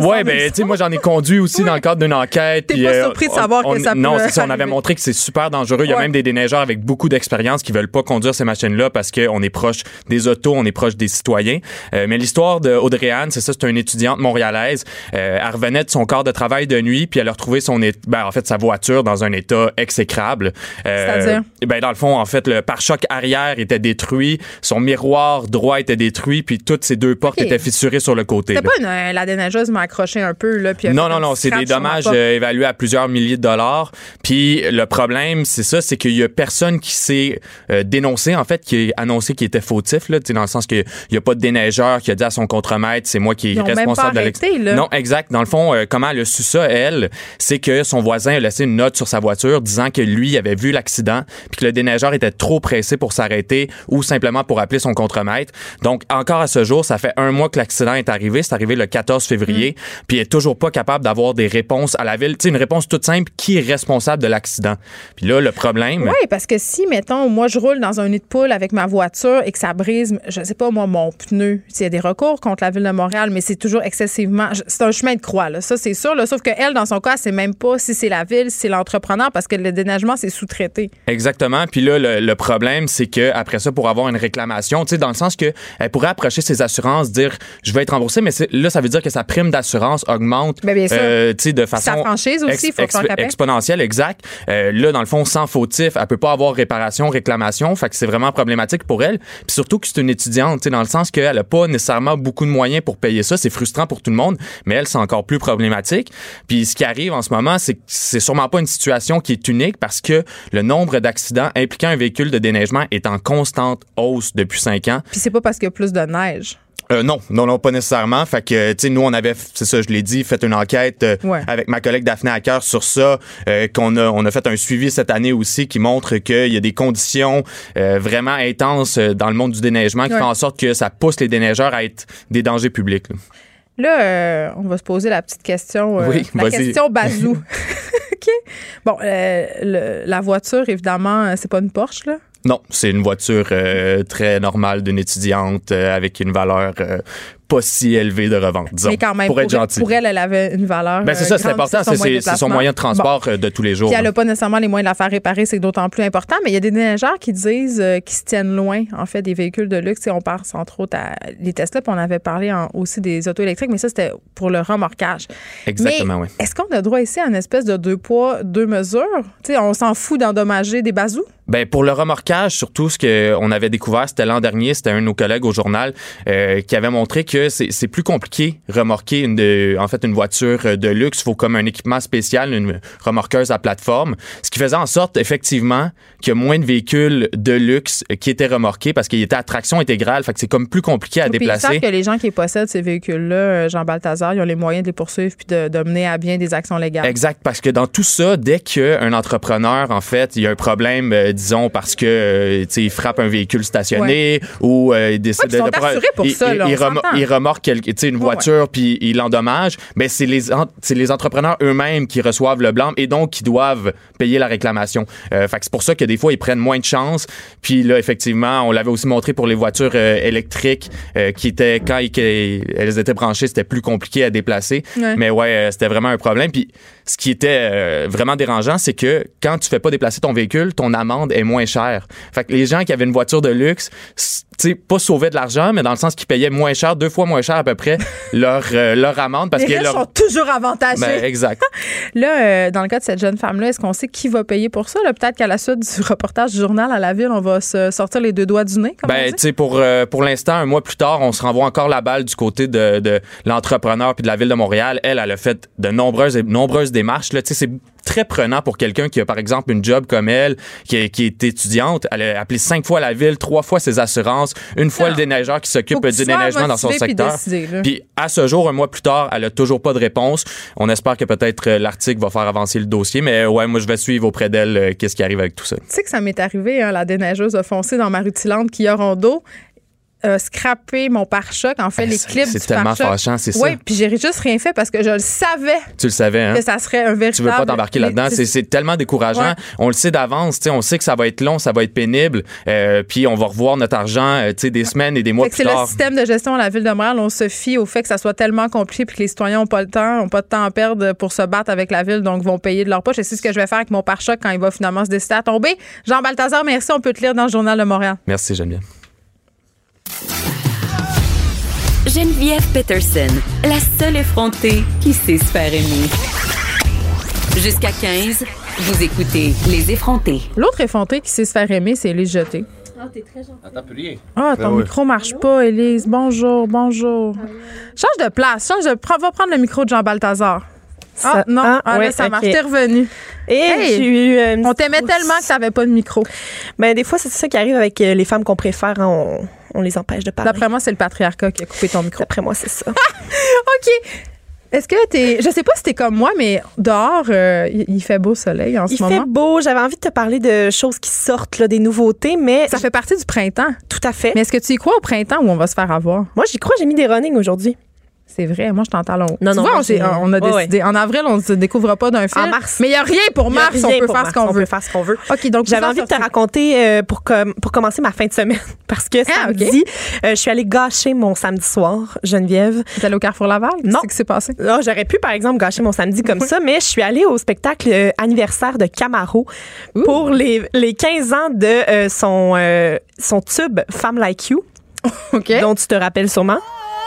Ouais, ben, tu sais, moi, j'en ai conduit aussi oui. dans le cadre d'une enquête. T'es pas euh, surpris de savoir on, que ça peut Non, c'est ça. arriver. On avait montré que c'est super dangereux. Il y a ouais. même des déneigeurs avec beaucoup d'expérience qui veulent pas conduire ces machines-là parce qu'on est proche des autos, on est proche des citoyens. Euh, mais l'histoire de Audrey-Anne, c'est ça, c'est une étudiante montréalaise. Euh, elle revenait de son corps de travail de nuit, puis elle a retrouvé son, é- ben, en fait, sa voiture dans un état exécrable. Euh, C'est-à-dire? Ben, dans le fond, en fait, le pare-choc arrière était détruit, son miroir droit était détruit, puis toutes ses deux portes okay. étaient fissurées sur le côté. C'était pas une, euh, la déneigeuse m'a accroché un peu, là, puis non, non, non, c'est des dommages euh, évalués à plusieurs milliers de dollars. Puis le problème, c'est ça, c'est qu'il y a personne qui s'est euh, dénoncé, en fait, qui a annoncé qu'il était fautif, là, dans le sens qu'il n'y a pas de déneigeur qui a dit à son contremaître, c'est moi qui est Ils ont responsable même pas arrêté, de là. Non, exact. Dans le fond, euh, comment elle a su ça, elle, c'est que son voisin a laissé une note sur sa voiture disant que lui avait vu l'accident, puis que le déneigeur était trop pressé pour s'arrêter ou simplement pour appeler son contremaître. Donc, encore à ce jour, ça fait un mois que l'accident est arrivé. C'est arrivé le quatorze février, mmh. puis elle est toujours pas capable d'avoir des réponses à la ville. Tu sais, une réponse toute simple, qui est responsable de l'accident? Puis là, le problème... Oui, parce que si, mettons, moi, je roule dans un nid de poule avec ma voiture et que ça brise, je sais pas, moi, mon pneu, il y a des recours contre la Ville de Montréal, mais c'est toujours excessivement... C'est un chemin de croix, là. Ça, c'est sûr. Là. Sauf qu'elle, dans son cas, c'est même pas si c'est la Ville, si c'est l'entrepreneur, parce que le déneigement, c'est sous-traité. Exactement. Puis là, le, le problème, c'est que après ça, pour avoir une réclamation, tu sais, dans le sens que elle pourrait approcher ses assurances, dire je vais être remboursé, mais c'est, là, ça veut dire que sa prime d'assurance augmente, bien, bien euh, tu sais, de façon sa franchise aussi, ex, faut ex, faire exponentielle, exact. Euh, là, dans le fond, sans fautif, elle peut pas avoir réparation, réclamation, fait que c'est vraiment problématique pour elle. Puis surtout que c'est une étudiante, tu sais, dans le sens qu'elle a pas nécessairement beaucoup de moyens pour payer ça, c'est frustrant pour tout le monde, mais elle, c'est encore plus problématique. Puis ce qui arrive en ce moment, c'est que c'est sûrement pas une situation qui est unique parce que le nombre d'accidents impliquant un véhicule de déneigement est en constante hausse depuis cinq ans. Puis c'est pas parce qu'il y a plus de neige. Euh, non, non, non, pas nécessairement. Fait que, tu sais, nous, on avait, c'est ça, je l'ai dit, fait une enquête euh, ouais. avec ma collègue Daphné Hacker sur ça, euh, qu'on a, on a fait un suivi cette année aussi qui montre qu'il y a des conditions euh, vraiment intenses dans le monde du déneigement qui ouais. font en sorte que ça pousse les déneigeurs à être des dangers publics. Là, là euh, on va se poser la petite question, euh, oui, la vas-y. question bazou. OK. Bon, euh, le, la voiture, évidemment, c'est pas une Porsche, là? Non, c'est une voiture euh, très normale d'une étudiante euh, avec une valeur euh, pas si élevée de revente, disons, mais quand même, pour être pour, gentil. Pour elle, elle avait une valeur ben c'est ça, euh, c'est important, c'est, c'est, c'est son moyen de transport bon. de tous les jours. Puis elle n'a pas nécessairement les moyens de la faire réparer, c'est d'autant plus important, mais il y a des déneigeurs qui disent euh, qu'ils se tiennent loin, en fait, des véhicules de luxe. Et on pense entre autres à les Tesla, puis on avait parlé en, aussi des autos électriques, mais ça, c'était pour le remorquage. Exactement, mais oui. Est-ce qu'on a droit ici à une espèce de deux poids, deux mesures? T'sais, on s'en fout d'endommager des bazous? Ben pour le remorquage, surtout ce qu'on avait découvert, c'était l'an dernier, c'était un de nos collègues au journal euh, qui avait montré que c'est, c'est plus compliqué remorquer une de, en fait une voiture de luxe. Il faut comme un équipement spécial, une remorqueuse à plateforme, ce qui faisait en sorte effectivement qu'il y a moins de véhicules de luxe qui étaient remorqués parce qu'il était à traction intégrale, fait que c'est comme plus compliqué à puis déplacer. Ils savent que les gens qui possèdent ces véhicules-là, Jean Balthazar, ils ont les moyens de les poursuivre puis de, de mener à bien des actions légales. Exact, parce que dans tout ça, dès qu'un entrepreneur, en fait, il y a un problème, euh, disons, parce que euh, tu sais, il frappe un véhicule stationné ouais. ou euh, il décide ouais, ils sont de, de assurés pour il, ça, là, il, il, rem- il remorque quelque, tu sais, une voiture ouais. puis il l'endommage, ben c'est les en- c'est les entrepreneurs eux-mêmes qui reçoivent le blâme et donc qui doivent payer la réclamation. Euh, fait que c'est pour ça que des fois ils prennent moins de chance. Puis là effectivement, on l'avait aussi montré pour les voitures euh, électriques euh, qui étaient quand ils, elles étaient branchées, c'était plus compliqué à déplacer. Ouais. Mais ouais, euh, c'était vraiment un problème. Puis ce qui était euh, vraiment dérangeant, c'est que quand tu fais pas déplacer ton véhicule, ton amende est moins chère. Fait que les gens qui avaient une voiture de luxe, tu sais, pas sauvaient de l'argent, mais dans le sens qu'ils payaient moins cher, deux fois moins cher à peu près leur euh, leur amende parce les que riches leur... sont toujours avantagés. Ben, exact. Là, euh, dans le cas de cette jeune femme-là, est-ce qu'on sait qui va payer pour ça? Là, peut-être qu'à la suite du reportage du journal à la ville, on va se sortir les deux doigts du nez. Comme ben, tu sais, pour euh, pour l'instant, un mois plus tard, on se renvoie encore la balle du côté de, de l'entrepreneur puis de la ville de Montréal. Elle, elle a fait de nombreuses nombreuses démarches. Là, tu sais, c'est très prenant pour quelqu'un qui a, par exemple, une job comme elle, qui est, qui est étudiante. Elle a appelé cinq fois la ville, trois fois ses assurances, une fois non. le déneigeur qui s'occupe du déneigement dans son secteur. Puis, puis à ce jour, un mois plus tard, elle a toujours pas de réponse. On espère que peut-être l'article va faire avancer le dossier, mais ouais, moi, je vais suivre auprès d'elle euh, qu'est-ce qui arrive avec tout ça. Tu sais que ça m'est arrivé, hein, la déneigeuse a foncé dans ma rutilante qui a rondeau. euh, scrappé mon pare-choc, en fait, Ben, les c'est- clips c'est du tellement pare-choc. fâchant, c'est ça. Oui, puis j'ai juste rien fait parce que je le savais Tu le savais, hein? que ça serait un véritable... Tu veux pas t'embarquer là-dedans. C'est, c'est tellement décourageant. Ouais. On le sait d'avance. Tu sais, on sait que ça va être long, ça va être pénible. Euh, puis on va revoir notre argent euh, tu sais, des semaines et des mois Fait que plus c'est tard. le système de gestion à la Ville de Montréal. On se fie au fait que ça soit tellement compliqué puis que les citoyens n'ont pas le temps, n'ont pas de temps à perdre pour se battre avec la Ville, donc vont payer de leur poche. Et c'est ce que je vais faire avec mon pare-choc quand il va finalement se décider à tomber. Jean Balthazar, merci. On peut te lire dans le Journal de Montréal. Merci, Geneviève. Geneviève Peterson, la seule effrontée qui sait se faire aimer. Jusqu'à quinze, vous écoutez Les effrontés. L'autre effronté qui sait se faire aimer, c'est Élise Jeté. Ah, t'es très gentil. Attends, plus rien. Ah, ton Ben oui. micro marche pas, Élise. Bonjour, bonjour. Change de place. Change de... prends- Va prendre le micro de Jean Balthazar. Ah, Ça- non. ah, Ah, là, ouais, ça ok. marche. T'es revenu. Et Hey, j'ai eu euh, une on petite t'aimait trousse. tellement que t'avais pas de micro. Ben, des fois, c'est ça qui arrive avec euh, les femmes qu'on préfère. hein, on, on les empêche de parler. D'après moi, c'est le patriarcat qui a coupé ton micro. D'après moi, c'est ça. OK. Est-ce que t'es... Je sais pas si t'es comme moi, mais dehors, euh, il il fait beau soleil en Il ce fait moment. beau. J'avais envie de te parler de choses qui sortent, là, des nouveautés, mais... Ça fait partie du printemps. Tout à fait. Mais est-ce que tu y crois au printemps ou on va se faire avoir? Moi, j'y crois. J'ai mis des runnings aujourd'hui. C'est vrai, moi je t'entends long. Non, Tu non, vois, moi, on, s'est- j'ai- on a Ouais, décidé. En avril, on ne se découvre pas d'un film. En mars. Mais il n'y a rien pour Il y a mars, on rien peut pour faire mars, ce qu'on on veut. peut faire ce qu'on veut. OK, donc J'avais tout ça envie de te sorti. raconter euh, pour, com- pour commencer ma fin de semaine. Parce que Ah, samedi, euh, je suis allée gâcher mon samedi soir, Geneviève. T'es allée au Carrefour Laval? Non. Qu'est-ce qui s'est passé? Là, j'aurais pu, par exemple, gâcher mon samedi comme ça, mais je suis allée au spectacle euh, anniversaire de Camaro pour les, les quinze ans de euh, son, euh, son tube Femme Like You, OK. dont tu te rappelles sûrement.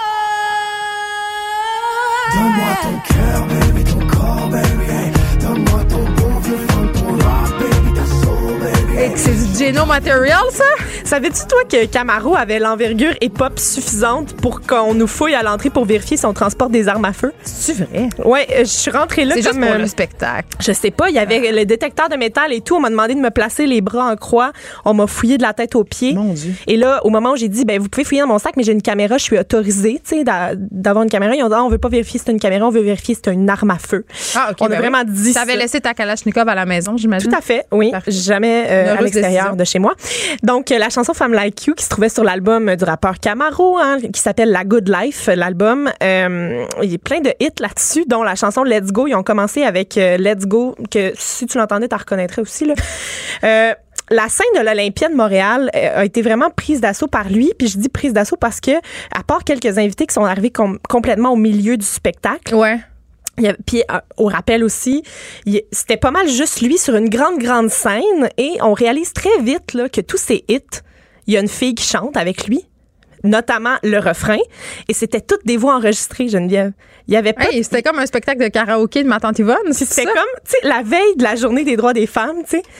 Donne-moi ton cœur, baby, ton corps, baby. Hey, donne-moi ton bon vieux funk, ton rock, baby, ta soul, baby. Et que c'est du Geno Material, ça? Savais-tu, toi, que Camaro avait l'envergure hip-hop suffisante pour qu'on nous fouille à l'entrée pour vérifier si on transporte des armes à feu? C'est vrai? Ouais, euh, je suis rentrée là C'est comme... juste pour euh, le spectacle. Je sais pas, il y avait le détecteur de métal et tout. On m'a demandé de me placer les bras en croix. On m'a fouillé de la tête aux pieds. Mon Dieu. Et là, au moment où j'ai dit, ben vous pouvez fouiller dans mon sac, mais j'ai une caméra, je suis autorisée, tu sais, d'a- d'avoir une caméra. Ils ont dit, ah, on veut pas vérifier si c'est une caméra, on veut vérifier si c'est une arme à feu. Ah, OK. On a ben vraiment oui. dit T'avais ça. laissé ta Kalachnikov à la maison, j'imagine? Tout à fait, oui. Parfait. Jamais euh, Une à heureuse l'extérieur décision. de chez moi. Donc, euh, la chanson Femme Like You qui se trouvait sur l'album du rappeur Camaro, hein, qui s'appelle La Good Life, l'album. Euh, il y a plein de hits là-dessus, dont la chanson Let's Go. Ils ont commencé avec euh, Let's Go, que si tu l'entendais, tu reconnaîtrais aussi, là. Euh, la scène de l'Olympia de Montréal euh, a été vraiment prise d'assaut par lui. Puis je dis prise d'assaut parce que, à part quelques invités qui sont arrivés com- complètement au milieu du spectacle, Ouais. il y a- puis euh, au rappel aussi, il- c'était pas mal juste lui sur une grande, grande scène. Et on réalise très vite là, que tous ces hits, il y a une fille qui chante avec lui, notamment le refrain. Et c'était toutes des voix enregistrées, Geneviève. Il y avait pas... Hey, c'était comme un spectacle de karaoké de ma tante Yvonne, c'est C'était ça? comme, tu sais, la veille de la journée des droits des femmes, tu sais.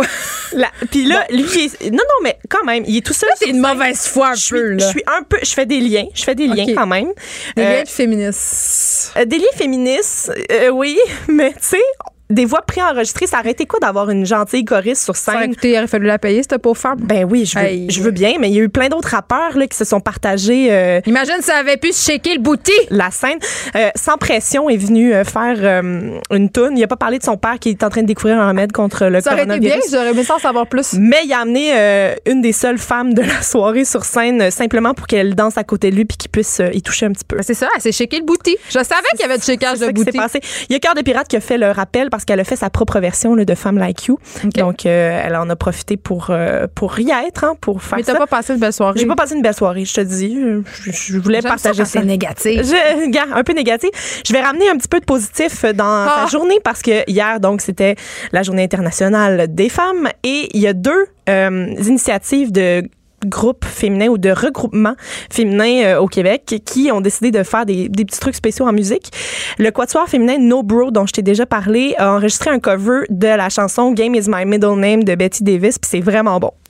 La- Puis là, lui, il est- non, non, mais quand même, il est tout seul. C'est une mauvaise foi un Je peu, suis, là. je suis un peu, je fais des liens, je fais des liens Ok. quand même. Des Euh, liens de féministes. euh, des liens féministes, euh, oui, mais tu sais, des voix préenregistrées, ça aurait été quoi d'avoir une gentille choriste sur Ça aurait scène? coûté, il aurait fallu la payer, cette pauvre femme. Ben oui, je veux, Hey. je veux bien, mais il y a eu plein d'autres rappeurs là, qui se sont partagés euh, Imagine si ça avait pu se shaker le bouti. la scène. Euh, Sans pression est venu euh, faire euh, une toune. Il a pas parlé de son père qui est en train de découvrir un remède contre le Ça aurait été bien, coronavirus. j'aurais aimé ça en savoir plus. Mais il a amené euh, une des seules femmes de la soirée sur scène euh, simplement pour qu'elle danse à côté de lui puis qu'il puisse euh, y toucher un petit peu. Ben, c'est ça, elle s'est shaké le bouti. Je savais qu'il y avait du shakage C'est de ça qui s'est bouti. passé. Il y a Cœur de Pirate qui a fait le rappel parce qu'elle a fait sa propre version là, de Femme Like You. OK. Donc, euh, elle en a profité pour, euh, pour y être, hein, pour faire Mais ça. t'as pas passé une belle soirée. J'ai pas passé une belle soirée, je te dis. Je, je voulais J'aime partager ça ça. quand c'est négatif. Je, gars, un peu négatif. Je vais ramener un petit peu de positif dans Ah. ta journée parce que hier, donc, c'était la Journée internationale des femmes et il y a deux euh, initiatives de groupes féminins ou de regroupements féminins euh, au Québec qui ont décidé de faire des, des petits trucs spéciaux en musique. Le quatuor féminin No Bro, dont je t'ai déjà parlé, a enregistré un cover de la chanson Game is my middle name de Betty Davis, puis c'est vraiment bon.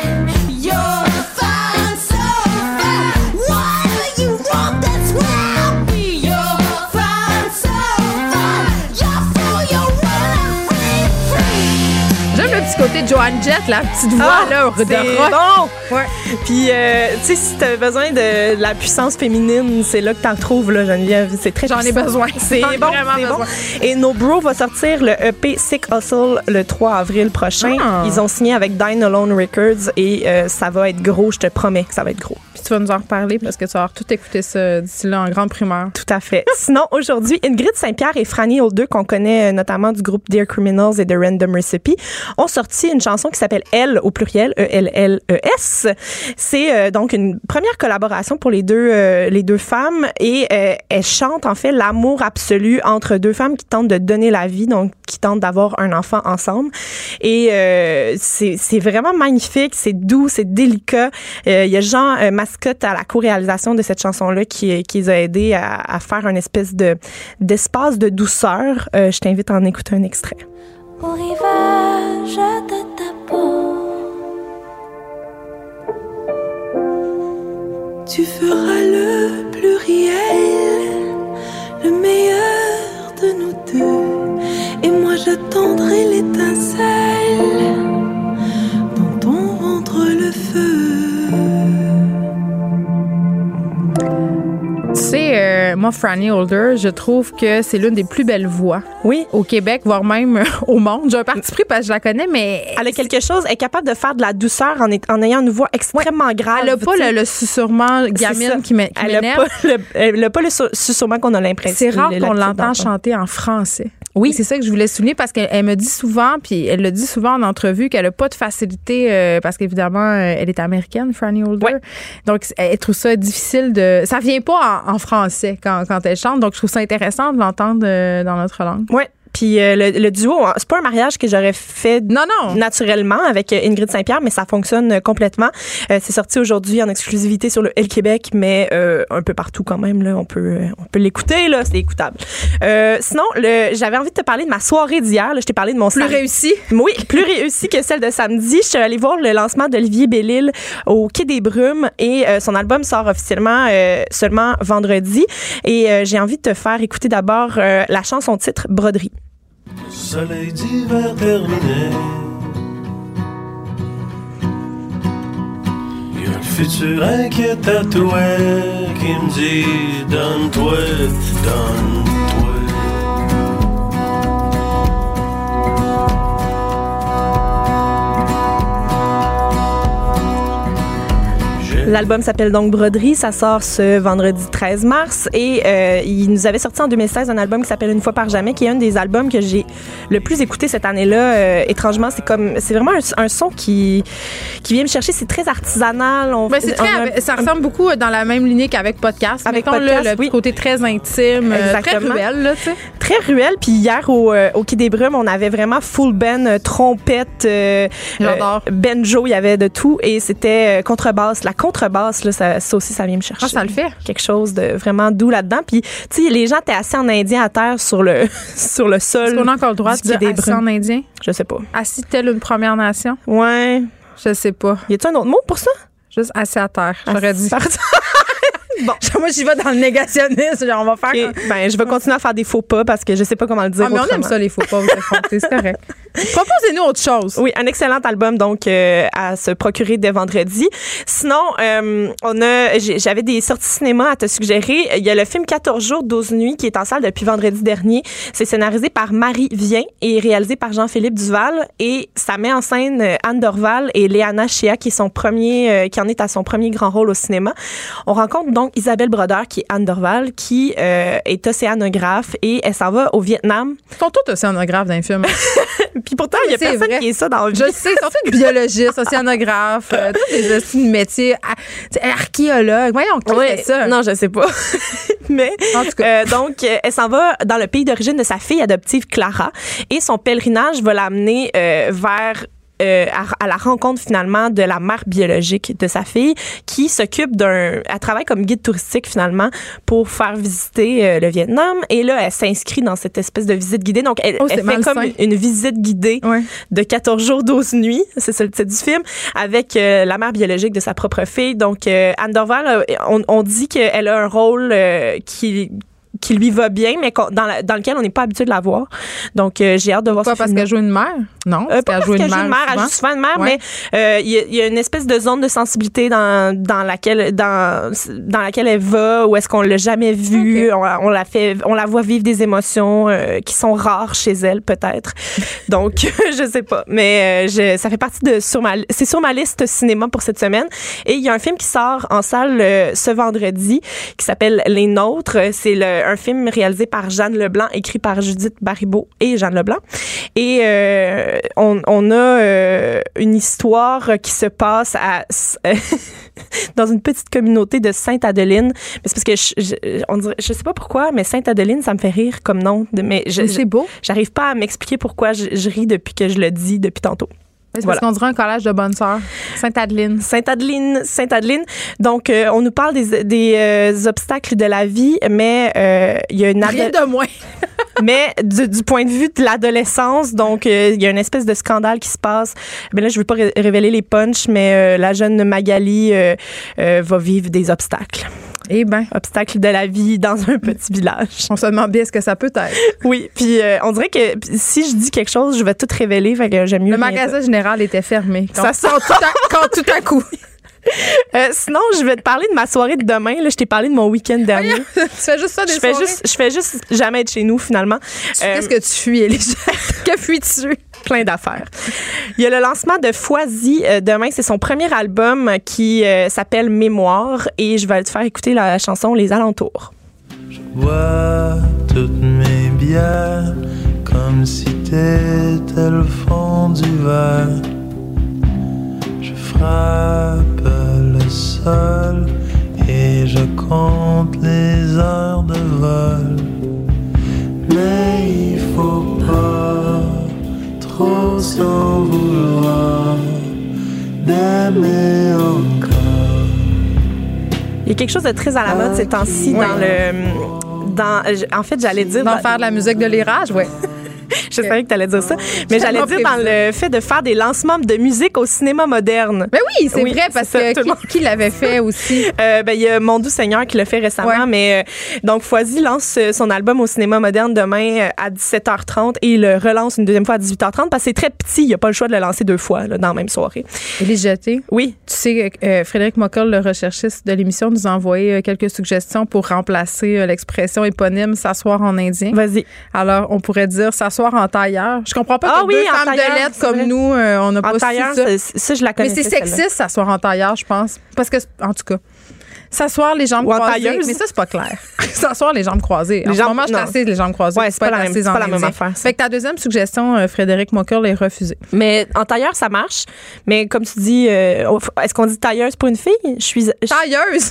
J'aime le petit côté de Joanne Jett, la petite voix Ah, là, de c'est rock. bon. Ouais. Puis, euh, tu sais, si t'as besoin de, de la puissance féminine, c'est là que t'en trouves, là, Geneviève. C'est très J'en ai puissant. besoin. C'est J'en ai bon, vraiment c'est bon. besoin. Et No Bro va sortir le E P Sick Hustle le trois avril prochain. Ah. Ils ont signé avec Dine Alone Records et euh, ça va être gros, je te promets que ça va être gros. Puis tu vas nous en reparler parce que tu vas avoir tout écouté ça d'ici là en grande primeur. Tout à fait. Sinon, aujourd'hui, Ingrid Saint-Pierre et Franny Holder, qu'on connaît notamment du groupe Dear Criminals et de Random Recipe, ont sorti une chanson qui s'appelle Elle au pluriel, E L L E S. C'est euh, donc une première collaboration pour les deux, euh, les deux femmes et euh, elles chantent en fait l'amour absolu entre deux femmes qui tentent de donner la vie, donc qui tentent d'avoir un enfant ensemble. Et euh, c'est, c'est vraiment magnifique, c'est doux, c'est délicat. Euh, il y a Jean euh, Mascotte à la co-réalisation de cette chanson-là qui, qui les a aidés à, à faire une espèce de, d'espace de douceur. Euh, je t'invite à en écouter un extrait. Au rivage de ta peau, tu feras le pluriel, le meilleur de nous deux, et moi j'attendrai l'étincelle dont on rentre le feu. Tu sais, euh, moi, Franny Holder, je trouve que c'est l'une des plus belles voix. Oui. Au Québec, voire même au monde. J'ai un parti pris parce que je la connais, mais... Elle a quelque chose, elle est capable de faire de la douceur en, est, en ayant une voix extrêmement ouais. grave. Elle n'a pas le, le susurrement gamine qui m'énerve. Elle n'a pas le, elle a pas le susurrement qu'on a l'impression. C'est rare qu'on l'entend chanter en français. Oui. C'est ça que je voulais souligner parce qu'elle elle me dit souvent, puis elle le dit souvent en entrevue, qu'elle n'a pas de facilité euh, parce qu'évidemment, euh, elle est américaine, Franny Holder. Ouais. Donc, elle trouve ça difficile de... Ça vient pas en, en français quand, quand elle chante, donc je trouve ça intéressant de l'entendre euh, dans notre langue. Oui. Puis euh, le, le duo, c'est pas un mariage que j'aurais fait non, non. naturellement avec Ingrid Saint-Pierre, mais ça fonctionne complètement. Euh, c'est sorti aujourd'hui en exclusivité sur le L Québec, mais euh, un peu partout quand même. Là, on peut, on peut l'écouter, là, c'est écoutable. Euh, sinon, le, j'avais envie de te parler de ma soirée d'hier. Là, je t'ai parlé de mon plus sam- réussi. Oui, plus réussi que celle de samedi. Je suis allée voir le lancement d'Olivier Bellil au Quai des Brumes et euh, son album sort officiellement euh, seulement vendredi. Et euh, j'ai envie de te faire écouter d'abord euh, la chanson titre Broderie. Soleil d'hiver terminé, il y a le futur inquiet tatoué qui me dit donne-toi, donne-toi. L'album s'appelle donc Broderie, ça sort ce vendredi treize mars et euh, il nous avait sorti en deux mille seize un album qui s'appelle Une fois par jamais, qui est un des albums que j'ai le plus écouté cette année-là. Euh, étrangement, c'est comme c'est vraiment un, un son qui qui vient me chercher, c'est très artisanal. On, ben c'est très, on a, ça ressemble un, beaucoup dans la même lignée qu'avec Podcast. Avec Mettons, Podcast, là, le oui. côté très intime, euh, très ruelle, là, tu sais. Très ruelle. Puis hier au, euh, au Quai des Brumes, on avait vraiment full band, euh, trompette, euh, J'adore. Euh, banjo, il y avait de tout et c'était euh, contrebasse. La contrebasse, là, ça, ça aussi, ça vient me chercher. Ah, ça le fait. Quelque chose de vraiment doux là-dedans. Puis, tu sais, les gens étaient assis en indien à terre sur le, sur le sol. Est-ce qu'on a encore le droit de dire assis en indien? Je sais pas. Assis telle une Première Nation? Ouais. Je sais pas. Y a-t-il un autre mot pour ça? Juste assis à terre, j'aurais assis dit. Bon, moi, j'y vais dans le négationnisme. Genre, on va faire. Okay. Ben, je vais continuer à faire des faux pas parce que je sais pas comment le dire. Ah, mais autrement. on aime ça, les faux pas, vous effronter, c'est correct. Proposez-nous autre chose. Oui, un excellent album, donc, euh, à se procurer dès vendredi. Sinon, euh, on a, j'avais des sorties cinéma à te suggérer. Il y a le film quatorze jours, douze nuits qui est en salle depuis vendredi dernier. C'est scénarisé par Marie Vien et réalisé par Jean-Philippe Duval. Et ça met en scène Anne Dorval et Léana Chia, qui est son premier, euh, qui en est à son premier grand rôle au cinéma. On rencontre donc Isabelle Brodeur, qui est Anne Dorval, qui euh, est océanographe et elle s'en va au Vietnam. Ils sont tous océanographes dans les films. Puis pourtant, il y a personne vrai. qui est ça dans le vie. Je sais, surtout des biologistes, océanographes, euh, tous des métiers, archéologues. Voyons, qui oui, fait ça? Non, je sais pas. Mais en tout cas. Euh, donc, elle s'en va dans le pays d'origine de sa fille adoptive Clara et son pèlerinage va l'amener euh, vers Euh, à, à la rencontre finalement de la mère biologique de sa fille qui s'occupe d'un... Elle travaille comme guide touristique finalement pour faire visiter euh, le Vietnam et là, elle s'inscrit dans cette espèce de visite guidée. Donc, elle, oh, elle fait malsain. comme une, une visite guidée ouais. de quatorze jours, douze nuits, c'est ça le titre du film, avec euh, la mère biologique de sa propre fille. Donc, euh, Anne Dorval, on, on dit qu'elle a un rôle euh, qui... qui lui va bien, mais dans, la, dans lequel on n'est pas habitué de la voir. Donc, euh, j'ai hâte de voir Pas ce parce film-là. qu'elle joue une mère? Non, Euh, pas parce joue qu'elle une joue une mère, elle joue souvent une mère, Ouais. mais euh, il y, a- il y a une espèce de zone de sensibilité dans, dans laquelle dans, dans laquelle elle va, où est-ce qu'on l'a jamais vue, on, on la fait, on la voit vivre des émotions euh, qui sont rares chez elle peut-être. Donc je sais pas, mais euh, je, ça fait partie de sur ma, c'est sur ma liste cinéma pour cette semaine. Et il y a un film qui sort en salle euh, ce vendredi qui s'appelle Les Nôtres. C'est le, un film réalisé par Jeanne Leblanc, écrit par Judith Baribeau et Jeanne Leblanc. Et euh, on, on a euh, une histoire qui se passe à dans une petite communauté de Sainte-Adeline. Mais c'est parce que je, je, on dirait, je sais pas pourquoi, mais Sainte-Adeline, ça me fait rire comme nom. De, mais je, Mais c'est beau. J'arrive pas à m'expliquer pourquoi je, je ris depuis que je le dis depuis tantôt. C'est Voilà. parce qu'on dirait un collège de bonnes sœurs. Sainte-Adeline. Sainte-Adeline, Sainte-Adeline. Donc, euh, on nous parle des, des euh, obstacles de la vie, mais euh, il y a une... Rien de moins. mais du, du point de vue de l'adolescence, donc euh, il y a une espèce de scandale qui se passe. Mais là, je veux pas ré- révéler les punchs, mais euh, la jeune Magali euh, euh, va vivre des obstacles. Eh ben, obstacles de la vie dans un petit village. On se demande bien ce que ça peut être. Oui, puis euh, on dirait que p- si je dis quelque chose, je vais tout révéler, fait que j'aime mieux. Le rien magasin dire. général était fermé. Quand, Ça sent quand tout, à, quand tout à coup. Euh, sinon, je vais te parler de ma soirée de demain. Là, je t'ai parlé de mon week-end dernier. tu fais juste ça des je fais soirées? juste, je fais juste jamais être chez nous finalement. Euh, Qu'est-ce que tu fuis, Elisabeth? Que fuis-tu? Plein d'affaires. Il y a le lancement de Foisy euh, demain. C'est son premier album qui euh, s'appelle Mémoire et je vais te faire écouter la chanson Les Alentours. Bois toutes mes bières comme si t'étais le fond du verre. Je frappe le sol et je compte les heures de vol. Mais il faut pas trop s'en vouloir d'aimer encore. Il y a quelque chose de très à la mode ces temps-ci Ouais. dans le... Dans, en fait, j'allais dire... D'en dans- faire de la musique de l'érage, oui. Je savais que tu allais dire ça. Mais j'allais Tellement dire dans le fait de faire des lancements de musique au cinéma moderne. Mais oui, c'est Oui, vrai, parce c'est ça, tout que le qui, qui l'avait fait aussi? Euh, ben, il y a Mon Doux Seigneur qui l'a fait récemment, Ouais. mais euh, donc Foisy lance euh, son album au cinéma moderne demain euh, à dix-sept heures trente et il le relance une deuxième fois à dix-huit heures trente parce que c'est très petit, il n'y a pas le choix de le lancer deux fois là, dans la même soirée. Élise Jeté. Oui. Tu sais, euh, Frédéric Mockel, le recherchiste de l'émission, nous a envoyé euh, quelques suggestions pour remplacer euh, l'expression éponyme s'asseoir en indien. Vas-y. Alors, on pourrait dire s'asseoir en tailleur. Je comprends pas Ah que oui, deux en femmes tailleur, de lettres c'est comme vrai. nous, euh, on n'a En pas su tailleur, ça. ça, ça, je la Mais connaissais. c'est celle-là. sexiste, s'asseoir en tailleur, je pense. Parce que, en tout cas, s'asseoir les jambes Ou en croisées. tailleuse. Mais ça, c'est pas clair. S'asseoir les jambes croisées. Les en jambes- ce moment, je suis non. assise les jambes croisées. Ouais, Je c'est peux pas la être même- assise c'est en pas la même indien. affaire, ça. Fait que ta deuxième suggestion, euh, Frédéric Mockel, est refusée. Mais en tailleur, ça marche. Mais comme tu dis, euh, est-ce qu'on dit tailleuse pour une fille? Je suis. je- Tailleuse!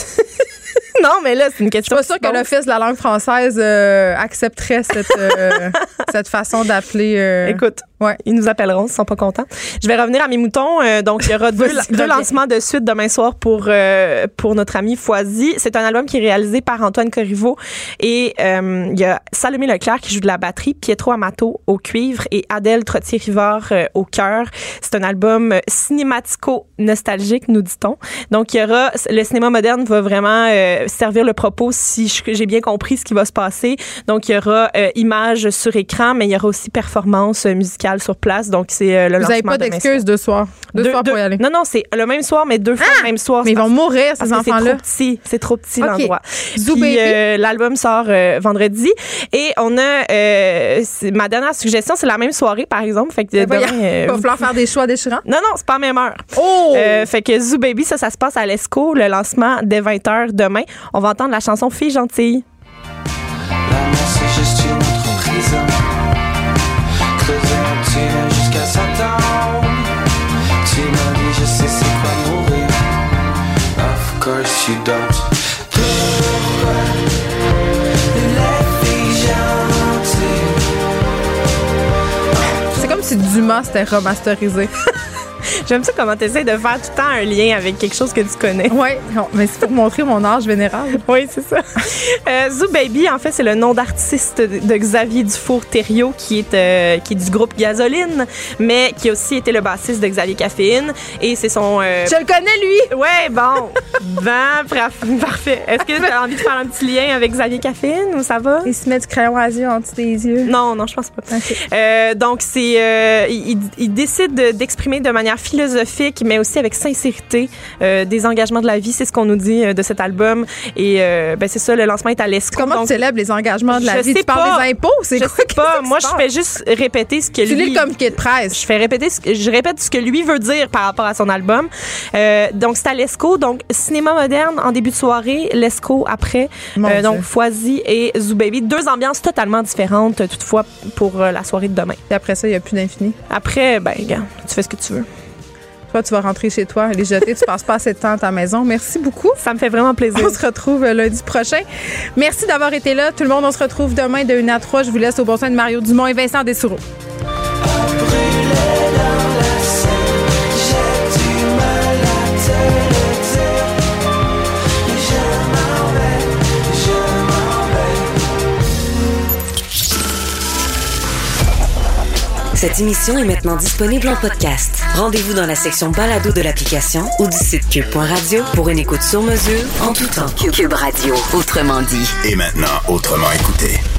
non, mais là, c'est une question. Je suis pas sûre que bon. l'Office de la langue française euh, accepterait cette, euh, cette façon d'appeler. euh, Écoute, ouais. ils nous appelleront s'ils sont pas contents. Je vais revenir à mes moutons. Euh, donc, il y aura deux, Vas-y, deux reviens. lancements de suite demain soir pour, euh, pour notre ami Foisy. C'est un album qui est réalisé par Antoine Corriveau et euh, il y a Salomé Leclerc qui joue de la batterie, Pietro Amato au cuivre et Adèle Trottier-Rivard euh, au chœur. C'est un album cinématico-nostalgique, nous dit-on. Donc, il y aura... Le cinéma moderne va vraiment euh, servir le propos si je- j'ai bien compris ce qui va se passer. Donc, il y aura euh, images sur écran, mais il y aura aussi performance euh, musicale sur place. Donc, c'est euh, le Vous lancement n'avez pas demain d'excuses soir. deux soirs. Deux, Deux- soirs pour deux- y aller. Non, non, c'est le même soir, mais deux fois le même soir. Mais ils vont mourir, ces parce que enfants-là. C'est trop petit. C'est trop petit, OK. l'endroit. Zoo Puis, Baby. euh, l'album sort euh, vendredi. Et on a... euh, c'est- ma dernière suggestion, c'est la même soirée, par exemple. Fait que Ben demain, voyons, euh, il va vous- falloir faire des choix déchirants. non, non, c'est pas à même heure. Oh! Euh, fait que Zoo Baby, ça, ça se passe à l'Esco, le lancement dès vingt heures demain. On va entendre la chanson Fille gentille. La mer c'est juste une entreprise. Creuser un tunnel jusqu'à Saint-Anne. Tu m'as dit je sais c'est quoi mourir. Of course you don't. Pourquoi les filles gentilles? C'est comme si Dumas c'était remasterisé. J'aime ça comment tu essaies de faire tout le temps un lien avec quelque chose que tu connais. Oui, mais c'est pour montrer mon âge vénérable. Oui, c'est ça. euh, Zoo Baby, en fait, c'est le nom d'artiste de, de Xavier Dufour-Thériault, qui est, euh, qui est du groupe Gasoline, mais qui a aussi été le bassiste de Xavier Caféine. Et c'est son... Euh... Je le connais, lui! Ouais, bon. ben, parfait. Est-ce que tu as envie de faire un petit lien avec Xavier Caféine ou ça va? Il se met du crayon à yeux en dessous des yeux. Non, non, je pense pas. Okay. Euh, donc, c'est... Euh, il, il décide de, d'exprimer de manière philosophique, mais aussi avec sincérité, euh, des engagements de la vie. C'est ce qu'on nous dit euh, de cet album. Et euh, ben, c'est ça, le lancement est à l'Esco. Comment donc, tu célèbres les engagements de la je vie? Sais tu parles pas. des impôts? C'est je quoi? sais pas. Moi, je fais juste répéter ce que tu lui... Tu lis le communiqué de presse. Je fais répéter ce que, je répète ce que lui veut dire par rapport à son album. Euh, donc, c'est à l'Esco. Donc, cinéma moderne en début de soirée, l'Esco après. Euh, donc, Foisy et Zoo Baby. Deux ambiances totalement différentes, toutefois, pour euh, la soirée de demain. Et après ça, il n'y a plus d'infini. Après, ben, regarde, tu fais ce que tu veux. Toi, tu vas rentrer chez toi, les jeter. Tu passes pas assez de temps à ta maison. Merci beaucoup. Ça me fait vraiment plaisir. On se retrouve lundi prochain. Merci d'avoir été là. Tout le monde, on se retrouve demain de une à trois. Je vous laisse au bon soin de Mario Dumont et Vincent Dessoureau. Cette émission est maintenant disponible en podcast. Rendez-vous dans la section balado de l'application ou du site cube point radio pour une écoute sur mesure en tout temps. Cube Radio, autrement dit. Et maintenant, autrement écouté.